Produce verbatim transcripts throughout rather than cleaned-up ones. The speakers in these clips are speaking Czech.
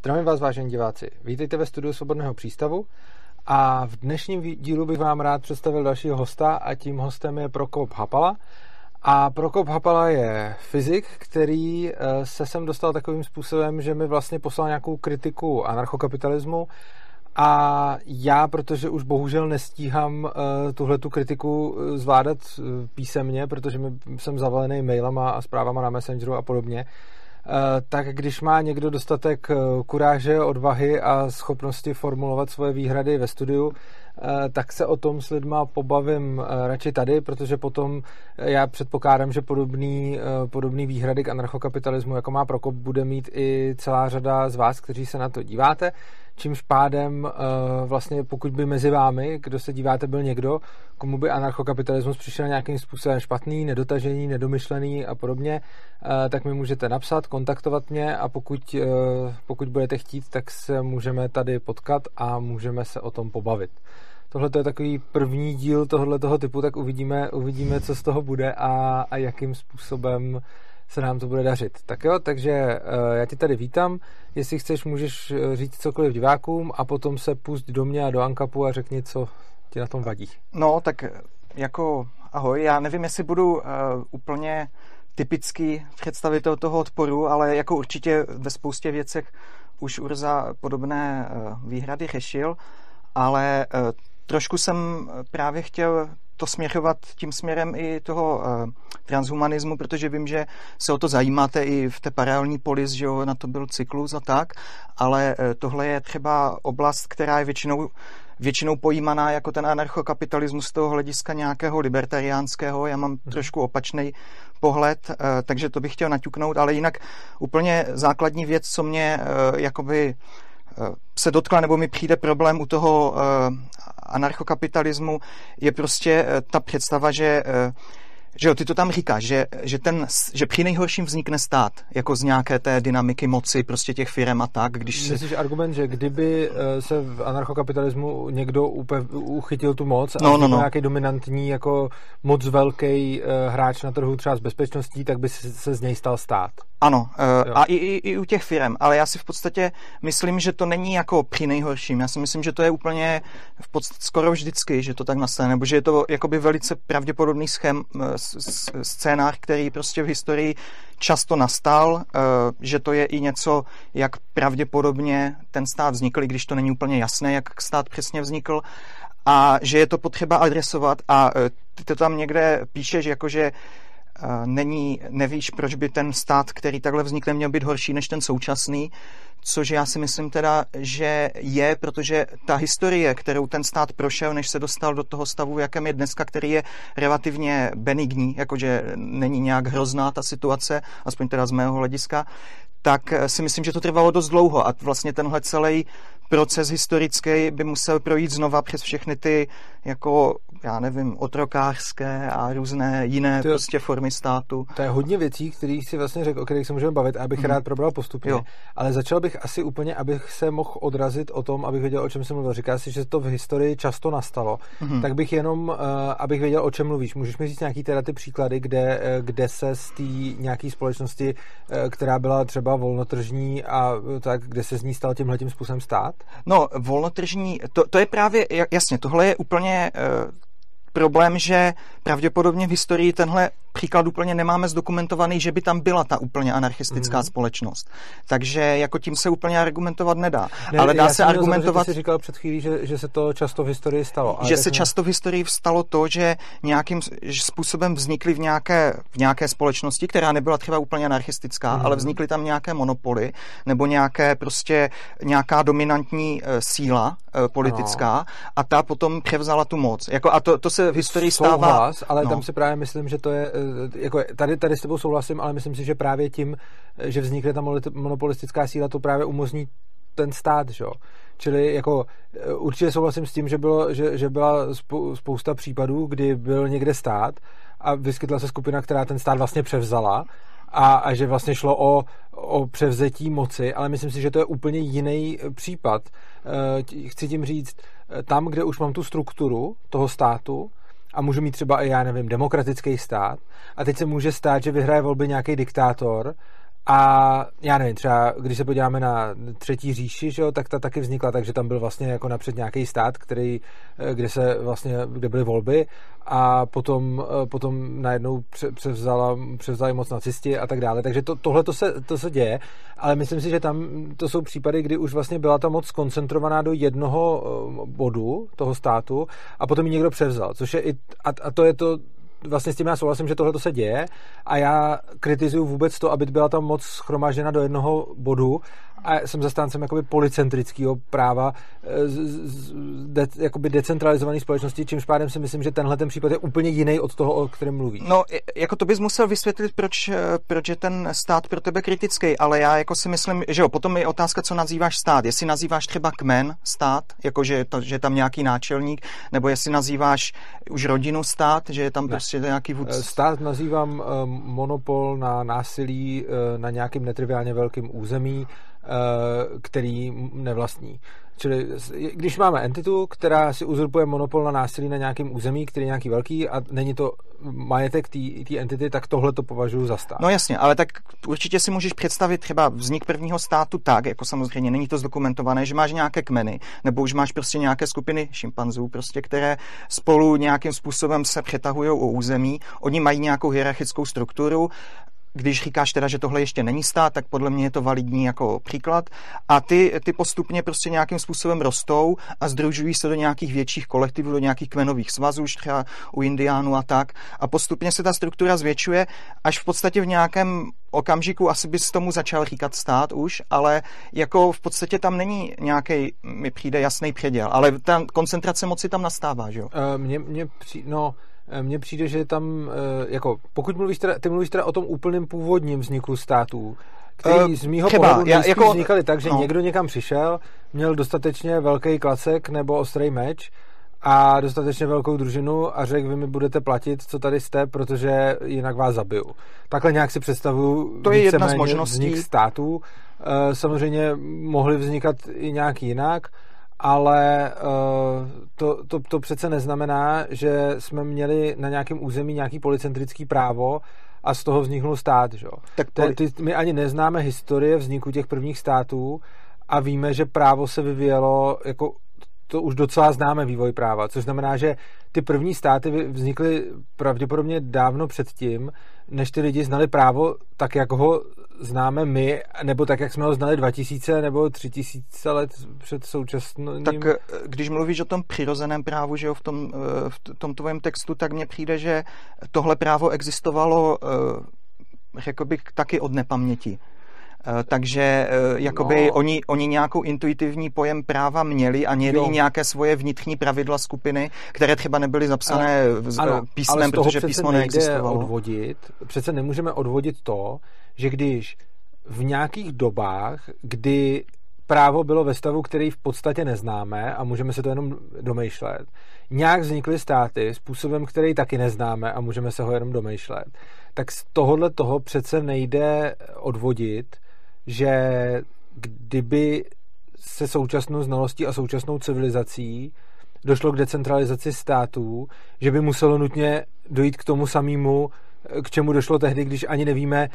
Zdravím vás, vážení diváci. Vítejte ve studiu Svobodného přístavu a v dnešním dílu bych vám rád představil dalšího hosta a tím hostem je Prokop Hapala. A Prokop Hapala je fyzik, který se sem dostal takovým způsobem, že mi vlastně poslal nějakou kritiku anarchokapitalismu a já, protože už bohužel nestíhám tuhletu kritiku zvládat písemně, protože jsem zavalený mailama a zprávama na Messengeru a podobně, tak když má někdo dostatek kuráže, odvahy a schopnosti formulovat svoje výhrady ve studiu, tak se o tom s lidma pobavím radši tady, protože potom já předpokládám, že podobný, podobný výhrady k anarchokapitalismu, jako má Prokop, bude mít i celá řada z vás, kteří se na to díváte, čímž pádem vlastně pokud by mezi vámi, kdo se díváte, byl někdo, komu by anarchokapitalismus přišel nějakým způsobem špatný, nedotažený, nedomyšlený a podobně, tak mi můžete napsat, kontaktovat mě a pokud, pokud budete chtít, tak se můžeme tady potkat a můžeme se o tom pobavit. Tohle je takový první díl tohoto typu, tak uvidíme, uvidíme, co z toho bude a, a jakým způsobem se nám to bude dařit. Tak jo, takže uh, já ti tady vítám. Jestli chceš, můžeš říct cokoliv divákům a potom se pust do mě a do Ankapu a řekni, co ti na tom vadí. No, tak jako ahoj, já nevím, jestli budu uh, úplně typický představitel toho odporu, ale jako určitě ve spoustě věcech už Urza podobné uh, výhrady řešil, ale uh, trošku jsem právě chtěl to směřovat tím směrem i toho uh, transhumanismu, protože vím, že se o to zajímáte i v té paralelní polis, že jo, na to byl cyklus a tak, ale uh, tohle je třeba oblast, která je většinou, většinou pojímaná jako ten anarchokapitalismus z toho hlediska nějakého libertariánského. Já mám hmm. trošku opačný pohled, uh, takže to bych chtěl naťuknout, ale jinak úplně základní věc, co mě uh, jakoby se dotkla, nebo mi přijde problém u toho uh, anarchokapitalismu, je prostě uh, ta představa, že, uh, že jo, ty to tam říkáš, že, že, ten, že při nejhorším vznikne stát, jako z nějaké té dynamiky moci, prostě těch firem a tak. Když Myslíš se... argument, že kdyby se v anarchokapitalismu někdo upev, uchytil tu moc a no, no, no. nějaký dominantní, jako moc velký uh, hráč na trhu třeba s bezpečností, tak by se z něj stal stát. Ano, uh, a i, i, i u těch firem, ale já si v podstatě myslím, že to není jako při nejhorším. Já si myslím, že to je úplně v podstatě skoro vždycky, že to tak nastane, nebo že je to jakoby velice pravděpodobný schém, scénář, který prostě v historii často nastal, uh, že to je i něco, jak pravděpodobně ten stát vznikl, i když to není úplně jasné, jak stát přesně vznikl, a že je to potřeba adresovat a uh, ty to tam někde píšeš, jakože Není, nevíš, proč by ten stát, který takhle vznikl, měl být horší než ten současný, což já si myslím teda, že je, protože ta historie, kterou ten stát prošel, než se dostal do toho stavu, v jakém je dneska, který je relativně benigní, jakože není nějak hrozná ta situace, aspoň teda z mého hlediska, tak si myslím, že to trvalo dost dlouho a vlastně tenhle celý proces historický by musel projít znova přes všechny ty, jako, já nevím, otrokářské a různé jiné to, prostě formy státu. To je hodně věcí, kterých si vlastně řekl, o kterých se můžeme bavit, abych mm. rád probral postupně. Jo. Ale začal bych asi úplně, abych se mohl odrazit o tom, abych věděl, o čem jsem mluvil. Říká si, že to v historii často nastalo. Mm. Tak bych jenom, uh, abych věděl, o čem mluvíš. Můžeš mi říct nějaký teda ty příklady, kde, kde se z té nějaké společnosti, uh, která byla třeba volnotržní a tak, kde se z ní stal tímhletím způsobem stát? No, volnotržní, to, to je právě, jasně, tohle je úplně uh, problém, že pravděpodobně v historii tenhle příklad úplně nemáme zdokumentovaný, že by tam byla ta úplně anarchistická mm. společnost. Takže jako tím se úplně argumentovat nedá. Ne, ale dá se argumentovat... Ty jsi říkal před chvílí, že, že se to často v historii stalo. Že se často v historii stalo to, že nějakým způsobem vznikly v nějaké, v nějaké společnosti, která nebyla třeba úplně anarchistická, mm. ale vznikly tam nějaké monopoly nebo nějaké prostě nějaká dominantní uh, síla uh, politická no. a ta potom převzala tu moc. Jako, a to, to se v historii stává... Souhlas, ale no. tam si právě myslím, že to je jako tady, tady s tebou souhlasím, ale myslím si, že právě tím, že vznikne ta monopolistická síla, to právě umožní ten stát, že? Čili jako určitě souhlasím s tím, že, bylo, že, že byla spousta případů, kdy byl někde stát a vyskytla se skupina, která ten stát vlastně převzala a, a že vlastně šlo o, o převzetí moci, ale myslím si, že to je úplně jiný případ. Chci tím říct, tam, kde už mám tu strukturu toho státu, a můžu mít třeba i, já nevím, demokratický stát a teď se může stát, že vyhraje volby nějaký diktátor A já nevím, třeba když se podíváme na Třetí říši, že jo, tak ta taky vznikla, takže tam byl vlastně jako napřed nějaký stát, který, kde se vlastně, kde byly volby a potom, potom najednou převzala, převzali moc nacisti a tak dále, takže to, tohle to se, to se děje, ale myslím si, že tam to jsou případy, kdy už vlastně byla ta moc koncentrovaná do jednoho bodu toho státu a potom ji někdo převzal, což je i, a, a to je to, vlastně s tím já souhlasím, že tohle to se děje a já kritizuju vůbec to, aby byla tam moc schromážděna do jednoho bodu a jsem zastáncem jakoby polycentrického práva z, z, de, jakoby decentralizované společnosti, čímž pádem si myslím, že tenhle ten případ je úplně jiný od toho, o kterém mluvíš. No, jako to bys musel vysvětlit, proč, proč je ten stát pro tebe kritický, ale já jako si myslím, že jo, potom je otázka, co nazýváš stát. Jestli nazýváš třeba kmen stát, jako že je, to, že je tam nějaký náčelník, nebo jestli nazýváš už rodinu stát, že je tam ne. prostě nějaký vůdce. Stát nazývám monopol na násilí na nějakým netriviálně velkým území, který nevlastní. Čili když máme entitu, která si uzurpuje monopol na násilí na nějakém území, který je nějaký velký a není to majetek té entity, tak tohle to považuji za stát. No jasně, ale tak určitě si můžeš představit třeba vznik prvního státu tak, jako samozřejmě není to zdokumentované, že máš nějaké kmeny, nebo už máš prostě nějaké skupiny šimpanzů, prostě, které spolu nějakým způsobem se přetahují o území, oni mají nějakou hierarchickou strukturu. Když říkáš teda, že tohle ještě není stát, tak podle mě je to validní jako příklad. A ty, ty postupně prostě nějakým způsobem rostou a sdružují se do nějakých větších kolektivů, do nějakých kmenových svazů, třeba u indiánů a tak. A postupně se ta struktura zvětšuje, až v podstatě v nějakém okamžiku asi bys tomu začal říkat stát už, ale jako v podstatě tam není nějaký, mi přijde jasný předěl, ale ta koncentrace moci tam nastává, že jo? Uh, mně, mně při, no... Mně přijde, že tam, jako, pokud mluvíš teda, ty mluvíš teda o tom úplném původním vzniku států, který uh, z mýho třeba, pohledu já, jako, vznikaly tak, že no. někdo někam přišel, měl dostatečně velký klacek nebo ostrý meč a dostatečně velkou družinu a řekl, vy mi budete platit, co tady jste, protože jinak vás zabiju. Takhle nějak si představuju to je jedna z možností. Vznik států. Samozřejmě mohly vznikat i nějak jinak, ale uh, to, to, to přece neznamená, že jsme měli na nějakém území nějaký polycentrický právo a z toho vzniknul stát. Že? Tak poli... ty, my ani neznáme historie vzniku těch prvních států a víme, že právo se vyvíjelo, jako to už docela známe vývoj práva, což znamená, že ty první státy vznikly pravděpodobně dávno předtím, než ty lidi znali právo tak, jak ho známe my, nebo tak, jak jsme ho znali dva tisíce nebo tři tisíce let před současným. Tak když mluvíš o tom přirozeném právu, že jo, v tom, v tom tvém textu, tak mně přijde, že tohle právo existovalo, řekl bych, taky od nepaměti. Takže jakoby no. oni, oni nějakou intuitivní pojem práva měli a měli jo. nějaké svoje vnitřní pravidla skupiny, které třeba nebyly zapsané ano, písmem, protože písmo neexistovalo. Odvodit, přece nemůžeme odvodit to, že když v nějakých dobách, kdy právo bylo ve stavu, který v podstatě neznáme a můžeme se to jenom domýšlet, nějak vznikly státy způsobem, který taky neznáme a můžeme se ho jenom domýšlet, tak z tohohle toho přece nejde odvodit, že kdyby se současnou znalostí a současnou civilizací došlo k decentralizaci států, že by muselo nutně dojít k tomu samému, k čemu došlo tehdy, když ani nevíme.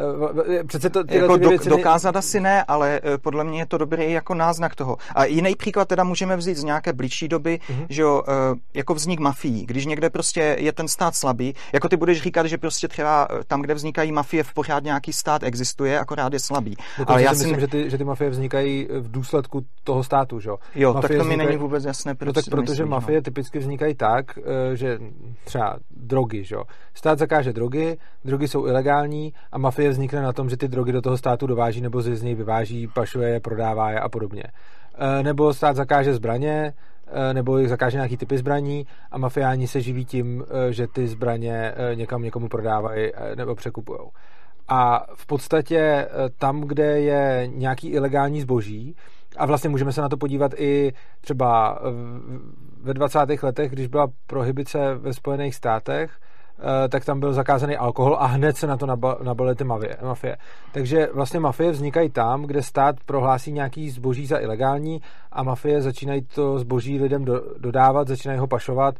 Přece to, jako do, dokázat ne... asi ne, ale podle mě je to dobrý jako náznak toho. A jiný příklad teda můžeme vzít z nějaké blížší doby, mm-hmm. že jo, jako vznik mafií. Když někde prostě je ten stát slabý, jako ty budeš říkat, že prostě třeba tam, kde vznikají mafie, v pořád nějaký stát existuje, akorát je slabý. Dokonce ale já si myslím, ne... že, ty, že ty mafie vznikají v důsledku toho státu, že jo? Jo, mafie tak to vznikají... mi není vůbec jasné. No tak protože myslím, mafie no. typicky vznikají tak, že třeba drogy, že jo? Stát zakáže drogy, drogy jsou ilegální a mafie vznikne na tom, že ty drogy do toho státu dováží nebo z něj vyváží, pašuje je, prodává je a podobně. E, nebo stát zakáže zbraně, e, nebo zakáže nějaký typy zbraní a mafiáni se živí tím, e, že ty zbraně e, někam někomu prodávají e, nebo překupujou. A v podstatě e, tam, kde je nějaký ilegální zboží, a vlastně můžeme se na to podívat i třeba ve dvacátých letech, když byla prohibice ve Spojených státech, tak tam byl zakázaný alkohol a hned se na to nabalily ty mafie. Takže vlastně mafie vznikají tam, kde stát prohlásí nějaký zboží za ilegální a mafie začínají to zboží lidem do, dodávat, začínají ho pašovat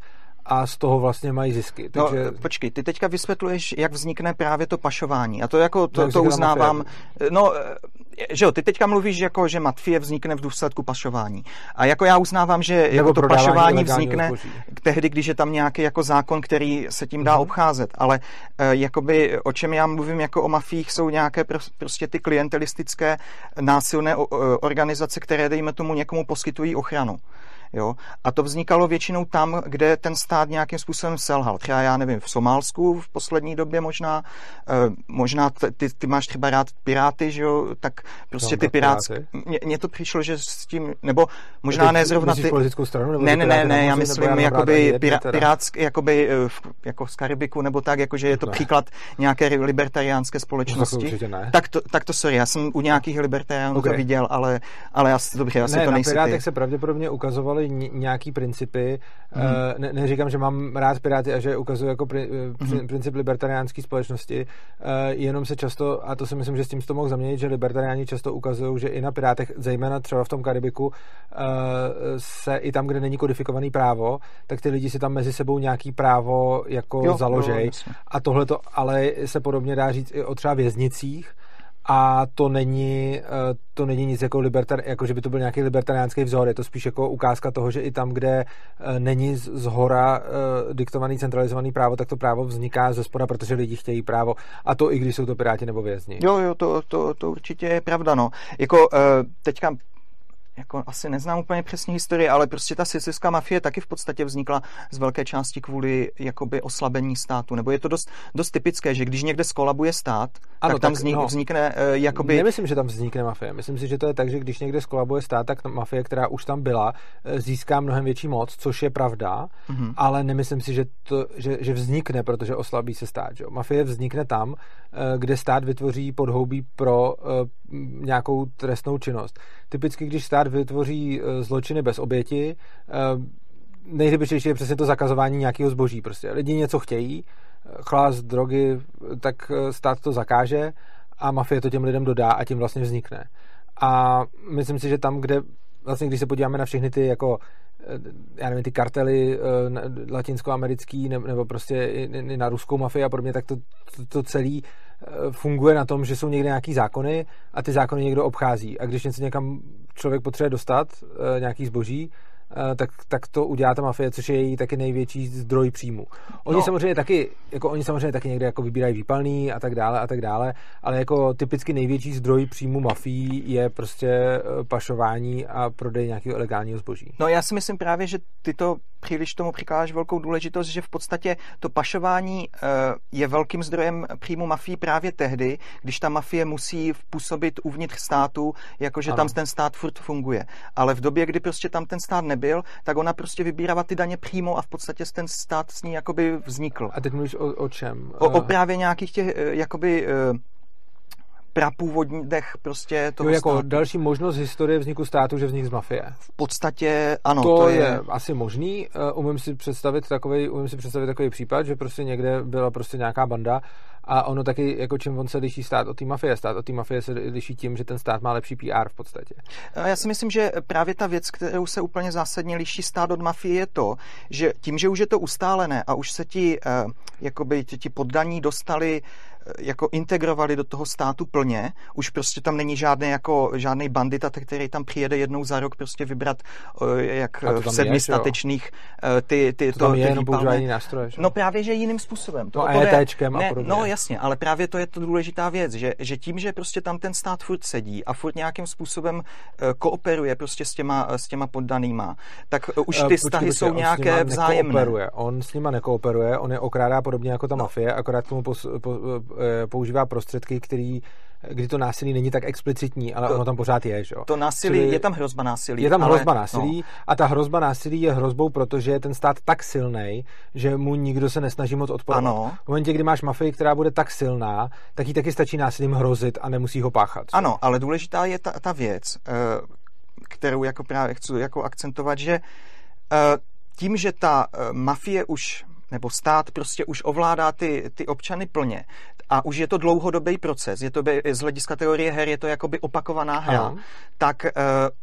a z toho vlastně mají zisky. Takže... No, počkej, ty teďka vysvětluješ, jak vznikne právě to pašování. A to jako to, no, to uznávám. No, že jo, ty teďka mluvíš, jako, že mafie vznikne v důsledku pašování. A jako já uznávám, že jako to pašování vznikne zboží. Tehdy, když je tam nějaký jako zákon, který se tím dá mm. obcházet. Ale jakoby, o čem já mluvím jako o mafiích, jsou nějaké prostě ty klientelistické násilné organizace, které, dejme tomu, někomu poskytují ochranu. Jo? A to vznikalo většinou tam, kde ten stát nějakým způsobem selhal. Třeba já nevím, v Somálsku v poslední době možná, eh, možná t- ty, ty máš třeba rád piráty, že jo, tak prostě no, ty pirátské... Mně to přišlo, že s tím, nebo možná ty, ne zrovna ty... politickou stranu? Nebo ne, ne, ne, ne, já myslím jakoby pirátské, jakoby jako z Karibiku, nebo tak, jakože je to ne. příklad nějaké libertariánské společnosti. Tak to, tak to sorry, já jsem u nějakých libertariánů okay. to viděl, ale, ale asi, dobře, asi ne, to nejsi ty. Na pirátech se pravděpodobně ukazovali nějaký principy. Hmm. Ne, neříkám, že mám rád piráty a že ukazuju jako pri, hmm. princip libertariánské společnosti, jenom se často, a to si myslím, že s tím to mohl zaměnit, že libertariáni často ukazují, že i na pirátech, zejména třeba v tom Karibiku, se i tam, kde není kodifikovaný právo, tak ty lidi si tam mezi sebou nějaký právo jako jo, založej. Jo, a tohle to ale se podobně dá říct i o třeba věznicích. A to není, to není nic jako, libertar, jako, že by to byl nějaký libertariánský vzor, je to spíš jako ukázka toho, že i tam, kde není zhora diktovaný centralizovaný právo, tak to právo vzniká ze spoda, protože lidi chtějí právo. A to i když jsou to piráti nebo vězni. Jo, jo, to, to, to určitě je pravda, no. Jako teďka jako asi neznám úplně přesně historii, ale prostě ta sicilská mafie taky v podstatě vznikla z velké části kvůli jakoby oslabení státu. Nebo je to dost, dost typické, že když někde skolabuje stát, ano, tak tam tak, vznik, no, vznikne uh, jakoby... Nemyslím, že tam vznikne mafie. Myslím si, že to je tak, že když někde skolabuje stát, tak mafie, která už tam byla, získá mnohem větší moc, což je pravda, mm-hmm. ale nemyslím si, že, to, že, že vznikne, protože oslabí se stát. Že? Mafie vznikne tam, kde stát vytvoří podhoubí pro uh, nějakou trestnou činnost. Typicky, když stát vytvoří zločiny bez oběti, nejtypičnější je přesně to zakazování nějakého zboží. Prostě lidi něco chtějí, chlás, drogy, tak stát to zakáže a mafie to těm lidem dodá a tím vlastně vznikne. A myslím si, že tam, kde vlastně, když se podíváme na všechny ty jako já nevím, ty kartely latinskoamerický nebo prostě i na ruskou mafii a podobně, tak to, to, to celý funguje na tom, že jsou někde nějaký zákony a ty zákony někdo obchází. A když něco někam člověk potřebuje dostat, nějaký zboží, tak, tak to udělá ta mafie, což je její taky největší zdroj příjmu. Oni no. samozřejmě taky, jako oni samozřejmě taky někde jako vybírají výpalný a tak dále a tak dále, ale jako typicky největší zdroj příjmu mafií je prostě pašování a prodej nějakého ilegálního zboží. No já si myslím právě, že ty to příliš tomu přikládáš velkou důležitost, že v podstatě to pašování je velkým zdrojem příjmu mafií právě tehdy, když ta mafie musí působit uvnitř státu, jakože tam ten stát furt funguje. Ale v době, kdy prostě tam ten stát nebyl, tak ona prostě vybírala ty daně přímo a v podstatě ten stát s ní jakoby vznikl. A teď mluvíš o, o čem? O, o právě nějakých těch jakoby prapůvodních prostě toho jo, jako státu. Další možnost historie vzniku státu, že vznik z mafie. V podstatě ano. To, to je... je asi možný. Umím si představit takový, umím si představit takový případ, že prostě někde byla prostě nějaká banda a ono taky, jako čím on se liší stát od té mafie. Stát od té mafie se liší tím, že ten stát má lepší P R v podstatě. Já si myslím, že právě ta věc, kterou se úplně zásadně liší stát od mafie, je to, že tím, že už je to ustálené a už se ti, jakoby, ti poddaní dostali jako integrovali do toho státu plně, už prostě tam není žádný jako žádný bandita, který tam přijede jednou za rok prostě vybrat jak v sedmi je, statečných ty, ty to, to tam ty je, jenom používají nástroje. No právě, že jiným způsobem. To no ETčkem a podobně. No jasně, ale právě to je to důležitá věc, že, že tím, že prostě tam ten stát furt sedí a furt nějakým způsobem kooperuje prostě s těma, s těma poddanýma, tak už ty vztahy počkej, jsou nějaké vzájemné. On s nima nekooperuje, on je okrádá podobně jako ta no. mafie, akorát tomu pos, po, používá prostředky, který, kdy to násilí není tak explicitní, ale to, ono tam pořád je, že jo. To násilí, Čili, je tam hrozba násilí. Je tam ale, hrozba násilí no. a ta hrozba násilí je hrozbou, protože je ten stát tak silnej, že mu nikdo se nesnaží moc odporovat. Ano. V momentě, kdy máš mafii, která bude tak silná, tak jí taky stačí násilím hrozit a nemusí ho páchat. Co? Ano, ale důležitá je ta, ta věc, kterou jako právě chci jako akcentovat, že tím, že ta mafie už nebo stát prostě už ovládá ty, ty občany plně a už je to dlouhodobý proces, je to by, z hlediska teorie her, je to jakoby opakovaná hra, ano. tak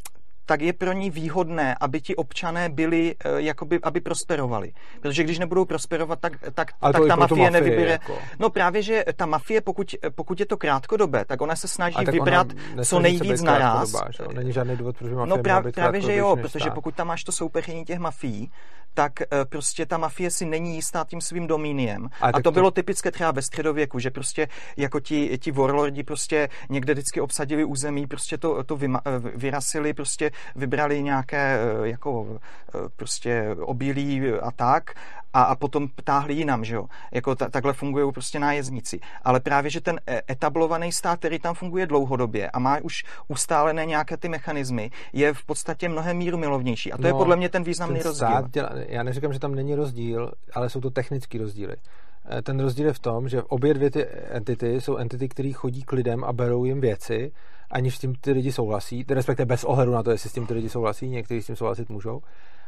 tak je pro ní výhodné, aby ti občané byli, jakoby, aby prosperovali. Protože když nebudou prosperovat, tak, tak, tak ta mafie nevybere. Jako... No právě, že ta mafie, pokud, pokud je to krátkodobé, tak ona se snaží vybrat co nejvíc naráz. Není žádný důvod, proč by mafie no právě, právě že jo, protože stát. Pokud tam máš to soupeření těch mafií, tak prostě ta mafie si není jistá tím svým domíniem. A, a to, to bylo typické třeba ve středověku, že prostě jako ti, ti warlordi prostě někde vždycky obsadili území, prostě to, to vyma, vyrasili, prostě vybrali nějaké jako prostě obilí a tak a, a potom táhli jinam, že jo. Jako ta, takhle fungují prostě nájezdníci. Ale právě, že ten etablovaný stát, který tam funguje dlouhodobě a má už ustálené nějaké ty mechanismy, je v podstatě mnohem míru milovnější. A to no, je podle mě ten významný ten rozdíl. Děla, já neříkám, že tam není rozdíl, ale jsou to technický rozdíly. Ten rozdíl je v tom, že obě dvě ty entity jsou entity, které chodí k lidem a berou jim věci, aniž s tím ty lidi souhlasí, respektive bez ohledu na to, jestli s tím ty lidi souhlasí, někteří s tím souhlasit můžou.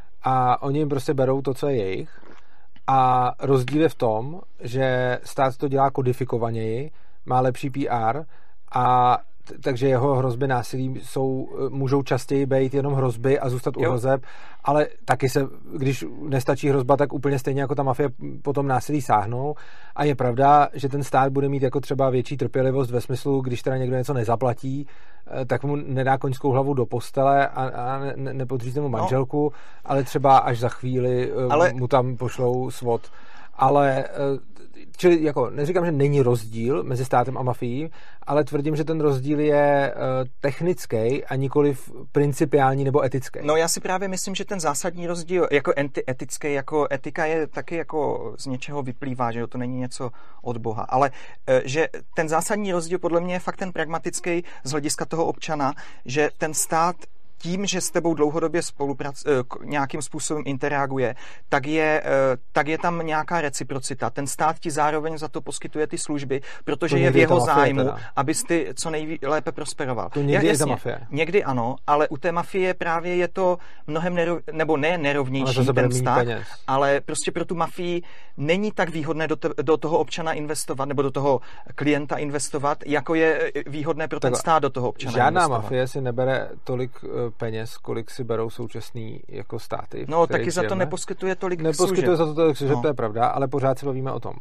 A oni jim prostě berou to, co je jejich. A rozdíl je v tom, že stát to dělá kodifikovaněji, má lepší P R a takže jeho hrozby násilí jsou, můžou častěji být jenom hrozby a zůstat u hrozeb, ale taky se, když nestačí hrozba, tak úplně stejně jako ta mafie potom násilí sáhnou. A je pravda, že ten stát bude mít jako třeba větší trpělivost ve smyslu, když teda někdo něco nezaplatí, tak mu nedá koňskou hlavu do postele a, a ne, nepodřízne mu manželku, no. ale třeba až za chvíli ale... mu tam pošlou svod. Ale čili jako neříkám, že není rozdíl mezi státem a mafií, ale tvrdím, že ten rozdíl je technický a nikoliv principiální nebo etický. No já si právě myslím, že ten zásadní rozdíl jako etický, jako etika je taky jako z něčeho vyplývá, že to není něco od Boha, ale že ten zásadní rozdíl podle mě je fakt ten pragmatický z hlediska toho občana, že ten stát tím, že s tebou dlouhodobě spolupracuje, nějakým způsobem interaguje, tak je, tak je tam nějaká reciprocita. Ten stát ti zároveň za to poskytuje ty služby, protože je v jeho zájmu, teda. abys ty co nejlépe prosperoval. To někdy je ta mafie. Někdy ano, ale u té mafie právě je to mnohem nerov, nebo ne nerovnější ten vztah, ale prostě pro tu mafii není tak výhodné do, te, do toho občana investovat, nebo do toho klienta investovat, jako je výhodné pro ten tak stát do toho občana žádná investovat. Žádná mafie si nebere tolik peněz, kolik si berou současný jako státy. No, taky za to neposkytuje tolik Neposkytuje služeb. za to tolik služeb, no. To je pravda, ale pořád se bavíme o tom.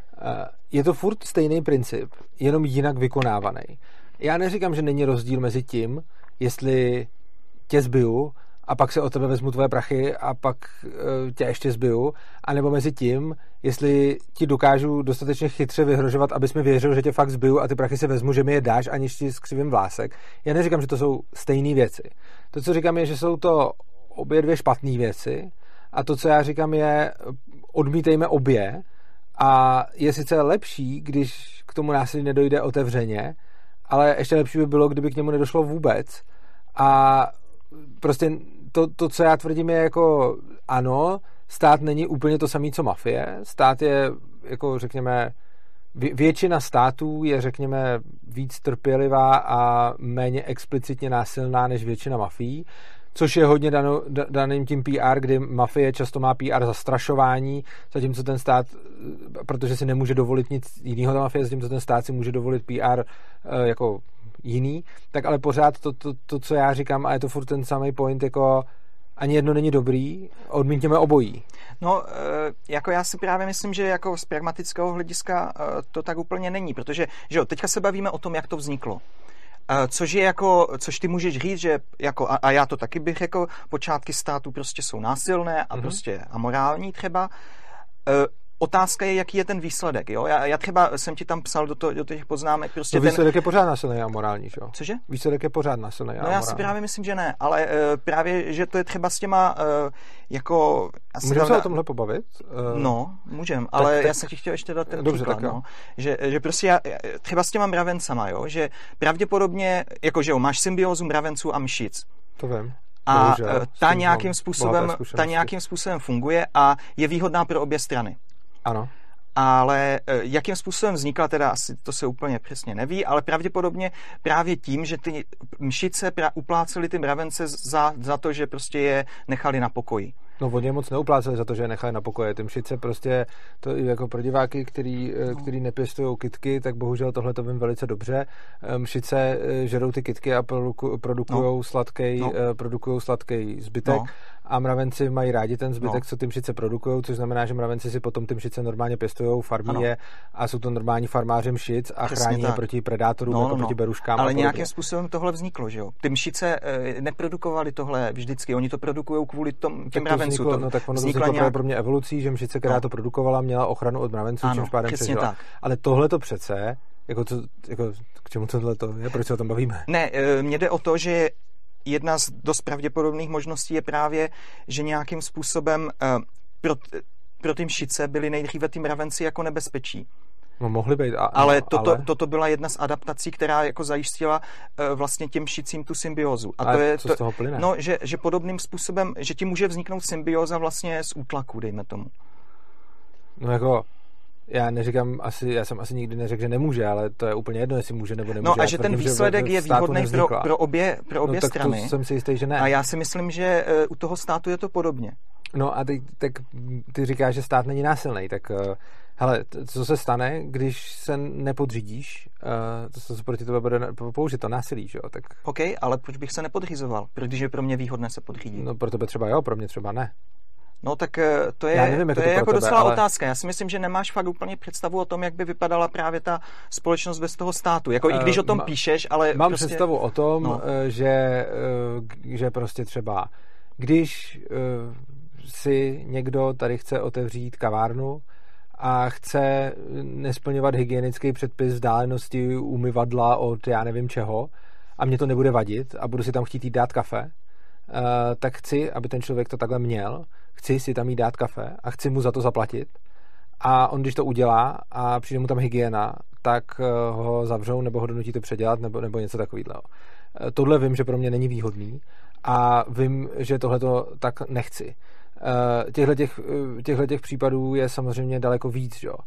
Je to furt stejný princip, jenom jinak vykonávaný. Já neříkám, že není rozdíl mezi tím, jestli tě zbiju a pak se od tebe vezmu tvoje prachy a pak tě ještě zbiju, anebo mezi tím, jestli ti dokážu dostatečně chytře vyhrožovat, abys mi věřil, že tě fakt zbiju a ty prachy se vezmu, že mi je dáš, aniž ti skřivím vlásek. Já neříkám, že to jsou stejné věci. To, co říkám, je, že jsou to obě dvě špatné věci a to, co já říkám, je odmítejme obě a je sice lepší, když k tomu násilí nedojde otevřeně, ale ještě lepší by bylo, kdyby k němu nedošlo vůbec. A prostě to, to co já tvrdím, je jako ano, stát není úplně to samé, co mafie. Stát je, jako řekněme, většina států je, řekněme, víc trpělivá a méně explicitně násilná než většina mafií, což je hodně dano, daným tím P R, kdy mafie často má P R zastrašování, zatímco ten stát, protože si nemůže dovolit nic jiného ta mafie, zatímco ten stát si může dovolit P R jako jiný, tak ale pořád to, to, to, co já říkám, a je to furt ten samý point, jako ani jedno není dobrý, odmítněme obojí. No, jako já si právě myslím, že jako z pragmatického hlediska to tak úplně není, protože že jo, teďka se bavíme o tom, jak to vzniklo. Což je jako, což ty můžeš říct, že jako, a, a já to taky bych řekl, počátky státu prostě jsou násilné a mm-hmm. prostě amorální třeba. Otázka je, jaký je ten výsledek, jo? Já, já třeba jsem ti tam psal do, to, do těch poznámek prostě no, výsledek ten... je pořád násilný a amorální, jo? Cože? Výsledek je pořád násilný a amorální. No já si právě myslím, že ne, ale uh, právě, že to je třeba s těma uh, jako... Můžeme se o tomhle pobavit? Uh, no, můžeme, ale tak, já jsem ti chtěl ještě dát ten dobře, příklad, no. Že, že prostě já, třeba s těma mravencama, jo? Že pravděpodobně, jako že jo, máš symbiózu mravenců a mšic. To vím. A Bohužel, ta nějakým způsobem, ta nějakým způsobem funguje a je výhodná pro obě strany. Ano. Ale jakým způsobem vznikla, teda asi to se úplně přesně neví, ale pravděpodobně právě tím, že ty mšice uplácely ty mravence za, za to, že prostě je nechali na pokoji. No oni je moc neupláceli za to, že je nechali na pokoje. Ty mšice prostě, to jako pro diváky, který, no. který nepěstují kytky, tak bohužel tohle to vím velice dobře. Mšice žerou ty kytky a produku, produkují no. sladký no. produkují sladký zbytek. No. A mravenci mají rádi ten zbytek, no. co ty mšice produkují, což znamená, že mravenci si potom ty mšice normálně pěstují, farmí je a jsou to normální farmáři mšic a Přesně chrání tak. je proti predátorům, no, jako no, proti beruškám. Ale nějakým způsobem tohle vzniklo, že jo? Ty mšice e, neprodukovali tohle vždycky, oni to produkují kvůli tom, těm mravencům. Vzniklo, no tak ono to vzniklo nějak... pro mě evolucí, že mšice, která no. to produkovala, měla ochranu od mravenců, ano, čímž pádem přežila. Tak. Ale tohle to přece, jako, to, jako k čemu tohle to je, proč se o tom bavíme? Ne, e, mně jde o to, že jedna z dost pravděpodobných možností je právě, že nějakým způsobem uh, pro, pro ty mšice byly nejdříve ty mravenci jako nebezpečí. No mohly být. A, ale, no, toto, ale toto byla jedna z adaptací, která jako zajistila uh, vlastně těm mšicím tu symbiózu. A, a to je co to, z toho plyne? No, že, že podobným způsobem, že ti může vzniknout symbióza vlastně z útlaku, dejme tomu. No jako já neříkám asi, já jsem asi nikdy neřekl, že nemůže, ale to je úplně jedno, jestli může nebo nemůže. No a že ten výsledek je výhodný pro, pro obě, pro obě no, tak strany. To jsem si jistý, že ne. A já si myslím, že uh, u toho státu je to podobně. No a ty, tak ty říkáš, že stát není násilný, tak uh, hele, co se stane, když se nepodřídíš, uh, to se proti tebe bude použít, to násilí, že jo? Tak... OK, ale proč bych se nepodřizoval? Protože je pro mě výhodné se podřídit. No pro tebe třeba jo, pro mě třeba ne. No tak to je, nevím, to to je jako tebe, docela ale... otázka. Já si myslím, že nemáš fakt úplně představu o tom, jak by vypadala právě ta společnost bez toho státu. Jako uh, i když o tom ma, píšeš, ale mám prostě... představu o tom, no. že, že prostě třeba, když si někdo tady chce otevřít kavárnu a chce nesplňovat hygienický předpis vzdálenosti umyvadla od já nevím čeho a mě to nebude vadit a budu si tam chtít jít dát kafe, tak chci, aby ten člověk to takhle měl, chci si tam jít dát kafe a chci mu za to zaplatit a on, když to udělá a přijde mu tam hygiena, tak ho zavřou nebo ho donutí to předělat nebo, nebo něco takového. Tohle vím, že pro mě není výhodný a vím, že tohle to tak nechci. Těchto těch, těchto těch případů je samozřejmě daleko víc, jo.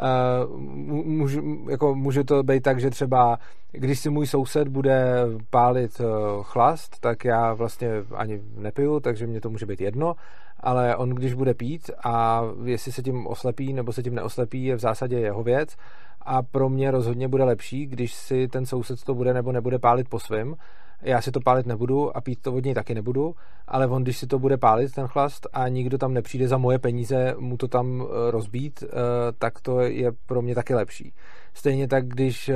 Může, jako může to být tak, že třeba když si můj soused bude pálit chlast, tak já vlastně ani nepiju, takže mě to může být jedno, ale on když bude pít a jestli se tím oslepí nebo se tím neoslepí, je v zásadě jeho věc a pro mě rozhodně bude lepší, když si ten soused to bude nebo nebude pálit po svém. Já si to pálit nebudu a pít to od něj taky nebudu, ale on, když si to bude pálit, ten chlast, a nikdo tam nepřijde za moje peníze mu to tam rozbít, tak to je pro mě taky lepší. Stejně tak, když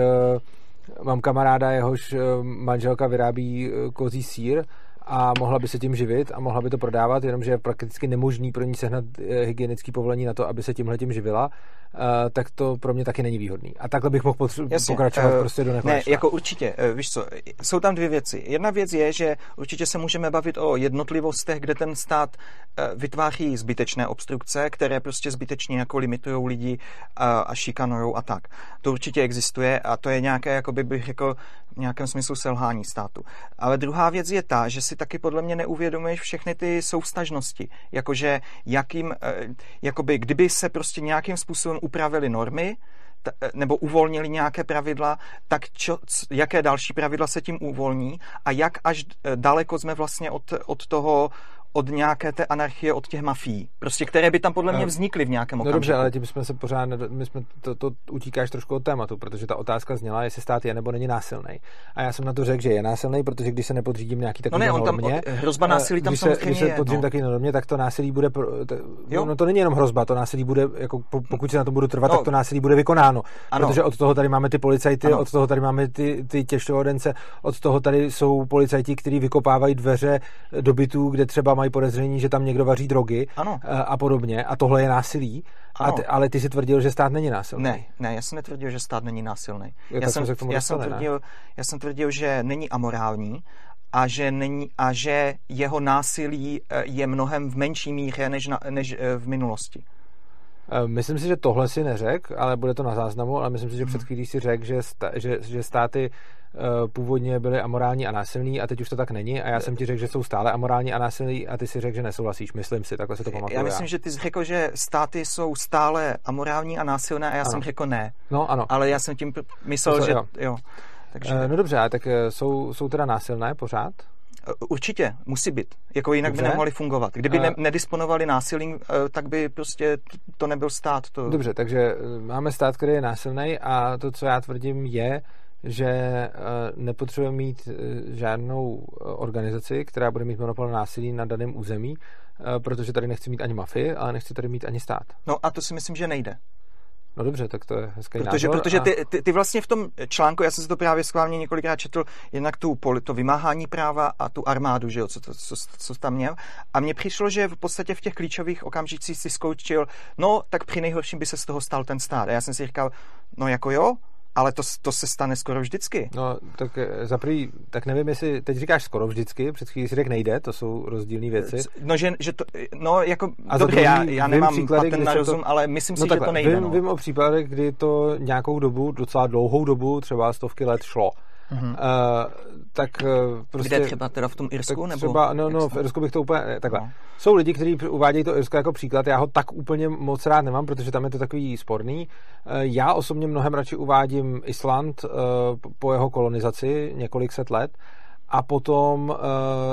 mám kamaráda, jehož manželka vyrábí kozí sýr a mohla by se tím živit a mohla by to prodávat, jenomže je prakticky nemožný pro ní sehnat hygienické povolení na to, aby se tímhletím živila, tak to pro mě taky není výhodný. A takhle bych mohl potře- pokračovat uh, prostě do nekonečna. Ne, jako určitě, víš co, jsou tam dvě věci. Jedna věc je, že určitě se můžeme bavit o jednotlivostech, kde ten stát vytváří zbytečné obstrukce, které prostě zbytečně jako limitujou lidi a, a šikanujou a tak. To určitě existuje a to je nějaké, jako bych řekl, v nějakém smyslu selhání státu. Ale druhá věc je ta, že si taky podle mě neuvědomuješ všechny ty souvztažnosti. Jakože jakým, jakoby kdyby se prostě nějakým způsobem upravily normy, t- nebo uvolnili nějaké pravidla, tak čo, jaké další pravidla se tím uvolní a jak až daleko jsme vlastně od, od toho, od nějaké té anarchie, od těch mafií, prostě, které by tam podle mě vznikly v nějakém okamžiku. No dobře, ale tím jsme se pořád, my jsme to, to utíkáš trošku od tématu, protože ta otázka zněla, jestli stát je nebo není násilný. A já jsem na to řekl, že je násilný, protože když se nepodřídím nějaký takový no ne, normě, tam, hrozba násilí tam když se, samozřejmě když se je, podřím no. takový normě, tak to násilí bude, to, no to není jenom hrozba, to násilí bude, jako pokud se na to budu trvat, no. tak to násilí bude vykonáno. Ano. Protože od toho tady máme ty policajty, ano. od toho tady máme ty, ty těžkovodence, od toho tady jsou policajti, kteří vykopávají dveře do bytů, kde třeba mají podezření, že tam někdo vaří drogy ano. a podobně a tohle je násilí, a ty, ale ty si tvrdil, že stát není násilný. Ne, ne, já jsem netvrdil, že stát není násilný. Jo, já, jsem, jsem, já, dostali, jsem tvrdil, já jsem tvrdil, že není amorální a že, není, a že jeho násilí je mnohem v menší míře než, na, než v minulosti. Myslím si, že tohle si neřek, ale bude to na záznamu, ale myslím si, že před chvílí si řekl, že, sta, že, že státy původně byly amorální a násilní a teď už to tak není a já jsem ti řekl, že jsou stále amorální a násilní a ty si řekl, že nesouhlasíš. Myslím si, takhle se to pamatuju. Já myslím, já. že ty jsi řekl, že státy jsou stále amorální a násilné a já ano. jsem řekl ne. No ano. Ale já jsem tím myslel, to, že jo. jo. Takže... No dobře, tak jsou, jsou teda násilné pořád? Určitě, musí být. Jako jinak Dobře. by nemohli fungovat. Kdyby ne, nedisponovali násilím, tak by prostě to nebyl stát. To... Dobře, takže máme stát, který je násilný a to, co já tvrdím, je, že nepotřebujeme mít žádnou organizaci, která bude mít monopol na násilí na daném území, protože tady nechci mít ani mafii, ale nechci tady mít ani stát. No a to si myslím, že nejde. No dobře, tak to je hezký protože, názor. Protože ty, ty, ty vlastně v tom článku, já jsem si to právě schválně několikrát četl, jednak tu, to vymáhání práva a tu armádu, že jo, co, co, co, co tam měl. A mně přišlo, že v podstatě v těch klíčových okamžicích si zkoučil, no tak při nejhorším by se z toho stal ten stát. A já jsem si říkal, no jako jo, ale to, to se stane skoro vždycky. No, tak za prvý, tak nevím, jestli teď říkáš skoro vždycky, před chvílí si řekl nejde, to jsou rozdílné věci. No, že, že to, no jako, a dobře, já, já nemám patent na rozum, to, ale myslím si, no, že to nejde. Vím, no. vím o případech, kdy to nějakou dobu, docela dlouhou dobu, třeba stovky let šlo. Mm-hmm. Uh, tak uh, prostě... Kde třeba teda v tom Irsku? Nebo třeba, no, no, v Irsku bych to úplně... Takhle. No. Jsou lidi, kteří uvádějí to Irsko jako příklad, já ho tak úplně moc rád nemám, protože tam je to takový sporný. Uh, já osobně mnohem radši uvádím Island uh, po jeho kolonizaci několik set let a potom uh,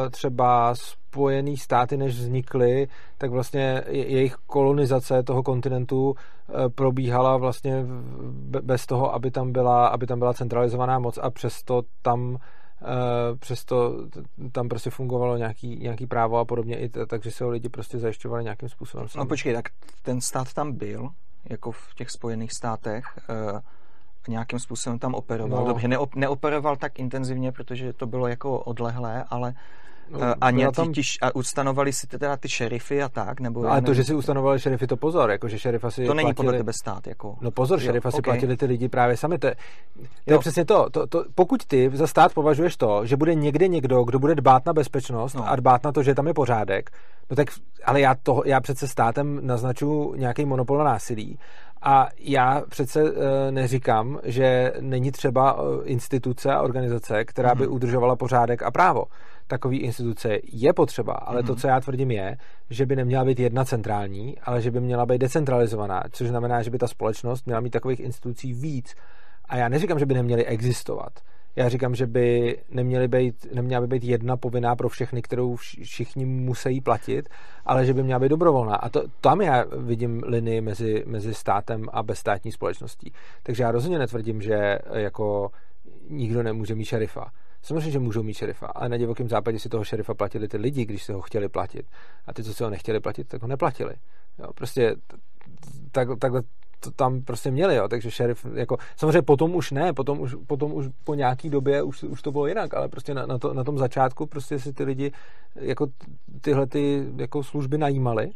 třeba Spojený státy, než vznikly, tak vlastně jejich kolonizace toho kontinentu uh, probíhala vlastně bez toho, aby tam byla, aby tam byla centralizovaná moc a přesto tam Uh, přesto tam prostě fungovalo nějaký, nějaký právo a podobně, i t- takže se ho lidi prostě zajišťovali nějakým způsobem. No počkej, tak ten stát tam byl, jako v těch Spojených státech, uh, nějakým způsobem tam operoval. No. Dobře, neop- neoperoval tak intenzivně, protože to bylo jako odlehlé, ale no, a, ně, tam... tiž, a ustanovali si teda ty šerify a tak? Nebo no, ale to, že si ustanovali šerify, to pozor, jako že šerifa si to není platili... podle tebe stát, jako... No pozor, jo, šerifa si okay. platili ty lidi právě sami. To je, to je přesně to. To, to. Pokud ty za stát považuješ to, že bude někde někdo, kdo bude dbát na bezpečnost no. a dbát na to, že tam je pořádek, no tak, ale já, to, já přece státem naznačuji nějaký monopol na násilí. A já přece uh, neříkám, že není třeba uh, instituce a organizace, která by mm. udržovala pořádek a právo. Takový instituce je potřeba, ale mm. to, co já tvrdím, je, že by neměla být jedna centrální, ale že by měla být decentralizovaná, což znamená, že by ta společnost měla mít takových institucí víc. A já neříkám, že by neměly existovat. Já říkám, že by neměly být, neměla by být jedna povinná pro všechny, kterou všichni musí platit, ale že by měla být dobrovolná. A to, tam já vidím linii mezi, mezi státem a bezstátní společností. Takže já rozhodně netvrdím, že jako nikdo nemůže mít šerifa. Samozřejmě, že můžou mít šerifa, ale na divokém západě si toho šerifa platili ty lidi, když se ho chtěli platit. A ty, co si ho nechtěli platit, tak ho neplatili. Jo, prostě tak, takhle to tam prostě měli, jo, takže šerif, jako, samozřejmě potom už ne, potom už, potom už po nějaký době už, už to bylo jinak, ale prostě na, na, to, na tom začátku prostě si ty lidi jako tyhle ty jako služby najímali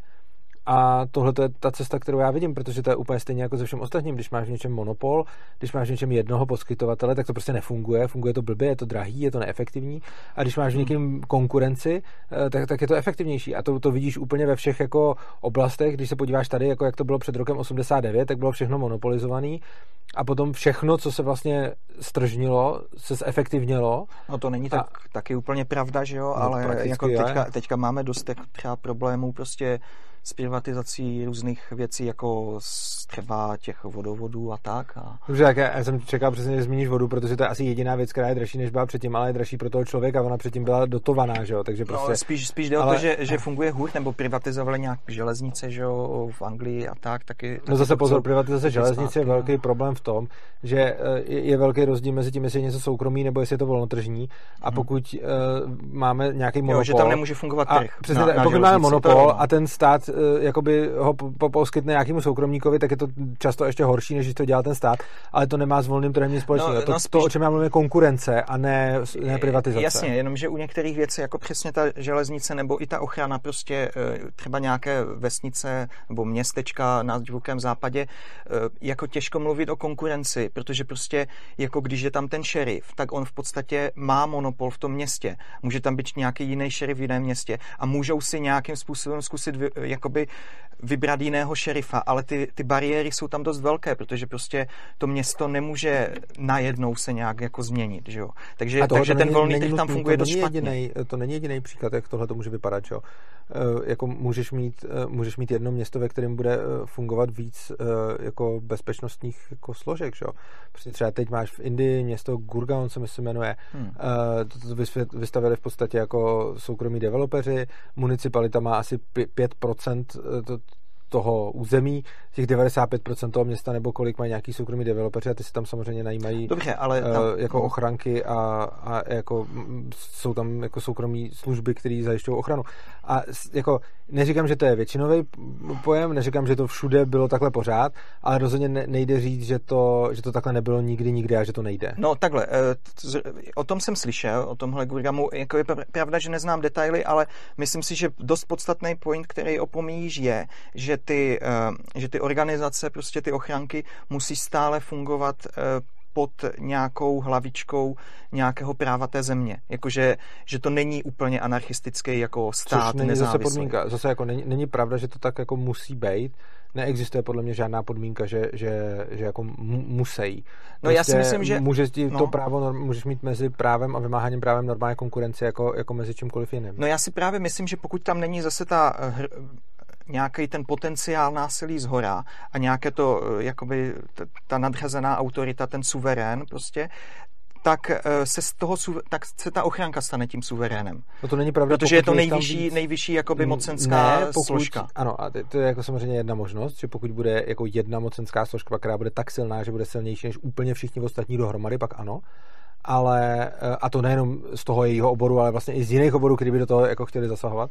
a tohle to je ta cesta, kterou já vidím, protože to je úplně stejně jako se všem ostatním, když máš v něčem monopol, když máš v něčem jednoho poskytovatele, tak to prostě nefunguje, funguje to blbě, je to drahý, je to neefektivní a když máš v někým konkurenci, tak, tak je to efektivnější a to, to vidíš úplně ve všech jako oblastech, když se podíváš tady, jako jak to bylo před rokem osmdesát devět, tak bylo všechno monopolizované a potom všechno, co se vlastně stržnilo, se zefektivnilo. No to není a... tak, taky úplně pravda, že jo, no, ale jako teďka, teďka máme dost třeba problémů prostě s privatizací různých věcí, jako třeba těch vodovodů a tak. A... Dobře, tak já, já jsem čekal přesně, že zmíníš vodu, protože to je asi jediná věc, která je dražší, než byla předtím, ale je dražší pro toho člověka, ona předtím byla dotovaná, že jo, takže prostě... No, spíš, spíš jde ale... o to, že, že funguje hůř, nebo privatizovali nějak železnice, že jo, v Anglii a tak, taky... taky no zase pozor, privatizace železnice je velký problém v tom, že je, je velký rozdíl mezi tím, jestli je něco soukromý, nebo jestli je to volnotržní, a pokud hmm. uh, máme nějaký monopol... Jo, že tam nemůže fungovat trh. Přesně, na, na pokud máme monopol a ten stát uh, jakoby ho po, poskytne nějakému soukromníkovi, tak je to často ještě horší, než když to dělá ten stát, ale to nemá s volným trhem nic společného. No, no, to, spíš... to, o čem já mluvím, je konkurence a ne, ne privatizace. Jasně, jenomže u některých věcí, jako přesně ta železnice nebo i ta ochrana, prostě třeba nějaké vesnice nebo městečka na divokém západě, jako těžko mluvit o konkurenci, protože prostě jako když je tam ten šerif, tak on v podstatě má monopol v tom městě. Může tam být nějaký jiný šerif v jiném městě a můžou si nějakým způsobem zkusit jakoby vybrat jiného šerifa, ale ty, ty bariéry jsou tam dost velké, protože prostě to město nemůže najednou se nějak jako změnit, že jo. Takže, takže ten volný trh tam funguje dost špatně. Jedinej, to není jediný příklad, jak tohle to může vypadat, že jo. E, jako můžeš mít, můžeš mít jedno město, ve kterém bude fungovat víc e, jako bezpečnostních jako složek, že jo. Prostě třeba teď máš v Indii město Gurgaon, se myslím jmenuje, hmm. e, to, to vystavili v podstatě jako soukromí developeři, municipalita má asi pět procent to, toho území, těch devadesát pět procent toho města nebo kolik mají nějaký soukromí developeři a ty si tam samozřejmě najímají Dobře, ale tam, uh, jako ochranky a, a jako jsou tam jako soukromí služby, které zajišťují ochranu. A jako neříkám, že to je většinový pojem, neříkám, že to všude bylo takhle pořád, ale rozhodně nejde říct, že to, že to takhle nebylo nikdy, nikdy a že to nejde. No takhle, o tom jsem slyšel, o tomhle Gurgamu, jako je pravda, že neznám detaily, ale myslím si, že dost podstatný point, který opomíjíš, je, že ty, že ty organizace, prostě ty ochranky musí stále fungovat pod nějakou hlavičkou nějakého práva té země. Jakože, že to není úplně anarchistický jako stát. Což není nezávislý. Zase podmínka. Zase jako není, není pravda, že to tak jako musí být. Neexistuje podle mě žádná podmínka, že, že, že jako musí. No já si myslím, že... Můžeš no. to právo, můžeš mít mezi právem a vymáháním právem normálně konkurenci jako, jako mezi čímkoliv jiným. No já si právě myslím, že pokud tam není zase ta... Hr... nějaký ten potenciál násilí zhora a nějaké to, jakoby ta nadřazená autorita, ten suverén prostě, tak se z toho, tak se ta ochranka stane tím suverénem. No to není pravda, protože je to nejvyšší, víc... nejvyšší jakoby mocenská ne, pokud, složka. Ano, a to je jako samozřejmě jedna možnost, že pokud bude jako jedna mocenská složka, která bude tak silná, že bude silnější než úplně všichni ostatní dohromady, pak ano. Ale, a to nejenom z toho jejího oboru, ale vlastně i z jiných oborů, který by do toho jako chtěli zasahovat.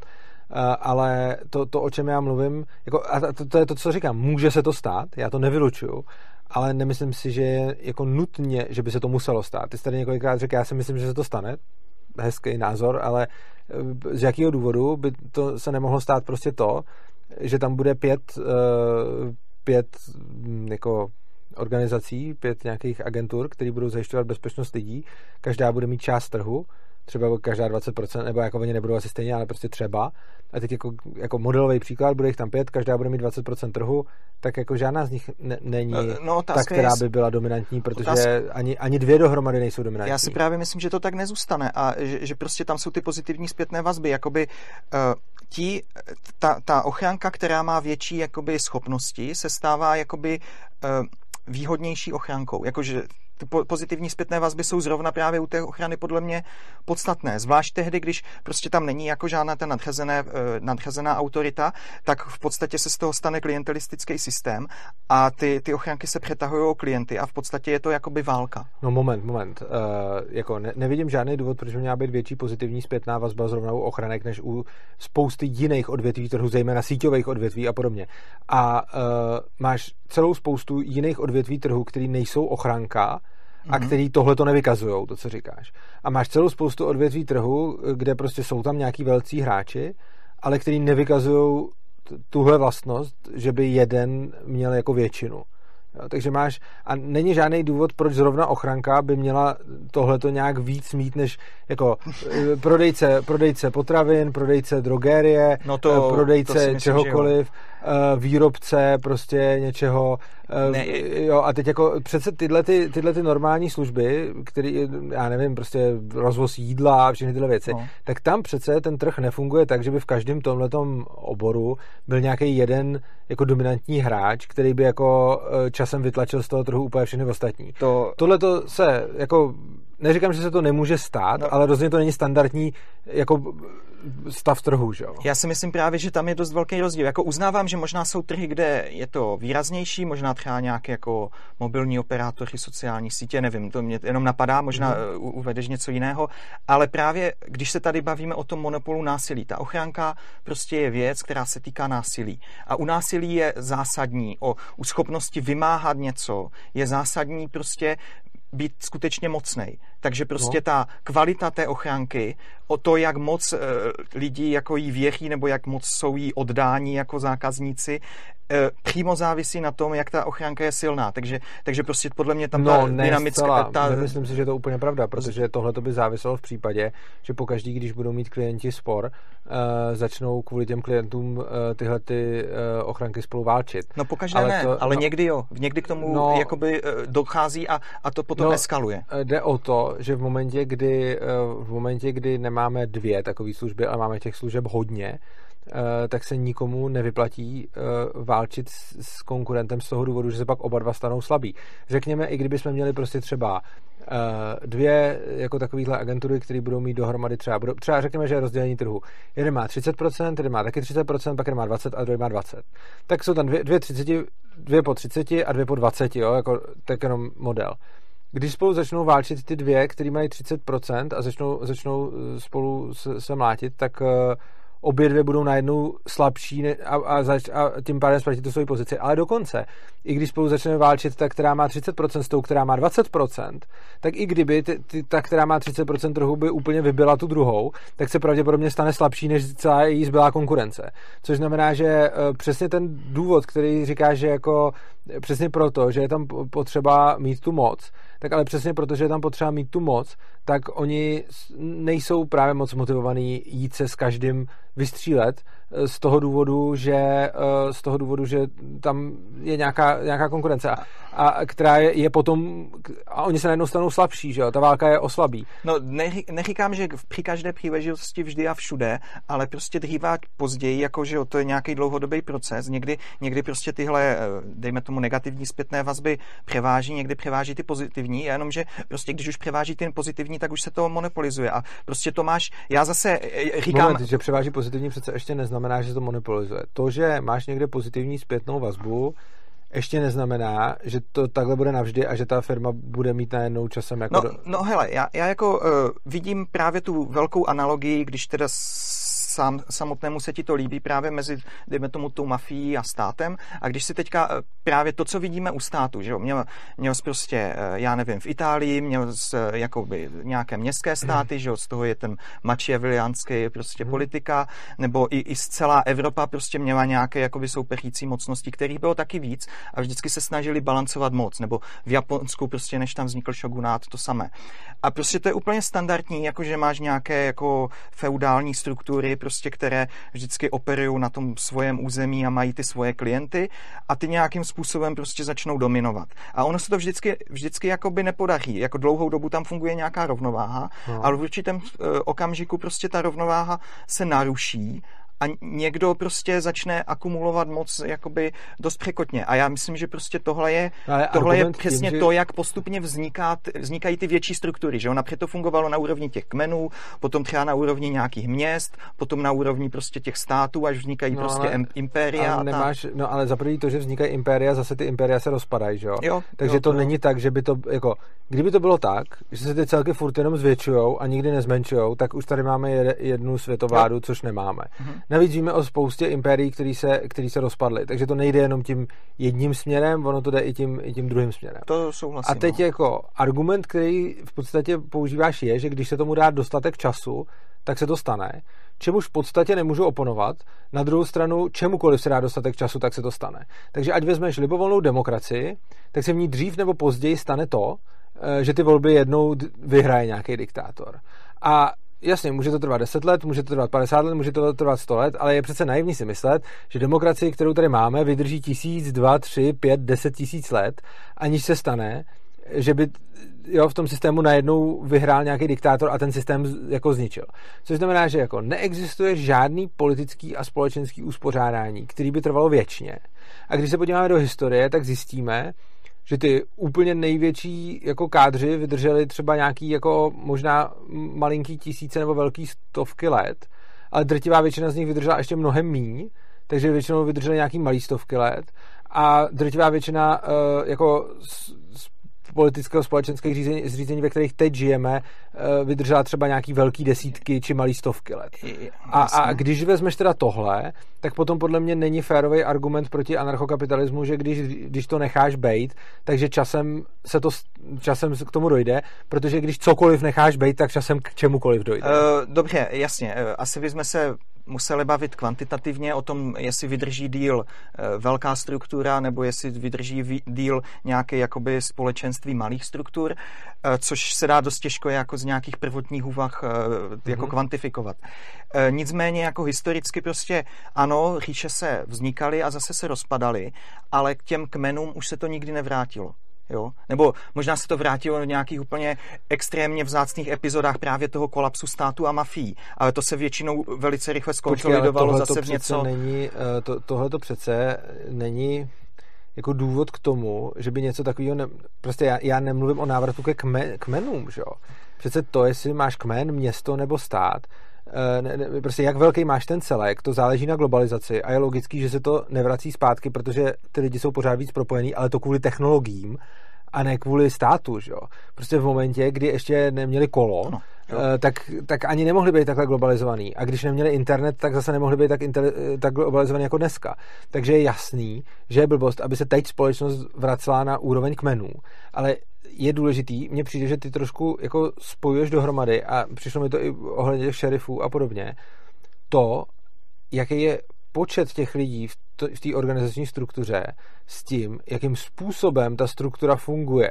Ale to, to o čem já mluvím, jako, a to, to je to, co říkám, může se to stát, já to nevylučuju, ale nemyslím si, že je jako nutně, že by se to muselo stát. Ty jsi tady několikrát řekl, já si myslím, že se to stane, hezký názor, ale z jakého důvodu by to se nemohlo stát prostě to, že tam bude pět, pět jako organizací, pět nějakých agentur, které budou zajišťovat bezpečnost lidí, každá bude mít část trhu, třeba každá dvacet procent, nebo jako oni nebudou asi stejně, ale prostě třeba. A teď jako, jako modelový příklad, bude jich tam pět, každá bude mít dvacet procent trhu, tak jako žádná z nich ne, není no, ta, která by byla dominantní, protože otázka... ani, ani dvě dohromady nejsou dominantní. Já si právě myslím, že to tak nezůstane a že, že prostě tam jsou ty pozitivní zpětné vazby, jakoby uh, tí, ta, ta ochranka, která má větší jakoby schopnosti, se stává jakoby uh, výhodnější ochrankou, jakože ty pozitivní zpětné vazby jsou zrovna právě u té ochrany podle mě podstatné. Zvlášť tehdy, když prostě tam není jako žádná ta nadřazené, nadřazená autorita, tak v podstatě se z toho stane klientelistický systém a ty, ty ochranky se přetahují o klienty a v podstatě je to jakoby válka. No moment, moment. Uh, jako ne, nevidím žádný důvod, proč by měla být větší pozitivní zpětná vazba zrovna u ochranek, než u spousty jiných odvětví trhu, zejména síťových odvětví a podobně. A uh, máš celou spoustu jiných odvětví trhu, který nejsou ochranka, a který tohle to nevykazujou, to, co říkáš. A máš celou spoustu odvětví trhu, kde prostě jsou tam nějaký velcí hráči, ale který nevykazují tuhle vlastnost, že by jeden měl jako většinu. Jo, takže máš, a není žádný důvod, proč zrovna ochranka by měla tohleto nějak víc mít, než jako prodejce, prodejce potravin, prodejce drogérie, no to, prodejce to myslím, čehokoliv, výrobce prostě něčeho. Ne. Jo, a teď jako přece tyhle, ty, tyhle ty normální služby, který, já nevím, prostě rozvoz jídla a všechny tyhle věci, no. Tak tam přece ten trh nefunguje tak, že by v každém tomhletom oboru byl nějaký jeden jako dominantní hráč, který by jako časem vytlačil z toho trhu úplně všechny ostatní. To... Tohleto se jako neříkám, že se to nemůže stát, no. Ale rozhodně to není standardní jako stav trhu, že jo? Já si myslím právě, že tam je dost velký rozdíl. Jako uznávám, že možná jsou trhy, kde je to výraznější, možná třeba nějaké jako mobilní operátoři, sociální sítě, nevím, to mě jenom napadá, možná mm. uvedeš něco jiného, ale právě když se tady bavíme o tom monopolu násilí, ta ochránka prostě je věc, která se týká násilí. A u násilí je zásadní, o, u schopnosti vymáhat něco, je zásadní prostě být skutečně mocnej. Takže prostě no. Ta kvalita té ochránky, o to, jak moc e, lidí jako jí věří, nebo jak moc jsou jí oddáni jako zákazníci, přímo závisí na tom, jak ta ochranka je silná. Takže, takže prostě podle mě tam no, ta ne dynamická... Ta... Nemyslím si, že to je úplně pravda, protože tohle to by záviselo v případě, že pokaždý, když budou mít klienti spor, uh, začnou kvůli těm klientům uh, tyhle ty uh, ochranky spolu válčit. No pokaždé ale ne, to, ale no, někdy jo. Někdy k tomu no, jakoby uh, dochází a, a to potom no, eskaluje. Jde o to, že v momentě, kdy, uh, v momentě, kdy nemáme dvě takové služby, ale máme těch služeb hodně, Uh, tak se nikomu nevyplatí uh, válčit s, s konkurentem z toho důvodu, že se pak oba dva stanou slabí. Řekněme, i kdyby jsme měli prostě třeba uh, dvě jako takovýhle agentury, které budou mít dohromady třeba, budou, třeba řekněme, že je rozdělení trhu. Jeden má třicet procent, jeden má taky třicet procent, pak jeden má dvacet procent a druhý má dvacet procent. Tak jsou tam dvě, dvě, třiceti, dvě po třiceti a dvě po dvaceti, jo, jako tak jenom model. Když spolu začnou válčit ty dvě, které mají třicet procent a začnou, začnou spolu se, se mlátit, tak uh, obě dvě budou najednou slabší a, a, zač, a tím pádem ztratí tu svoji pozici. Ale dokonce, i když spolu začneme válčit ta, která má třicet procent s tou, která má dvacet procent, tak i kdyby ty, ty, ta, která má třicet procent trhu, by úplně vybila tu druhou, tak se pravděpodobně stane slabší než celá její zbylá konkurence. Což znamená, že uh, přesně ten důvod, který říká, že jako přesně proto, že je tam potřeba mít tu moc, tak ale přesně proto, že je tam potřeba mít tu moc, tak oni nejsou právě moc motivovaní jít se s každým vystřílet z toho důvodu, že z toho důvodu, že tam je nějaká, nějaká konkurence, a, a která je, je potom, a oni se najednou stanou slabší, že jo, ta válka je oslabí. No, neříkám, že při každé příležitosti vždy a všude, ale prostě dříve později, jako že jo, to je nějaký dlouhodobý proces, někdy, někdy prostě tyhle, dejme tomu negativní zpětné vazby převáží, někdy převáží ty pozitivní, jenomže prostě když už převáží ty pozitivní, tak už se to monopolizuje a prostě to máš, já zase říkám... Moment, že převáží pozitivní přece ještě neznamená, že se to monopolizuje. To, že máš někde pozitivní zpětnou vazbu, ještě neznamená, že to takhle bude navždy a že ta firma bude mít najednou časem jako... No, do... no hele, já, já jako uh, vidím právě tu velkou analogii, když teda sám, samotnému se ti to líbí právě mezi, dejme tomu, tou mafií a státem. A když si teďka právě to, co vidíme u státu, že jo, měl, měl jsi prostě, já nevím, v Itálii, měl jsi jakoby nějaké městské státy, že jo, z toho je ten machiavelliánský prostě hmm. politika, nebo i, i celá Evropa prostě měla nějaké jakoby soupeřící mocnosti, kterých bylo taky víc a vždycky se snažili balancovat moc, nebo v Japonsku prostě, než tam vznikl šogunát, to samé. A prostě to je úplně standardní, jakože máš nějaké jako feudální struktury, prostě, které vždycky operují na tom svém území a mají ty svoje klienty a ty nějakým způsobem prostě začnou dominovat. A ono se to vždycky, vždycky jakoby nepodaří. Jako dlouhou dobu tam funguje nějaká rovnováha, no. ale v určitém uh, okamžiku prostě ta rovnováha se naruší a někdo prostě začne akumulovat moc jakoby dost překotně. A já myslím, že prostě tohle je, tohle je přesně tím, že... to, jak postupně vzniká, vznikají ty větší struktury. Že? Napřed to fungovalo na úrovni těch kmenů, potom třeba na úrovni nějakých měst, potom na úrovni prostě těch států, až vznikají no, prostě ale, impéria. Ale nemáš, no ale za první to, že vznikají impéria, zase ty impéria se rozpadají, že jo? jo Takže jo, to jo. není tak, že by to, jako, kdyby to bylo tak, že se ty celky furt jenom zvětšujou a nikdy nezmenšujou, tak už tady máme jednu světovládu, jo. což nemáme. Mhm. Navíc víme o spoustě impérií, který se, který se rozpadly. Takže to nejde jenom tím jedním směrem, ono to jde i tím, i tím druhým směrem. To souhlasím. A teď no. jako argument, který v podstatě používáš, je, že když se tomu dá dostatek času, tak se to stane. Čemuž v podstatě nemůžu oponovat. Na druhou stranu, čemukoliv se dá dostatek času, tak se to stane. Takže ať vezmeš libovolnou demokracii, tak se v ní dřív nebo později stane to, že ty volby jednou vyhraje nějaký diktátor. A jasně, může to trvat deset let, může to trvat padesát let, může to trvat sto let, ale je přece naivní si myslet, že demokracie, kterou tady máme, vydrží tisíc, dva, tři, pět, deset tisíc let, aniž se stane, že by jo, v tom systému najednou vyhrál nějaký diktátor a ten systém jako zničil. Což znamená, že jako neexistuje žádný politický a společenský uspořádání, který by trvalo věčně. A když se podíváme do historie, tak zjistíme, že ty úplně největší jako kádři vydrželi třeba nějaký jako možná malinký tisíce nebo velký stovky let, ale drtivá většina z nich vydržela ještě mnohem míň, takže většinou vydrželi nějaký malý stovky let a drtivá většina uh, jako z, z politického společenských řízení, zřízení, ve kterých teď žijeme, vydržela třeba nějaký velký desítky či malý stovky let. A, a když vezmeš teda tohle, tak potom podle mě není férový argument proti anarchokapitalismu, že když, když to necháš bejt, takže časem se to časem k tomu dojde, protože když cokoliv necháš bejt, tak časem k čemukoliv dojde. Uh, dobře, jasně. Uh, asi bychom se museli bavit kvantitativně o tom, jestli vydrží díl velká struktura, nebo jestli vydrží díl nějaké jakoby společenství malých struktur, což se dá dost těžko jako z nějakých prvotních úvah jako mm-hmm. kvantifikovat. Nicméně jako historicky prostě ano, říše se vznikaly a zase se rozpadaly, ale k těm kmenům už se to nikdy nevrátilo. Jo? Nebo možná se to vrátilo do nějakých úplně extrémně vzácných epizodách právě toho kolapsu státu a mafií, ale to se většinou velice rychle skonsolidovalo zase v něco. Není, to, tohle to přece není jako důvod k tomu, že by něco takového, ne, prostě já, já nemluvím o návratu ke kmen, kmenům, že jo. Přece to, jestli máš kmen, město nebo stát, ne, ne, prostě jak velký máš ten celek, to záleží na globalizaci a je logický, že se to nevrací zpátky, protože ty lidi jsou pořád víc propojení, ale to kvůli technologiím a ne kvůli státu, že jo. Prostě v momentě, kdy ještě neměli kolo, no, tak, tak ani nemohli být takhle globalizovaný. A když neměli internet, tak zase nemohli být tak, inter, tak globalizovaný jako dneska. Takže je jasný, že je blbost, aby se teď společnost vracela na úroveň kmenů. Ale je důležitý, mně přijde, že ty trošku jako spojuješ dohromady a přišlo mi to i ohledně těch šerifů a podobně, to, jaký je počet těch lidí v té organizační struktuře s tím, jakým způsobem ta struktura funguje.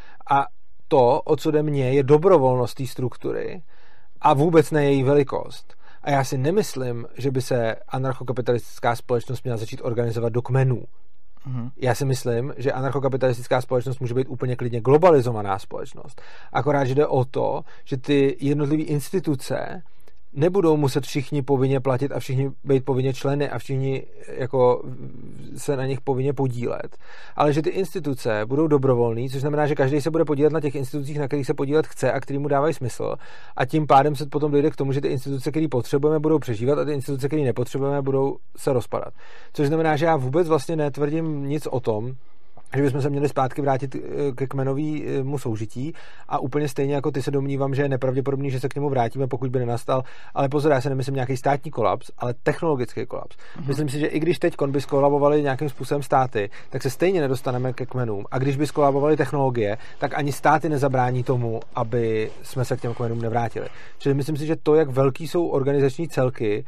A to, o co jde mně, je dobrovolnost té struktury a vůbec ne její velikost. A já si nemyslím, že by se anarchokapitalistická společnost měla začít organizovat do kmenů. Mm-hmm. Já si myslím, že anarchokapitalistická společnost může být úplně klidně globalizovaná společnost. Akorát, že jde o to, že ty jednotlivé instituce nebudou muset všichni povinně platit a všichni být povinně členy a všichni jako se na nich povinně podílet. Ale že ty instituce budou dobrovolný, což znamená, že každý se bude podílet na těch institucích, na kterých se podílet chce a který mu dávají smysl. A tím pádem se potom dojde k tomu, že ty instituce, které potřebujeme, budou přežívat a ty instituce, které nepotřebujeme, budou se rozpadat. Což znamená, že já vůbec vlastně netvrdím nic o tom, že bychom se měli zpátky vrátit ke kmenovému soužití a úplně stejně jako ty se domnívám, že je nepravděpodobný, že se k němu vrátíme, pokud by nenastal, ale pozor, já se nemyslím nějaký státní kolaps, ale technologický kolaps. Uh-huh. Myslím si, že i když teď by skolabovaly nějakým způsobem státy, tak se stejně nedostaneme ke kmenům. A když by skolabovaly technologie, tak ani státy nezabrání tomu, aby jsme se k těm kmenům nevrátili. Čili myslím si, že to, jak velký jsou organizační celky,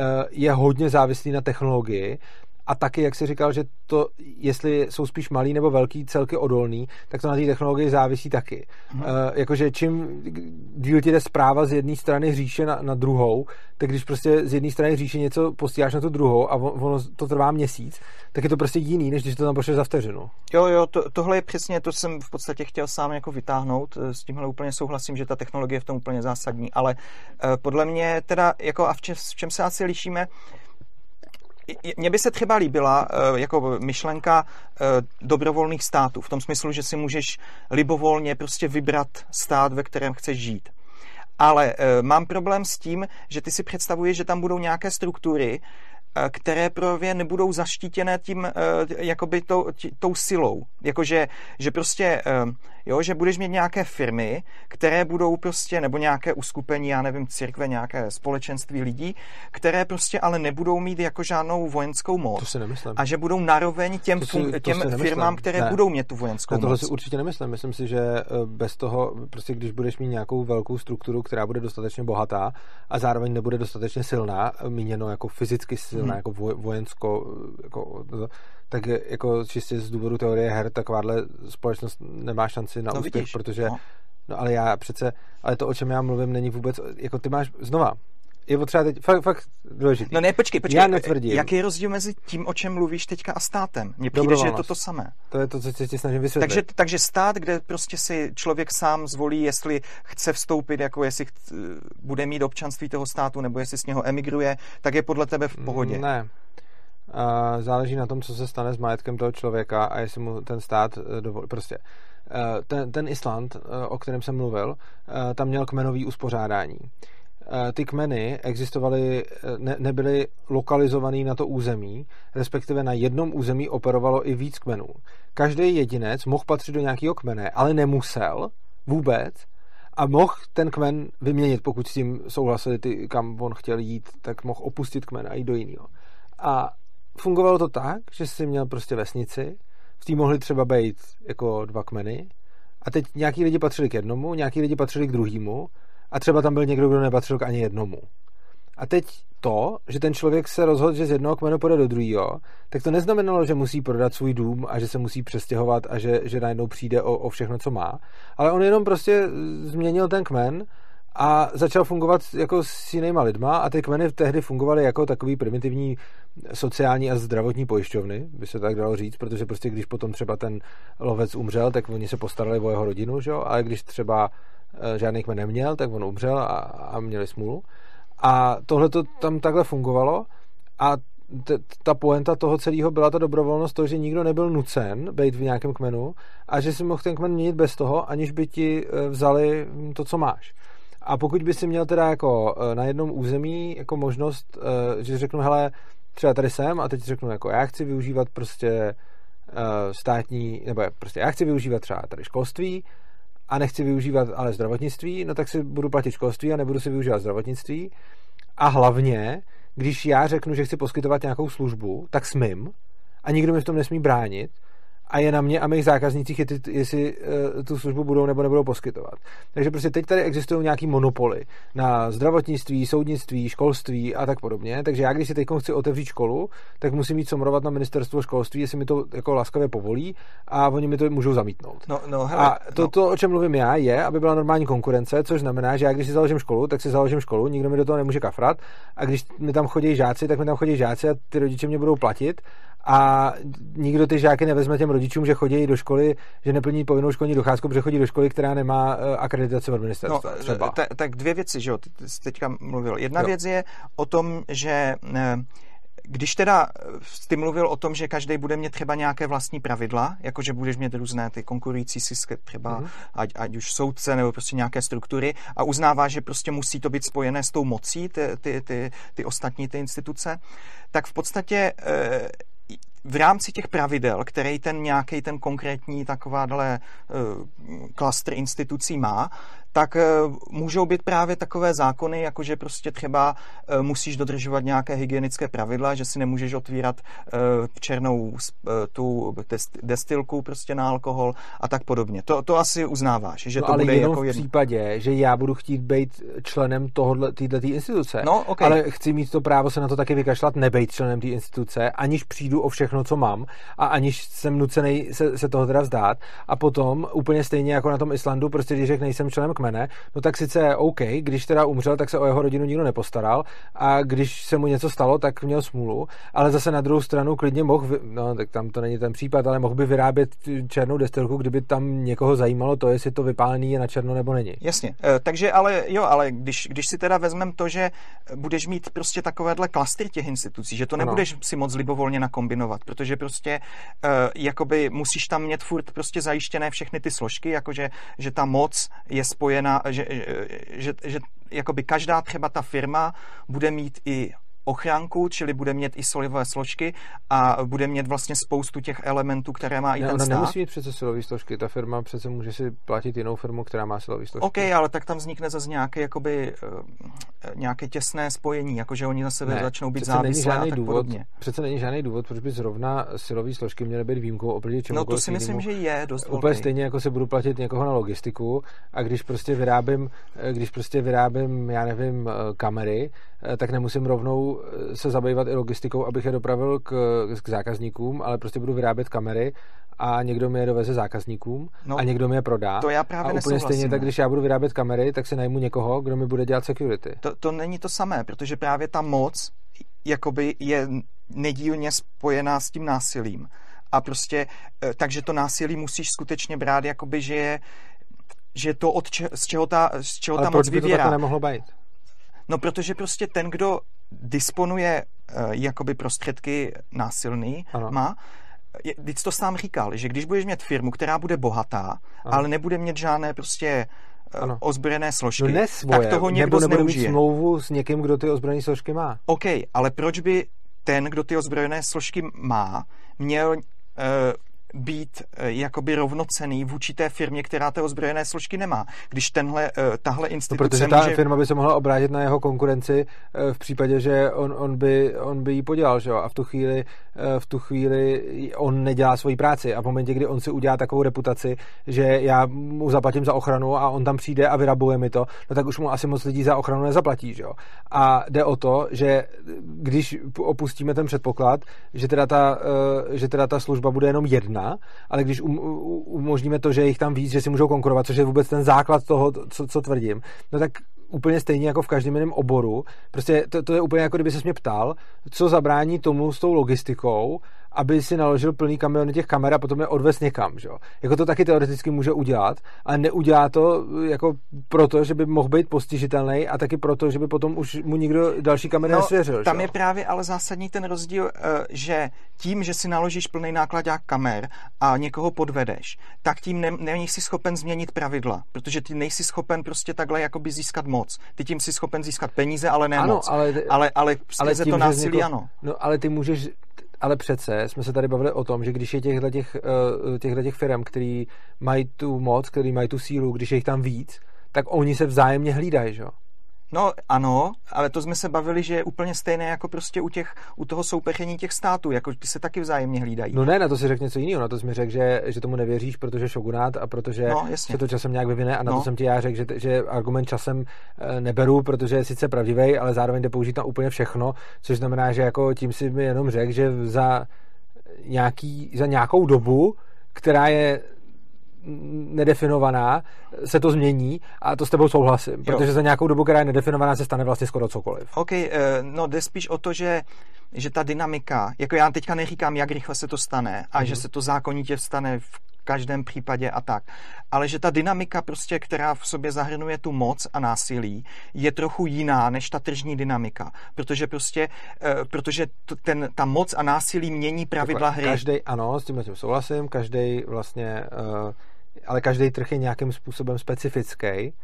je hodně závislý na technologii. A taky, jak jsi říkal, že to, jestli jsou spíš malý nebo velký celky odolný, tak to na té technologii závisí taky. Hmm. Uh, jakože čím díl ti jde zpráva z jedné strany říše na, na druhou, tak když prostě z jedné strany říše něco postíháš na tu druhou a ono to trvá měsíc, tak je to prostě jiný, než když to tam pošleš za vteřinu. Jo, jo, to, tohle je přesně, to jsem v podstatě chtěl sám jako vytáhnout, s tímhle úplně souhlasím, že ta technologie je v tom úplně zásadní, ale uh, podle mě teda, jako a v čem, v čem se asi lišíme, mně by se třeba líbila jako myšlenka dobrovolných států, v tom smyslu, že si můžeš libovolně prostě vybrat stát, ve kterém chceš žít. Ale mám problém s tím, že ty si představuješ, že tam budou nějaké struktury, které právě nebudou zaštítěné tím, jakoby tou, tou silou. Jakože, že prostě, jo, že budeš mít nějaké firmy, které budou prostě, nebo nějaké uskupení, já nevím, církve, nějaké společenství lidí, které prostě ale nebudou mít jako žádnou vojenskou moc. To si nemyslím. A že budou naroveň těm, to si, to těm firmám, které ne. budou mít tu vojenskou moc. Tohle moc. si určitě nemyslím. Myslím si, že bez toho, prostě když budeš mít nějakou velkou strukturu, která bude dostatečně bohatá a zároveň nebude dostatečně silná, míněno jako fyzicky silná, Hmm. jako vojensko, jako, tak jako čistě z důvodu teorie her takováhle společnost nemá šanci na no, úspěch, vidíš, protože no. no ale já přece, ale to, o čem já mluvím, není vůbec, jako ty máš, znova, je potřeba teď, fakt, fakt důležitý. No ne, počkej, počkej, já netvrdím. Jaký je rozdíl mezi tím, o čem mluvíš teďka a státem? Mně přijde, že je to to samé. To je to, co se ti snažím vysvětlit. Takže, takže stát, kde prostě si člověk sám zvolí, jestli chce vstoupit, jako jestli chc, bude mít občanství toho státu, nebo jestli z něho emigruje, tak je podle tebe v pohodě. Ne. Záleží na tom, co se stane s majetkem toho člověka a jestli mu ten stát dovolí. Prostě ten, ten Island, o kterém jsem mluvil, tam měl kmenový uspořádání. Ty kmeny existovaly, ne, nebyly lokalizovaný na to území, respektive na jednom území operovalo i víc kmenů. Každý jedinec mohl patřit do nějakého kmene, ale nemusel vůbec a mohl ten kmen vyměnit, pokud s tím souhlasili ty, kam on chtěl jít, tak mohl opustit kmen a jít do jiného. A fungovalo to tak, že jsi měl prostě vesnici, v té mohly třeba být jako dva kmeny a teď nějaký lidi patřili k jednomu, nějaký lidi patřili k druhému a třeba tam byl někdo, kdo nepatřil k ani jednomu. A teď to, že ten člověk se rozhodl, že z jednoho kmenu půjde do druhého, tak to neznamenalo, že musí prodat svůj dům a že se musí přestěhovat a že, že najednou přijde o, o všechno, co má. Ale on jenom prostě změnil ten kmen a začal fungovat jako s jinýma lidma a ty kmeny tehdy fungovaly jako takový primitivní sociální a zdravotní pojišťovny, by se tak dalo říct, protože prostě když potom třeba ten lovec umřel, tak oni se postarali o jeho rodinu, že jo? Ale když třeba žádný kmen neměl, tak on umřel a, a měli smůlu. A tohle to tam takhle fungovalo a t- ta poenta toho celého byla ta dobrovolnost, to, že nikdo nebyl nucen být v nějakém kmenu a že si mohl ten kmen měnit bez toho, aniž by ti vzali to, co máš. A pokud by si měl teda jako na jednom území jako možnost, že řeknu, hele, třeba tady jsem a teď řeknu, jako já chci využívat prostě státní, nebo prostě já chci využívat třeba tady školství a nechci využívat ale zdravotnictví, no tak si budu platit školství a nebudu si využívat zdravotnictví. A hlavně, když já řeknu, že chci poskytovat nějakou službu, tak smím a nikdo mi v tom nesmí bránit a je na mě a mých zákaznících, jestli uh, tu službu budou nebo nebudou poskytovat. Takže prostě teď tady existují nějaký monopoly na zdravotnictví, soudnictví, školství a tak podobně. Takže já, když si teď chci otevřít školu, tak musím jít somrovat na ministerstvo školství, jestli mi to jako laskavě povolí a oni mi to můžou zamítnout. No, no, hele, a to, no. to, o čem mluvím já, je, aby byla normální konkurence, což znamená, že já, když si založím školu, tak si založím školu, nikdo mi do toho nemůže kafrat a když mi tam chodí žáci, tak mi tam chodí žáci a ty rodiče mě budou platit. A nikdo ty žáky nevezme těm rodičům, že chodí do školy, že neplní povinnou školní docházku, protože chodí do školy, která nemá akreditaci od ministerstva. No, třeba. T- tak dvě věci, že jo, ty jsi teďka mluvil. Jedna jo. věc je o tom, že když teda ty mluvil o tom, že každý bude mít třeba nějaké vlastní pravidla, jakože budeš mít různé ty konkurující si třeba, mm-hmm. ať, ať už soudce nebo prostě nějaké struktury a uznává, že prostě musí to být spojené s tou mocí, ty, ty, ty, ty ostatní ty instituce, tak v podstatě v rámci těch pravidel, který ten nějaký ten konkrétní takováhle klastr institucí má, tak můžou být právě takové zákony, jako že prostě třeba musíš dodržovat nějaké hygienické pravidla, že si nemůžeš otvírat černou tu destilku prostě na alkohol a tak podobně. To, to asi uznáváš, že no, to ale bude jenom jako v jedno. případě, že já budu chtít být členem tohohle, této instituce. No, okay. Ale chci mít to právo se na to taky vykašlat, nebejt členem té instituce, aniž přijdu o všechno, co mám a aniž jsem nucený se, se toho teda vzdát. A potom úplně stejně jako na tom Islandu, prostě když řekne, nejsem členem kmene, no tak sice OK, když teda umřel, tak se o jeho rodinu nikdo nepostaral a když se mu něco stalo, tak měl smůlu, ale zase na druhou stranu klidně mohl, no tak tam to není ten případ, ale mohl by vyrábět černou destilku, kdyby tam někoho zajímalo to, jestli to vypálený je na černo nebo není. Jasně, e, takže ale jo, ale když, když si teda vezmem to, že budeš mít prostě takovéhle klastry těch institucí, že to nebudeš ano. si moc libovolně nakombinovat, protože prostě e, jakoby musíš tam mít furt prostě zajištěné všechny ty složky, jakože že ta moc je spojena, že, že, že, že jakoby každá třeba ta firma bude mít i ochránku, čili bude mít i silové složky a bude mít vlastně spoustu těch elementů, které má ne, i ten ona stát. Nemusí mít přece silové složky, ta firma přece může si platit jinou firmu, která má silové složky. OK, ale tak tam vznikne zase nějaké, jakoby, nějaké těsné spojení, jakože oni na sebe ne, začnou být závislé a tak důvod, podobně. Přece není žádný důvod, proč by zrovna silové složky měly být výjimkou oproti čemukoliv. No to si myslím, že je dost úplně velký. Stejně jako se budu platit někoho na logistiku a když prostě vyrábím, když prostě vyrábím, já nevím, kamery, tak nemusím rovnou se zabývat i logistikou, abych je dopravil k, k zákazníkům, ale prostě budu vyrábět kamery a někdo mi je doveze zákazníkům no, a někdo mi je prodá. To já právě a úplně stejně tak, když já budu vyrábět kamery, tak si najmu někoho, kdo mi bude dělat security. To, to není to samé, protože právě ta moc jakoby je nedílně spojená s tím násilím. A prostě, takže to násilí musíš skutečně brát, jakoby, že je, že to, od če, z čeho ta, z čeho ta moc vyvěrá. Ale proč by to takhle nemohlo být? No, protože prostě ten, kdo disponuje uh, jakoby prostředky násilný, ano. má, vždyť to sám říkal, že když budeš mít firmu, která bude bohatá, ano. ale nebude mít žádné prostě uh, ozbrojené složky, no svoje, tak toho někdo nebo nebude zneužije. Mít smlouvu s někým, kdo ty ozbrojené složky má. OK, ale proč by ten, kdo ty ozbrojené složky má, měl uh, být uh, jakoby rovnocenný vůči té firmě, která ty ozbrojené složky nemá. Když tenhle, uh, tahle instituce... No, protože ta může... firma by se mohla obrátit na jeho konkurenci uh, v případě, že on, on, by, on by jí podělal, že jo? A v tu chvíli uh, v tu chvíli on nedělá svoji práci a v momentě, kdy on si udělá takovou reputaci, že já mu zaplatím za ochranu a on tam přijde a vyrabuje mi to, no tak už mu asi moc lidí za ochranu nezaplatí, že jo? A jde o to, že když opustíme ten předpoklad, že teda ta, uh, že teda ta služba bude jenom jedna, ale když um, umožníme to, že jich tam víc, že si můžou konkurovat, což je vůbec ten základ toho, co, co tvrdím, no tak úplně stejně jako v každém jiném oboru. Prostě to, to je úplně jako kdyby ses mě ptal, co zabrání tomu s tou logistikou, aby si naložil plný kamiony těch kamer a potom je odvez někam, že jo. Jako to taky teoreticky může udělat, ale neudělá to jako proto, že by mohl být postižitelný a taky proto, že by potom už mu nikdo další kamery no, nesvěřil. Tam že? je právě ale zásadní ten rozdíl, že tím, že si naložíš plný nákladák kamer a někoho podvedeš, tak tím ne, nejsi schopen změnit pravidla, protože ty nejsi schopen prostě takhle jakoby získat moc. Ty tím jsi schopen získat peníze, ale ne ano, moc. Ale, ale, ale skrze to násilí někoho, ano. No ale ty můžeš ale přece jsme se tady bavili o tom, že když je těchto těch, těchto těch firm, který mají tu moc, který mají tu sílu, když je jich tam víc, tak oni se vzájemně hlídají, že jo? No ano, ale to jsme se bavili, že je úplně stejné jako prostě u, těch, u toho soupeření těch států, jako ty se taky vzájemně hlídají. No ne, na to si řekl něco jiného, na to jsi mi řekl, že, že tomu nevěříš, protože šogunát a protože no, se to časem nějak vyvine a na no. to jsem ti já řekl, že, že argument časem neberu, protože je sice pravdivý, ale zároveň jde použít na úplně všechno, což znamená, že jako tím si mi jenom řekl, že za, nějaký, za nějakou dobu, která je nedefinovaná, se to změní a to s tebou souhlasím, jo. Protože za nějakou dobu, která je nedefinovaná, se stane vlastně skoro cokoliv. OK, no jde spíš o to, že, že ta dynamika, jako já teďka neříkám, jak rychle se to stane a mm. že se to zákonitě stane v každém případě a tak, ale že ta dynamika prostě, která v sobě zahrnuje tu moc a násilí, je trochu jiná než ta tržní dynamika, protože prostě, uh, protože ten, ta moc a násilí mění pravidla hry. Každej, ano, s tím souhlasím, každej vlastně uh, ale každý trh je nějakým způsobem specifický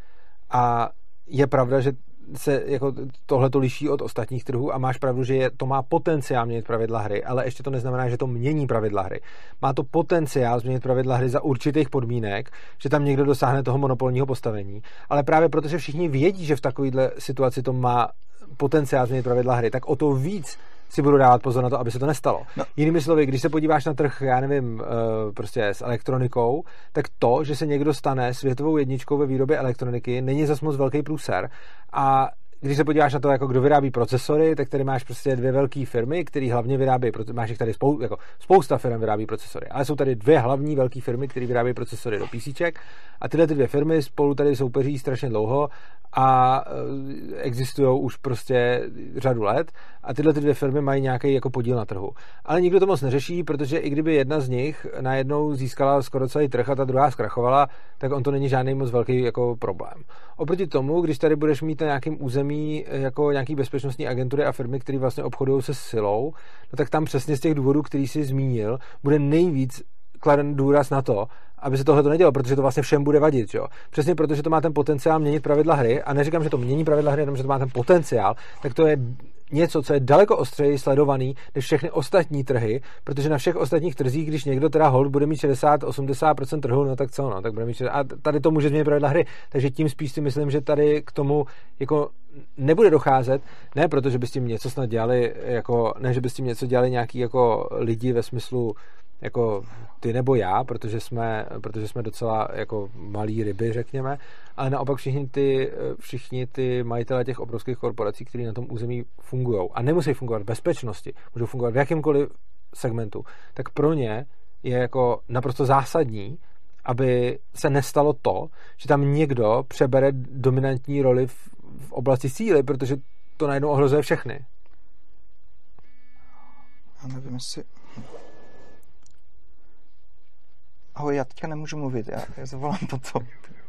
a je pravda, že se jako tohle to liší od ostatních trhů a máš pravdu, že je, to má potenciál měnit pravidla hry, ale ještě to neznamená, že to mění pravidla hry. Má to potenciál změnit pravidla hry za určitých podmínek, že tam někdo dosáhne toho monopolního postavení, ale právě protože všichni vědí, že v takovéhle situaci to má potenciál změnit pravidla hry, tak o to víc si budu dávat pozor na to, aby se to nestalo. No. Jinými slovy, když se podíváš na trh, já nevím, prostě s elektronikou, tak to, že se někdo stane světovou jedničkou ve výrobě elektroniky, není zas moc velký průser. A když se podíváš na to, jako kdo vyrábí procesory, tak tady máš prostě dvě velké firmy, které hlavně vyrábí, máš jich tady spou, jako spousta firm vyrábí procesory, ale jsou tady dvě hlavní velké firmy, které vyrábí procesory do PCček a tyhle ty dvě firmy spolu tady soupeří strašně dlouho a existují už prostě řadu let a tyhle ty dvě firmy mají nějaký jako podíl na trhu. Ale nikdo to moc neřeší, protože i kdyby jedna z nich najednou získala skoro celý trh a ta druhá zkrachovala, tak on to není žádný moc velký jako problém. Oproti tomu, když tady budeš mít na nějakém území jako nějaký bezpečnostní agentury a firmy, které vlastně obchodují se silou, no tak tam přesně z těch důvodů, který jsi zmínil, bude nejvíc kladen důraz na to, aby se tohle to nedělo, protože to vlastně všem bude vadit, jo. Přesně protože to má ten potenciál měnit pravidla hry a neříkám, že to mění pravidla hry, jenom že to má ten potenciál, tak to je něco, co je daleko ostřeji sledovaný než všechny ostatní trhy, protože na všech ostatních trzích, když někdo teda hold bude mít šedesát až osmdesát procent trhu, no tak co, no, tak bude mít šedesát, a tady to může změnit pravidla hry, takže tím spíš si myslím, že tady k tomu jako nebude docházet, ne protože by s tím něco snad dělali, jako, ne, že by s tím něco dělali nějaký jako lidi ve smyslu jako ty nebo já, protože jsme, protože jsme docela jako malí ryby, řekněme, ale naopak všichni ty, všichni ty majitelé těch obrovských korporací, kteří na tom území fungují a nemusí fungovat v bezpečnosti, můžou fungovat v jakémkoliv segmentu, tak pro ně je jako naprosto zásadní, aby se nestalo to, že tam někdo přebere dominantní roli v, v oblasti síly, protože to najednou ohrozuje všechny. Já nevím, jestli... Ahoj, já teďka nemůžu mluvit, já, já zavolám potom.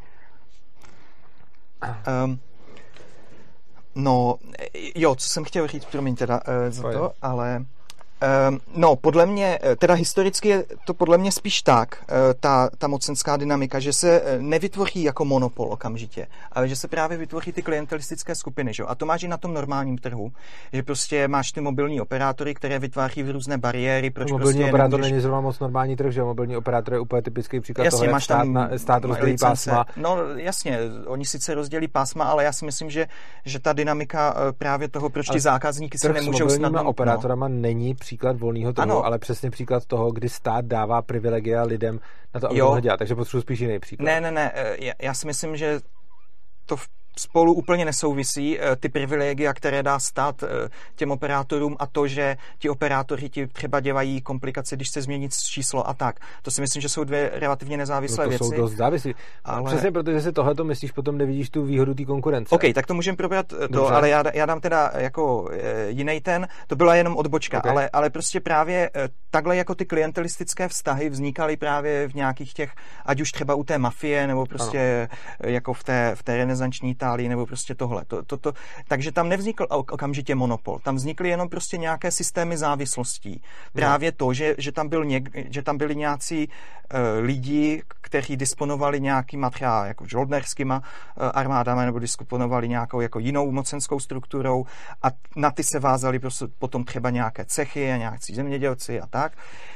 Um, no, jo, co jsem chtěl říct, promiň teda uh, za to, ale Um, no, podle mě, teda historicky je to podle mě spíš tak, ta, ta mocenská dynamika, že se nevytvoří jako monopol okamžitě, ale že se právě vytvoří ty klientelistické skupiny, že? A to máš i na tom normálním trhu, že prostě máš ty mobilní operátory, které vytváří různé bariéry, proč no, mobilní prostě operátor nemůžeš... není zrovna moc normální trh, že mobilní operátor je úplně typický příklad jasně, toho, jak máš stát, tam na, stát rozdělí licence. pásma. No jasně, oni sice rozdělí pásma, ale já si myslím, že, že ta dynamika právě toho, proč ti zákazníky si nemůžou snadno... operátorama no. není příklad volného trhu, ano. ale přesně příklad toho, kdy stát dává privilegia lidem na to, aby to dělat. Takže potřebuji spíš jiný příklad. Ne, ne, ne. Já, já si myslím, že to spolu úplně nesouvisí ty privilegia, které dá stát těm operátorům a to, že ti operátoři ti třeba dělají komplikace, když se změní číslo a tak. To si myslím, že jsou dvě relativně nezávislé no to věci. jsou dost závislí. Ale... Přesně protože si tohleto myslíš, potom nevidíš tu výhodu té konkurence. OK, tak to můžeme probrat to, Dobře. ale já, já dám teda jako jiný ten, to byla jenom odbočka, okay. ale, ale prostě právě takhle jako ty klientelistické vztahy vznikaly právě v nějakých těch, ať už třeba u té mafie, nebo prostě ano. jako v té, v té renesanční Itálii, nebo prostě tohle. To, to, to, takže tam nevznikl okamžitě monopol. Tam vznikly jenom prostě nějaké systémy závislostí. Právě no. to, že, že, tam byl něk, že tam byli nějací uh, lidi, kteří disponovali nějakýma třeba jako žoldnerskýma uh, armádami, nebo disponovali nějakou jako jinou mocenskou strukturou a na ty se vázali prostě potom třeba nějaké cechy a nějací zemědělci a tak.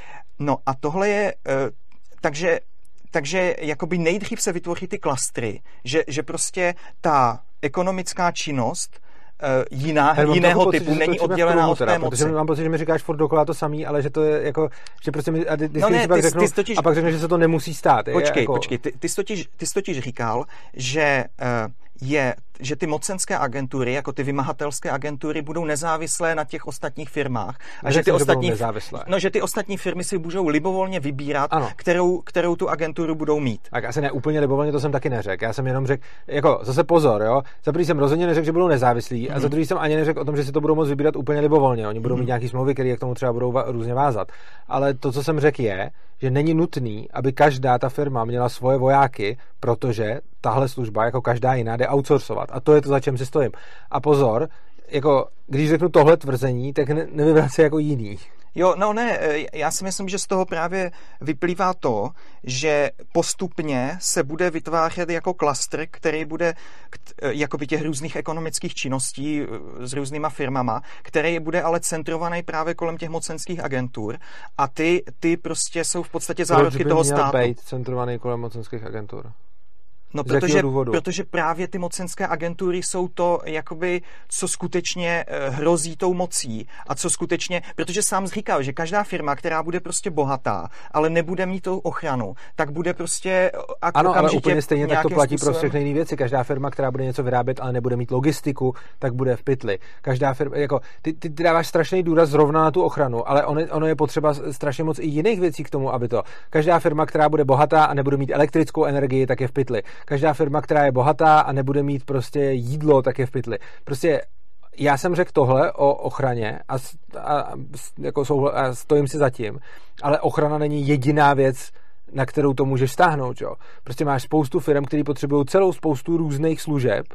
No a tohle je, uh, takže Takže jakoby nejdřív se vytvoří ty klastry, že, že prostě ta ekonomická činnost uh, jiná, jiného pocit, typu není oddělená od té moci. Protože mám pocit, že mi říkáš furt dokola to samý, ale že to je jako, že prostě mi, a, ty, no ne, si pak ty, řeknu, ty totiž, a pak řekneš, že se to nemusí stát. Počkej, jako... počkej, ty, ty, jsi totiž, ty jsi totiž říkal, že uh, je, že ty mocenské agentury, jako ty vymahatelské agentury, budou nezávislé na těch ostatních firmách. A že ty, ostatní, no, že ty ostatní firmy si můžou libovolně vybírat, kterou, kterou tu agenturu budou mít. Tak asi ne úplně libovolně, to jsem taky neřekl. Já jsem jenom řekl, jako zase pozor, jo. Za první jsem rozhodně neřekl, že budou nezávislí, mm-hmm. a za druhý jsem ani neřekl o tom, že si to budou moct vybírat úplně libovolně. Oni budou mm-hmm. mít nějaký smlouvy, které k tomu třeba budou různě vázat. Ale to, co jsem řekl, je, že není nutný, aby každá ta firma měla svoje vojáky, protože tahle služba, jako každá jiná, jde outsourcovat. A to je to, za čem si stojím. A pozor, jako, když řeknu tohle tvrzení, tak ne, nevybrat se jako jiný. Jo, no ne, já si myslím, že z toho právě vyplývá to, že postupně se bude vytvářet jako klastr, který bude jakoby těch různých ekonomických činností s různýma firmama, který bude ale centrovaný právě kolem těch mocenských agentur a ty, ty prostě jsou v podstatě zárodky toho státu. Proč by měl být centrovaný kolem mocenských agentur? No, protože, protože právě ty mocenské agentury jsou to, jakoby, co skutečně hrozí tou mocí a co skutečně, protože sám říkal, že každá firma, která bude prostě bohatá, ale nebude mít tou ochranu, tak bude prostě ano, ale úplně stejně tak to platí způsobem... pro všechny jiné věci. Každá firma, která bude něco vyrábět, ale nebude mít logistiku, tak bude v pytli. Každá firma, jako, ty, ty, ty dáváš strašný důraz zrovna na tu ochranu, ale ono, ono je potřeba strašně moc i jiných věcí k tomu, aby to. Každá firma, která bude bohatá a nebude mít elektrickou energii, tak je v pytli. Každá firma, která je bohatá a nebude mít prostě jídlo, tak je v pytli. Prostě já jsem řekl tohle o ochraně a, a, jako souhla, a stojím si za tím, ale ochrana není jediná věc, na kterou to můžeš stáhnout. Jo? Prostě máš spoustu firm, které potřebují celou spoustu různých služeb,